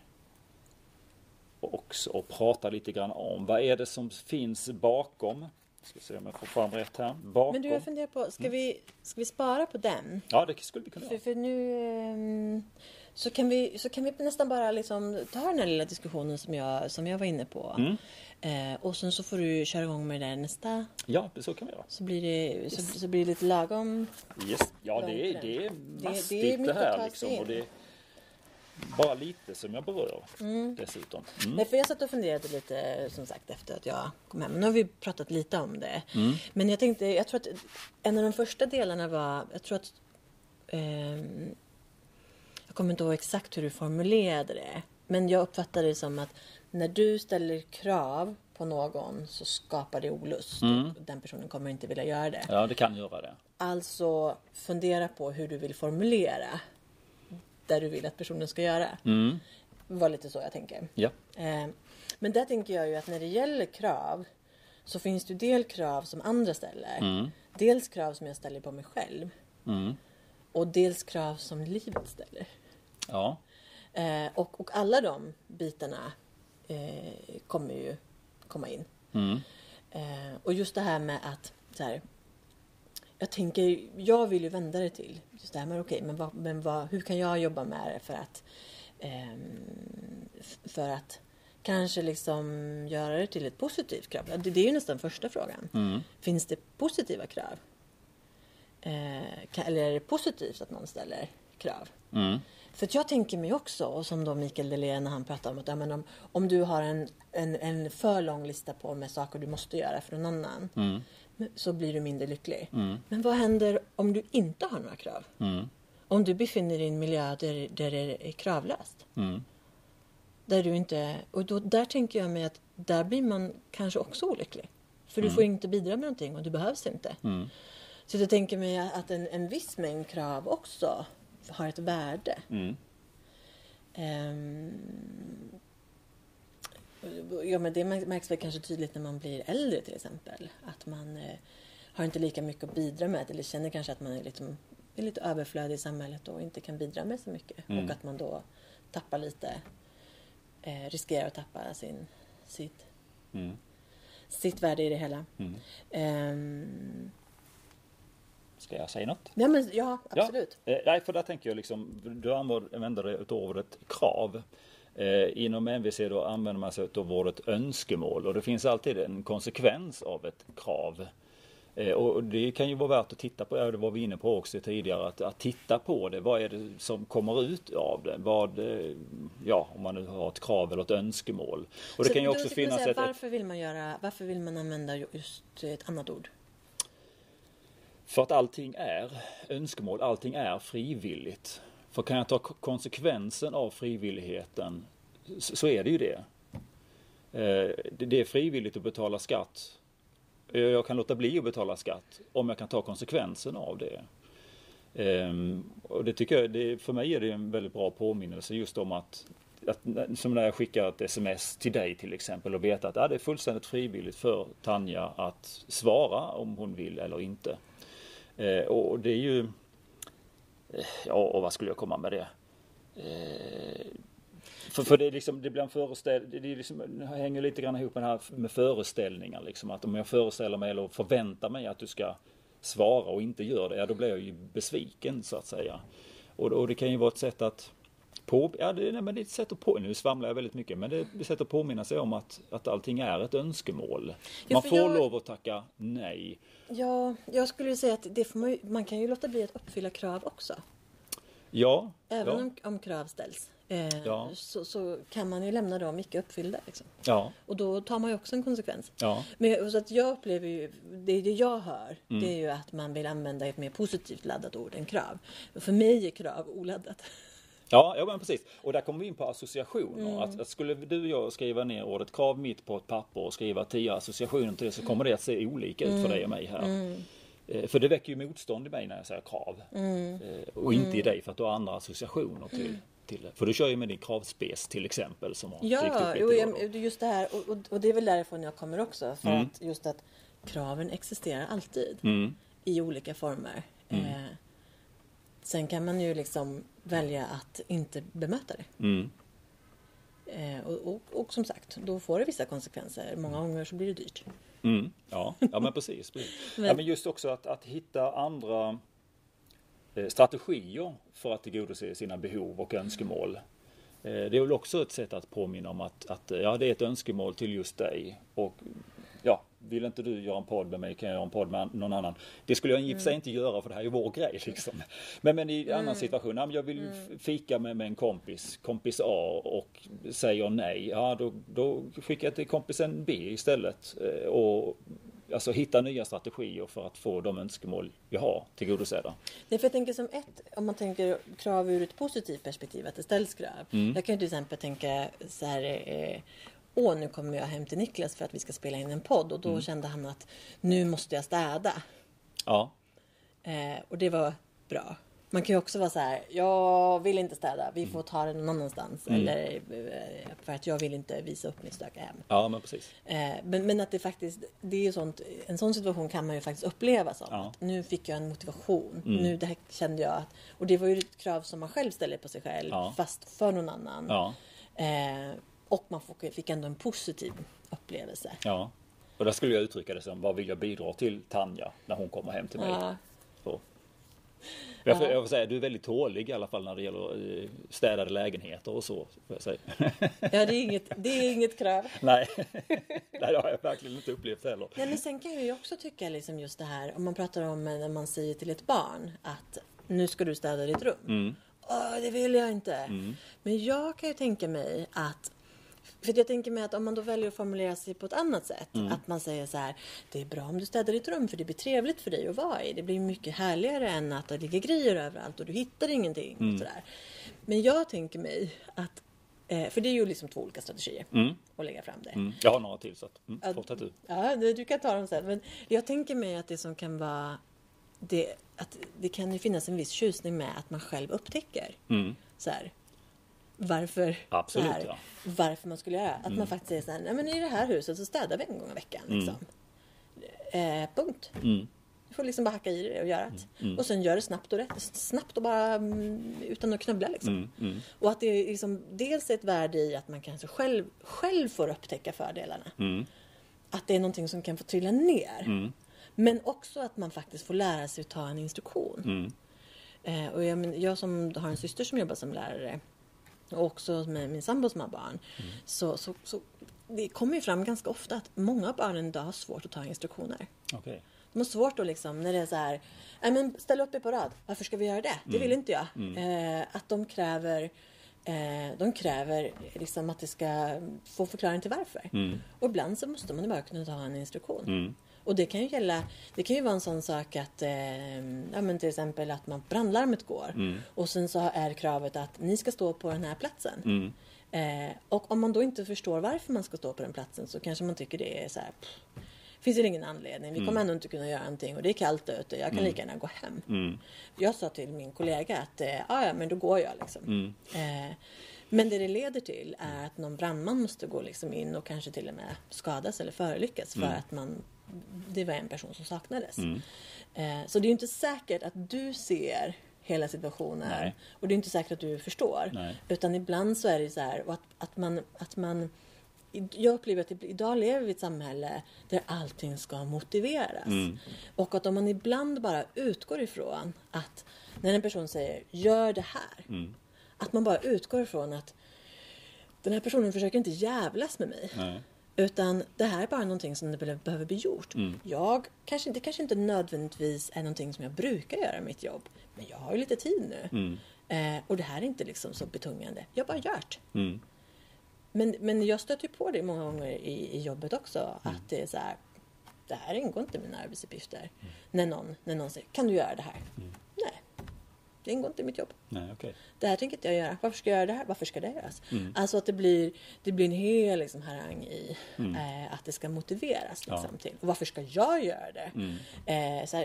Speaker 1: också och pratar lite grann om. Vad är det som finns bakom? Jag ska se om jag får fram rätt här. Bakom.
Speaker 2: Men du, jag funderar på, ska vi, ska vi spara på den?
Speaker 1: Ja, det skulle vi kunna
Speaker 2: För,
Speaker 1: göra.
Speaker 2: för nu ehm, så, kan vi, så kan vi nästan bara liksom ta den här lilla diskussionen som jag, som jag var inne på.
Speaker 1: Mm.
Speaker 2: Eh, och sen så får du köra igång med det där nästa.
Speaker 1: Ja, så kan vi göra.
Speaker 2: Så blir det, så, så blir det lite lagom.
Speaker 1: Yes. Ja, det är,
Speaker 2: Långt
Speaker 1: det är
Speaker 2: det
Speaker 1: mastigt
Speaker 2: är
Speaker 1: det,
Speaker 2: mycket att
Speaker 1: här
Speaker 2: ta
Speaker 1: liksom.
Speaker 2: sig in.
Speaker 1: Och det är bara lite som jag berör
Speaker 2: Mm.
Speaker 1: dessutom. Mm.
Speaker 2: Nej, för jag satt och funderade lite som sagt efter att jag kom hem. Nu har vi pratat lite om det.
Speaker 1: Mm.
Speaker 2: Men jag tänkte, jag tror att en av de första delarna var, jag tror att ehm, jag kommer inte ihåg exakt hur du formulerade det. Men jag uppfattade det som att när du ställer krav på någon så skapar det olust.
Speaker 1: Mm.
Speaker 2: Och den personen kommer inte vilja göra det.
Speaker 1: Ja, det kan göra det.
Speaker 2: Alltså fundera på hur du vill formulera där du vill att personen ska göra.
Speaker 1: Mm.
Speaker 2: Det var lite så jag tänker.
Speaker 1: Ja.
Speaker 2: Eh, men där tänker jag ju att när det gäller krav så finns det ju del krav som andra ställer.
Speaker 1: Mm.
Speaker 2: Dels krav som jag ställer på mig själv.
Speaker 1: Mm.
Speaker 2: Och dels krav som livet ställer.
Speaker 1: Ja.
Speaker 2: Eh, och, och alla de bitarna eh, kommer ju komma in.
Speaker 1: Mm.
Speaker 2: Eh, och just det här med att så här, jag tänker, jag vill ju vända det till just det här med okej, men, vad, men vad, hur kan jag jobba med det för att ehm, f- för att kanske liksom göra det till ett positivt krav. Det, det är ju nästan första frågan.
Speaker 1: Mm.
Speaker 2: Finns det positiva krav? Eh, kan, eller är det positivt att någon ställer krav.
Speaker 1: Mm.
Speaker 2: För att jag tänker mig också, och som då Mikael Delé när han pratar om att ja, men om, om du har en, en, en för lång lista på med saker du måste göra för någon annan,
Speaker 1: Mm.
Speaker 2: så blir du mindre lycklig.
Speaker 1: Mm.
Speaker 2: Men vad händer om du inte har några krav?
Speaker 1: Mm.
Speaker 2: Om du befinner dig i en miljö där, där det är kravlöst.
Speaker 1: Mm.
Speaker 2: Där du inte, och då, där tänker jag mig att där blir man kanske också olycklig. För du
Speaker 1: Mm.
Speaker 2: får inte bidra med någonting och du behövs inte.
Speaker 1: Mm.
Speaker 2: Så jag tänker mig att en, en viss mängd krav också har ett värde.
Speaker 1: Mm.
Speaker 2: Um, ja, men det märks väl kanske tydligt när man blir äldre till exempel. Att man eh, har inte lika mycket att bidra med. Eller känner kanske att man är, liksom, är lite överflödig i samhället och inte kan bidra med så mycket.
Speaker 1: Mm.
Speaker 2: Och att man då tappar lite, eh, riskerar att tappa sin, sitt,
Speaker 1: Mm.
Speaker 2: sitt värde i det hela.
Speaker 1: Mm.
Speaker 2: Um,
Speaker 1: Ska jag säga något?
Speaker 2: ja, men, ja, absolut.
Speaker 1: Ja, eh, nej, för där tänker jag liksom, du använder det ordet krav. Eh, inom N V C då använder man sig av ordet önskemål, och det finns alltid en konsekvens av ett krav. Eh, och det kan ju vara värt att titta på, ja, det var vi inne på också tidigare, att, att titta på det. Vad är det som kommer ut av det? Vad, eh, ja, om man nu har ett krav eller ett önskemål. Och det
Speaker 2: Så
Speaker 1: kan ju
Speaker 2: då
Speaker 1: också
Speaker 2: skulle jag
Speaker 1: finnas
Speaker 2: säga,
Speaker 1: ett...
Speaker 2: varför vill man göra, varför vill man använda just ett annat ord?
Speaker 1: För att allting är önskemål, allting är frivilligt. För kan jag ta konsekvensen av frivilligheten, så är det ju det. Det är frivilligt att betala skatt. Jag kan låta bli att betala skatt om jag kan ta konsekvensen av det. Och det tycker jag, det, för mig är det en väldigt bra påminnelse just om att, att som när jag skickar ett sms till dig till exempel och vet att ja, det är fullständigt frivilligt för Tanja att svara om hon vill eller inte. Eh, och det är ju, eh, ja, och vad skulle jag komma med det? Eh, för, för det är liksom, det blir en föreställning, det är liksom, det hänger lite grann ihop med det här med föreställningar liksom, att om jag föreställer mig eller förväntar mig att du ska svara och inte gör det, ja, då blir jag ju besviken så att säga. Och, och det kan ju vara ett sätt att på, ja, det, nej, men det är ett sätt att på, nu svamlar jag väldigt mycket, men det är ett sätt att påminna sig om att, att allting är ett önskemål. Man får
Speaker 2: jag,
Speaker 1: lov att tacka nej.
Speaker 2: Ja, jag skulle säga att det får man, man kan ju låta bli att uppfylla krav också.
Speaker 1: Ja.
Speaker 2: Även
Speaker 1: ja.
Speaker 2: Om, om krav ställs. Eh,
Speaker 1: ja.
Speaker 2: så, så kan man ju lämna dem icke uppfyllda. Liksom.
Speaker 1: Ja.
Speaker 2: Och då tar man ju också en konsekvens.
Speaker 1: Ja.
Speaker 2: Men så att jag upplever ju, det, det jag hör,
Speaker 1: Mm.
Speaker 2: det är ju att man vill använda ett mer positivt laddat ord än krav. För mig är krav oladdat.
Speaker 1: Ja, ja men precis. Och där kommer vi in på associationer.
Speaker 2: Mm.
Speaker 1: Att, att skulle du och jag skriva ner ordet krav mitt på ett papper och skriva tio associationer till det, så kommer det att se olika ut för dig och mig här.
Speaker 2: Mm.
Speaker 1: Eh, för det väcker ju motstånd i mig när jag säger krav.
Speaker 2: Mm.
Speaker 1: Eh, och inte i dig för att du har andra associationer till,
Speaker 2: Mm.
Speaker 1: till det. För du kör ju med din kravspes till exempel som har dykt
Speaker 2: Ja,
Speaker 1: upp lite
Speaker 2: jo,
Speaker 1: då.
Speaker 2: jag, just det här. Och, och, och det är väl därifrån jag kommer också. För
Speaker 1: Mm.
Speaker 2: att just att kraven existerar alltid.
Speaker 1: Mm.
Speaker 2: I olika former.
Speaker 1: Mm.
Speaker 2: Eh, sen kan man ju liksom välja att inte bemöta det.
Speaker 1: Mm.
Speaker 2: Eh, och, och, och som sagt, då får det vissa konsekvenser. Många gånger så blir det dyrt.
Speaker 1: Mm. Ja. ja, men precis. precis.
Speaker 2: Men-
Speaker 1: Ja, men just också att, att hitta andra eh, strategier för att tillgodose sina behov och önskemål. Eh, det är väl också ett sätt att påminna om att, att ja, det är ett önskemål till just dig. Och ja, vill inte du göra en podd med mig kan jag göra en podd med någon annan. Det skulle jag i och för sig inte göra för det här är vår grej liksom. Men, men i en annan situation, ja, men jag vill fika med, med en kompis, kompis A och säger nej. Ja, då, då skickar jag till kompisen B istället. Eh, och alltså hitta nya strategier för att få de önskemål vi har tillgodosedda.
Speaker 2: Det är för jag tänker som ett, om man tänker krav ur ett positivt perspektiv, att det ställs krav.
Speaker 1: Mm.
Speaker 2: Jag kan ju till exempel tänka så här, eh, åh nu kommer jag hem till Niklas för att vi ska spela in en podd. Och då
Speaker 1: Mm.
Speaker 2: kände han att nu måste jag städa.
Speaker 1: Ja.
Speaker 2: Eh, och det var bra. Man kan ju också vara så här, jag vill inte städa, vi får ta det någon annanstans.
Speaker 1: Mm.
Speaker 2: Eller eh, för att jag vill inte visa upp mitt stöka hem.
Speaker 1: Ja, men precis.
Speaker 2: Eh, men, men att det faktiskt, det är ju sånt, en sån situation kan man ju faktiskt uppleva som
Speaker 1: Ja.
Speaker 2: att nu fick jag en motivation.
Speaker 1: Mm.
Speaker 2: Nu det här kände jag att, och det var ju ett krav som man själv ställer på sig själv,
Speaker 1: Ja.
Speaker 2: fast för någon annan.
Speaker 1: Ja.
Speaker 2: Eh, och man fick, fick ändå en positiv upplevelse.
Speaker 1: Ja. Och där skulle jag uttrycka det som, vad vill jag bidra till Tanja när hon kommer hem till mig?
Speaker 2: Ja.
Speaker 1: Så. Jag får,
Speaker 2: Ja.
Speaker 1: jag får säga, du är väldigt tålig i alla fall när det gäller eh, städade lägenheter och så. Får jag säga.
Speaker 2: Ja, det är inget, det är inget krav.
Speaker 1: Nej. Nej, det har jag verkligen inte upplevt heller.
Speaker 2: Nej, men sen kan jag ju också tycka liksom just det här, om man pratar om när man säger till ett barn att nu ska du städa ditt rum.
Speaker 1: Mm.
Speaker 2: Åh, det vill jag inte.
Speaker 1: Mm.
Speaker 2: Men jag kan ju tänka mig att, för jag tänker mig att om man då väljer att formulera sig på ett annat sätt,
Speaker 1: Mm.
Speaker 2: att man säger så här: det är bra om du städar ditt rum för det blir trevligt för dig att vara i. Det blir mycket härligare än att det ligger grejer överallt och du hittar ingenting.
Speaker 1: Mm.
Speaker 2: Och sådär. Men jag tänker mig att, eh, för det är ju liksom två olika strategier
Speaker 1: Mm.
Speaker 2: att lägga fram det.
Speaker 1: Mm. Jag har några till så att, mm,
Speaker 2: Att-
Speaker 1: fortsätt du.
Speaker 2: Ja, det- du kan ta dem sen. Men jag tänker mig att det som kan vara, det, att det kan ju finnas en viss tjusning med att man själv upptäcker
Speaker 1: Mm.
Speaker 2: så här, varför,
Speaker 1: Absolut,
Speaker 2: så här,
Speaker 1: ja.
Speaker 2: varför man skulle göra. Att man faktiskt säger så här: nej men i det här huset så städar vi en gång i veckan. Liksom. Eh, punkt.
Speaker 1: Mm.
Speaker 2: Du får liksom bara hacka i det och göra det. Och sen gör det snabbt och rätt. Snabbt och bara mm, utan att knubbla liksom.
Speaker 1: Mm. Mm.
Speaker 2: Och att det är liksom dels ett värde i att man kanske själv, själv får upptäcka fördelarna.
Speaker 1: Mm.
Speaker 2: Att det är någonting som kan få trilla ner.
Speaker 1: Mm.
Speaker 2: Men också att man faktiskt får lära sig att ta en instruktion.
Speaker 1: Mm.
Speaker 2: Eh, och jag, men, jag som har en syster som jobbar som lärare och också med min sambo som har barn.
Speaker 1: Mm.
Speaker 2: Så, så, så det kommer ju fram ganska ofta att många av barnen idag har svårt att ta instruktioner.
Speaker 1: Okej.
Speaker 2: De har svårt att liksom, när det är så här: nej men ställ upp er på rad. Varför ska vi göra det? Det vill inte jag. Eh, att de kräver eh, de kräver liksom att det ska få förklaring till varför.
Speaker 1: Mm.
Speaker 2: Och ibland så måste man ju bara kunna ta en instruktion.
Speaker 1: Mm.
Speaker 2: Och det kan ju gälla, det kan ju vara en sån sak att, eh, ja men till exempel att man brandlarmet går.
Speaker 1: Mm.
Speaker 2: Och sen så är kravet att ni ska stå på den här platsen.
Speaker 1: Mm.
Speaker 2: Eh, och om man då inte förstår varför man ska stå på den platsen så kanske man tycker det är så här: pff, finns det ingen anledning. Vi kommer
Speaker 1: Mm.
Speaker 2: ändå inte kunna göra någonting och det är kallt ute. Jag kan
Speaker 1: Mm.
Speaker 2: lika gärna gå hem.
Speaker 1: Mm.
Speaker 2: Jag sa till min kollega att, eh, ah, ja men då går jag liksom.
Speaker 1: Mm.
Speaker 2: Eh, men det det leder till är att någon brandman måste gå liksom in och kanske till och med skadas eller förolyckas för
Speaker 1: Mm.
Speaker 2: att man, det var en person som saknades.
Speaker 1: Mm.
Speaker 2: Eh, så det är ju inte säkert att du ser hela situationen.
Speaker 1: Nej.
Speaker 2: Och det är inte säkert att du förstår.
Speaker 1: Nej.
Speaker 2: Utan ibland så är det så här, och att, att man, att man jag upplever att idag lever vi i ett samhälle där allting ska motiveras.
Speaker 1: Mm.
Speaker 2: Och att om man ibland bara utgår ifrån att när en person säger gör det här.
Speaker 1: Mm.
Speaker 2: Att man bara utgår ifrån att den här personen försöker inte jävlas med mig.
Speaker 1: Nej.
Speaker 2: Utan det här är bara någonting som det behöver bli gjort.
Speaker 1: Mm.
Speaker 2: Jag kanske, det kanske inte nödvändigtvis är någonting som jag brukar göra i mitt jobb. Men jag har ju lite tid nu.
Speaker 1: Mm.
Speaker 2: Eh, och det här är inte liksom så betungande. Jag har bara gjort.
Speaker 1: Mm.
Speaker 2: Men, men jag stöter ju på det många gånger i, i jobbet också.
Speaker 1: Mm.
Speaker 2: Att det är så här: det här ingår inte i mina arbetsuppgifter. Mm. När, någon, när någon säger, kan du göra det här?
Speaker 1: Mm.
Speaker 2: Nej, det ingår inte i mitt jobb.
Speaker 1: Nej, okej.
Speaker 2: Det här tänker inte jag göra. Varför ska jag göra det här? Varför ska det göras?
Speaker 1: Mm.
Speaker 2: Alltså att det blir, det blir en hel liksom, harang i
Speaker 1: Mm.
Speaker 2: eh, att det ska motiveras liksom,
Speaker 1: Ja.
Speaker 2: till. Och varför ska jag göra det?
Speaker 1: Mm.
Speaker 2: Eh, så här,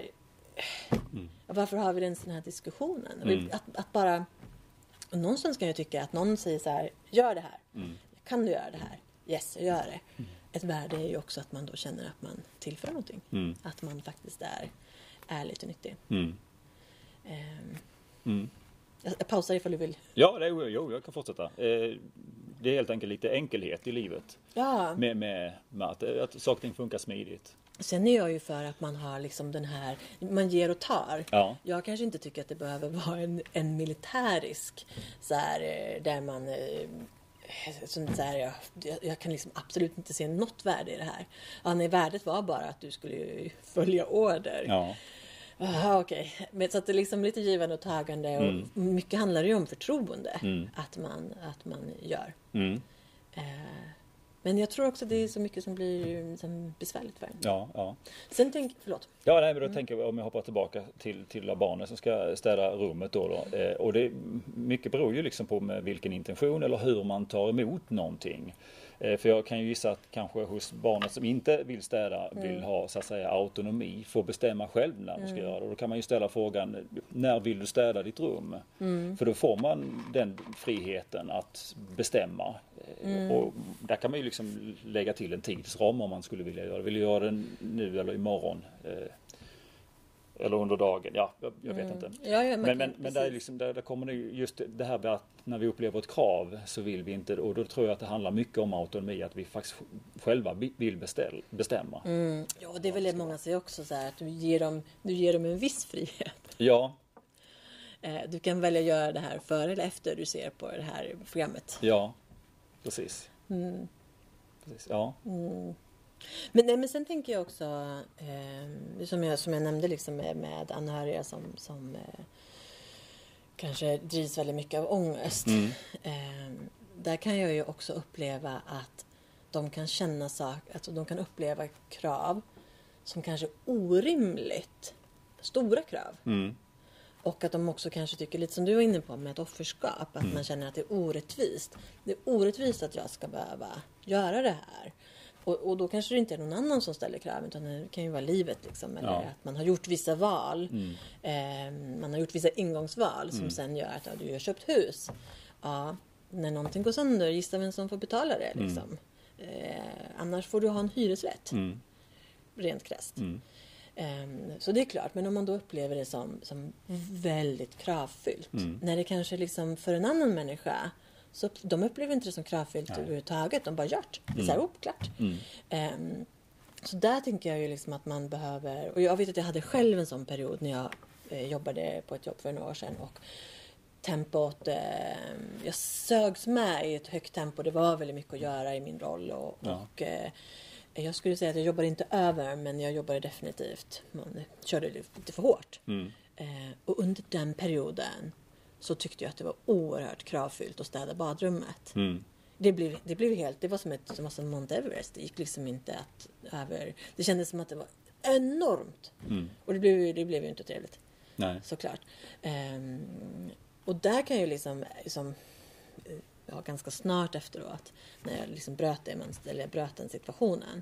Speaker 1: Mm.
Speaker 2: varför har vi den sån här diskussionen?
Speaker 1: Mm.
Speaker 2: Att, att bara, och någonstans kan jag tycka att någon säger så här: gör det här.
Speaker 1: Mm.
Speaker 2: Kan du göra det här? Yes, jag gör det. Mm. Ett värde är ju också att man då känner att man tillför någonting.
Speaker 1: Mm.
Speaker 2: Att man faktiskt är ärligt och nyttig.
Speaker 1: Mm.
Speaker 2: Eh,
Speaker 1: Mm.
Speaker 2: jag, jag pausar ifall du vill.
Speaker 1: Ja, det är, jo, jag kan fortsätta. Eh, det är helt enkelt lite enkelhet i livet.
Speaker 2: Ja.
Speaker 1: Med, med, med att, att saker och ting funkar smidigt.
Speaker 2: Sen är jag ju för att man har liksom den här, man ger och tar.
Speaker 1: Ja.
Speaker 2: Jag kanske inte tycker att det behöver vara en, en militärisk så här, eh, där man eh, som så här, jag, jag kan liksom absolut inte se något värde i det här. Ja, nej, värdet var bara att du skulle följa order.
Speaker 1: Ja.
Speaker 2: Aha, okej. Men så att det är liksom lite givande och tagande och
Speaker 1: Mm.
Speaker 2: mycket handlar det ju om förtroende
Speaker 1: Mm.
Speaker 2: att man, att man gör.
Speaker 1: Mm.
Speaker 2: Eh, men jag tror också att det är så mycket som blir liksom besvärligt för en.
Speaker 1: Ja, ja.
Speaker 2: Sen tänk, förlåt.
Speaker 1: Ja, nej, men då tänker jag, om jag hoppar tillbaka till, till barnen som ska städa rummet då. då. Eh, och det mycket beror ju liksom på med vilken intention eller hur man tar emot någonting. Eh, för jag kan ju gissa att kanske hos barnet som inte vill städa
Speaker 2: Mm.
Speaker 1: vill ha så att säga autonomi, få bestämma själv när de ska göra det. Och då kan man ju ställa frågan, när vill du städa ditt rum?
Speaker 2: Mm.
Speaker 1: För då får man den friheten att bestämma.
Speaker 2: Mm.
Speaker 1: Och där kan man ju liksom lägga till en tidsram om man skulle vilja göra det. Vill jag göra det nu eller imorgon? Eh, eller under dagen? Ja, jag, jag vet
Speaker 2: Mm.
Speaker 1: inte.
Speaker 2: Ja, ja,
Speaker 1: Men, men, men där, är liksom, där, där kommer det ju just det här med att när vi upplever ett krav så vill vi inte, och då tror jag att det handlar mycket om autonomi, att vi faktiskt själva vill beställ, bestämma.
Speaker 2: Mm. Ja, det är väl det många säger också så här, att du ger dem, du ger dem en viss frihet.
Speaker 1: Ja,
Speaker 2: Eh, du kan välja att göra det här före eller efter du ser på det här programmet.
Speaker 1: ja, precis.
Speaker 2: Mm.
Speaker 1: precis ja.
Speaker 2: Mm. Men, nej, men sen tänker jag också, eh, som, jag, som jag nämnde liksom med, med anhöriga som, som, eh, kanske drivs väldigt mycket av ångest.
Speaker 1: Mm.
Speaker 2: Eh, där kan jag ju också uppleva att de kan känna saker, alltså de kan uppleva krav som kanske är orimligt stora krav.
Speaker 1: Mm.
Speaker 2: Och att de också kanske tycker, lite som du var inne på med ett offerskap, att
Speaker 1: Mm.
Speaker 2: man känner att det är orättvist. Det är orättvist att jag ska behöva göra det här. Och, och då kanske det inte är någon annan som ställer krav, utan det kan ju vara livet liksom. Eller
Speaker 1: Ja.
Speaker 2: att man har gjort vissa val.
Speaker 1: Mm.
Speaker 2: Eh, man har gjort vissa ingångsval som
Speaker 1: Mm.
Speaker 2: sen gör att ja, du har köpt hus. Ja, när någonting går sönder, gissa vem som får betala det liksom. Eh, annars får du ha en hyresrätt.
Speaker 1: Mm.
Speaker 2: Rent krasst.
Speaker 1: Mm.
Speaker 2: Um, så det är klart, men om man då upplever det som, som väldigt kravfyllt.
Speaker 1: Mm.
Speaker 2: När det kanske liksom för en annan människa, så de upplever inte det som kravfyllt
Speaker 1: Nej.
Speaker 2: överhuvudtaget. De bara gjort. Det är
Speaker 1: Mm.
Speaker 2: så här, oh, klart.
Speaker 1: Mm.
Speaker 2: Um, så där tänker jag ju liksom att man behöver, och jag vet att jag hade själv en sån period när jag eh, jobbade på ett jobb för några år sedan, och tempot, eh, jag sögs med i ett högt tempo. Det var väldigt mycket att göra i min roll och,
Speaker 1: Ja.
Speaker 2: och eh, jag skulle säga att jag jobbade inte över, men jag jobbade definitivt. Man körde lite för hårt.
Speaker 1: Mm.
Speaker 2: Eh, och under den perioden så tyckte jag att det var oerhört kravfyllt att städa badrummet.
Speaker 1: Mm.
Speaker 2: Det blev, det blev helt, det var som ett, det var som Mount Everest. Det gick liksom inte att över, det kändes som att det var enormt.
Speaker 1: Mm.
Speaker 2: Och det blev, det blev ju inte trevligt,
Speaker 1: Nej.
Speaker 2: såklart. Ehm, och där kan jag liksom, liksom ja, ganska snart efteråt, när jag liksom bröt, det, eller bröt den situationen,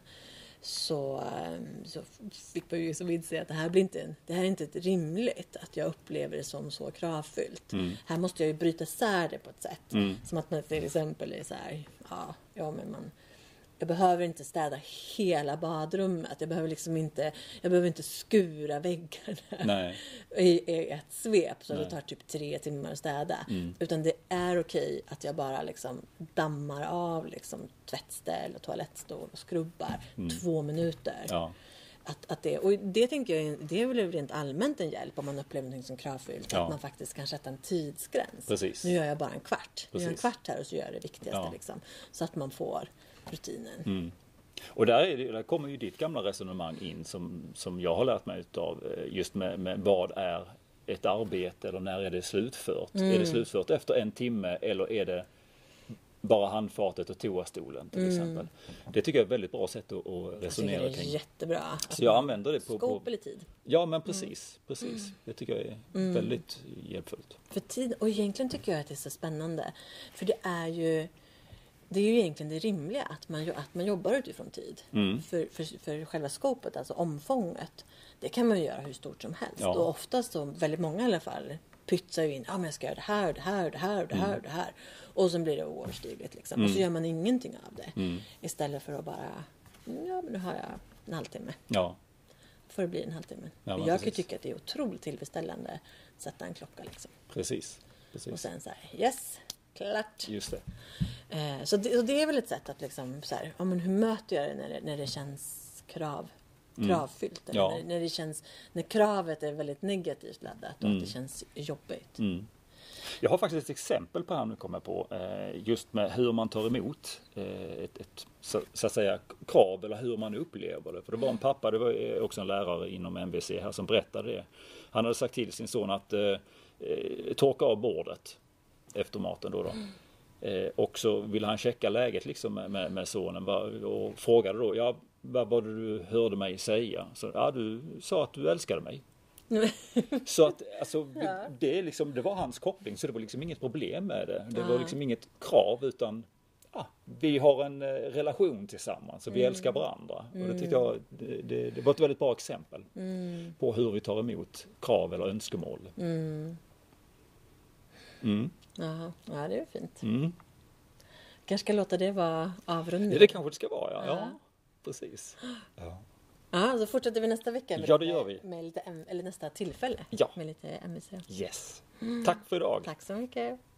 Speaker 2: så, så fick man ju liksom inse att det här blir inte, det här är inte rimligt att jag upplever det som så kravfyllt.
Speaker 1: Mm.
Speaker 2: Här måste jag ju bryta isär det på ett sätt.
Speaker 1: Mm.
Speaker 2: Som att man till exempel är så här, ja, ja men man, jag behöver inte städa hela badrummet. Jag behöver liksom inte, jag behöver inte skura väggarna
Speaker 1: Nej.
Speaker 2: i, i ett svep. Så
Speaker 1: Nej.
Speaker 2: det tar typ tre timmar att städa.
Speaker 1: Mm.
Speaker 2: Utan det är okej att jag bara liksom dammar av liksom tvättställ och toalettstol och skrubbar
Speaker 1: Mm.
Speaker 2: två minuter.
Speaker 1: Ja.
Speaker 2: Att, att det, och det tänker jag, det är väl rent allmänt en hjälp om man upplever något som kravfyllt.
Speaker 1: Ja.
Speaker 2: Att man faktiskt kan sätta en tidsgräns.
Speaker 1: Precis.
Speaker 2: Nu gör jag bara en kvart. Nu gör jag en
Speaker 1: Precis.
Speaker 2: kvart här och så gör jag det viktigaste.
Speaker 1: Ja.
Speaker 2: Liksom, så att man får rutinen.
Speaker 1: Mm. Och där, är det, där kommer ju ditt gamla resonemang in som, som jag har lärt mig utav, just med, med vad är ett arbete eller när är det slutfört?
Speaker 2: Mm.
Speaker 1: Är det slutfört efter en timme eller är det bara handfatet och toastolen till
Speaker 2: Mm.
Speaker 1: exempel? Det tycker jag är ett väldigt bra sätt att, att
Speaker 2: Jag tycker
Speaker 1: resonera
Speaker 2: det är
Speaker 1: kring.
Speaker 2: jättebra. Att
Speaker 1: Så jag
Speaker 2: man-
Speaker 1: använder det på... på
Speaker 2: Skåp eller tid.
Speaker 1: ja men precis, precis. Det tycker jag är
Speaker 2: Mm.
Speaker 1: väldigt hjälpfullt.
Speaker 2: För tid, och egentligen tycker jag att det är så spännande. För det är ju, det är ju egentligen det rimliga att man, att man jobbar utifrån tid.
Speaker 1: Mm.
Speaker 2: För, för, för själva skåpet, alltså omfånget, det kan man ju göra hur stort som helst.
Speaker 1: Ja.
Speaker 2: Och oftast, så, väldigt många i alla fall, pytsar ju in, ja ah, men jag ska göra det här, det här, det här, det här, det här. Och sen blir det oöverstigligt liksom. Och så
Speaker 1: Mm.
Speaker 2: gör man ingenting av det.
Speaker 1: Mm.
Speaker 2: Istället för att bara, ja men nu har jag en halvtimme.
Speaker 1: Ja,
Speaker 2: Får det bli en halvtimme.
Speaker 1: Ja,
Speaker 2: Och
Speaker 1: men
Speaker 2: jag kan ju
Speaker 1: precis.
Speaker 2: tycka att det är otroligt tillfredsställande att sätta en klocka liksom.
Speaker 1: precis.
Speaker 2: Och
Speaker 1: precis.
Speaker 2: sen så här, yes, klart.
Speaker 1: Just det.
Speaker 2: Eh, så, det, så det är väl ett sätt att liksom så här, ja men hur möter jag det när det, när det känns krav,
Speaker 1: Mm.
Speaker 2: kravfyllt? Eller
Speaker 1: Ja.
Speaker 2: när, när det känns, när kravet är väldigt negativt laddat och
Speaker 1: Mm.
Speaker 2: att det känns jobbigt.
Speaker 1: Mm. Jag har faktiskt ett exempel på här nu kommer jag på. Eh, just med hur man tar emot eh, ett, ett så, så att säga krav eller hur man upplever det. För det var en pappa, det var eh, också en lärare inom M V C här som berättade det. Han hade sagt till sin son att eh, eh, torka av bordet efter maten då. då. Eh, och så ville han checka läget liksom med, med, med sonen va, och frågade då, ja vad var det du hörde mig säga? Så, ja du sa att du älskade mig. Så att alltså,
Speaker 2: Ja.
Speaker 1: det, är liksom, det var hans koppling så det var liksom inget problem med det. Det var
Speaker 2: Nej.
Speaker 1: liksom inget krav utan ja, vi har en eh, relation tillsammans och vi
Speaker 2: Mm.
Speaker 1: älskar varandra. Och det tyckte jag det, det, det var ett väldigt bra exempel
Speaker 2: Mm.
Speaker 1: på hur vi tar emot krav eller önskemål.
Speaker 2: Mm.
Speaker 1: Mm.
Speaker 2: Jaha. Ja, det är fint.
Speaker 1: Mm.
Speaker 2: Kanske ska låta det vara avrundning.
Speaker 1: Ja, det kanske det ska vara, ja.
Speaker 2: Ja.
Speaker 1: ja precis. Ja.
Speaker 2: Ja, så fortsätter vi nästa vecka. Med
Speaker 1: Ja, det
Speaker 2: lite-
Speaker 1: gör vi.
Speaker 2: Med lite, M- eller nästa tillfälle.
Speaker 1: Ja.
Speaker 2: Med lite M V C.
Speaker 1: Yes. Tack för idag.
Speaker 2: Tack så mycket.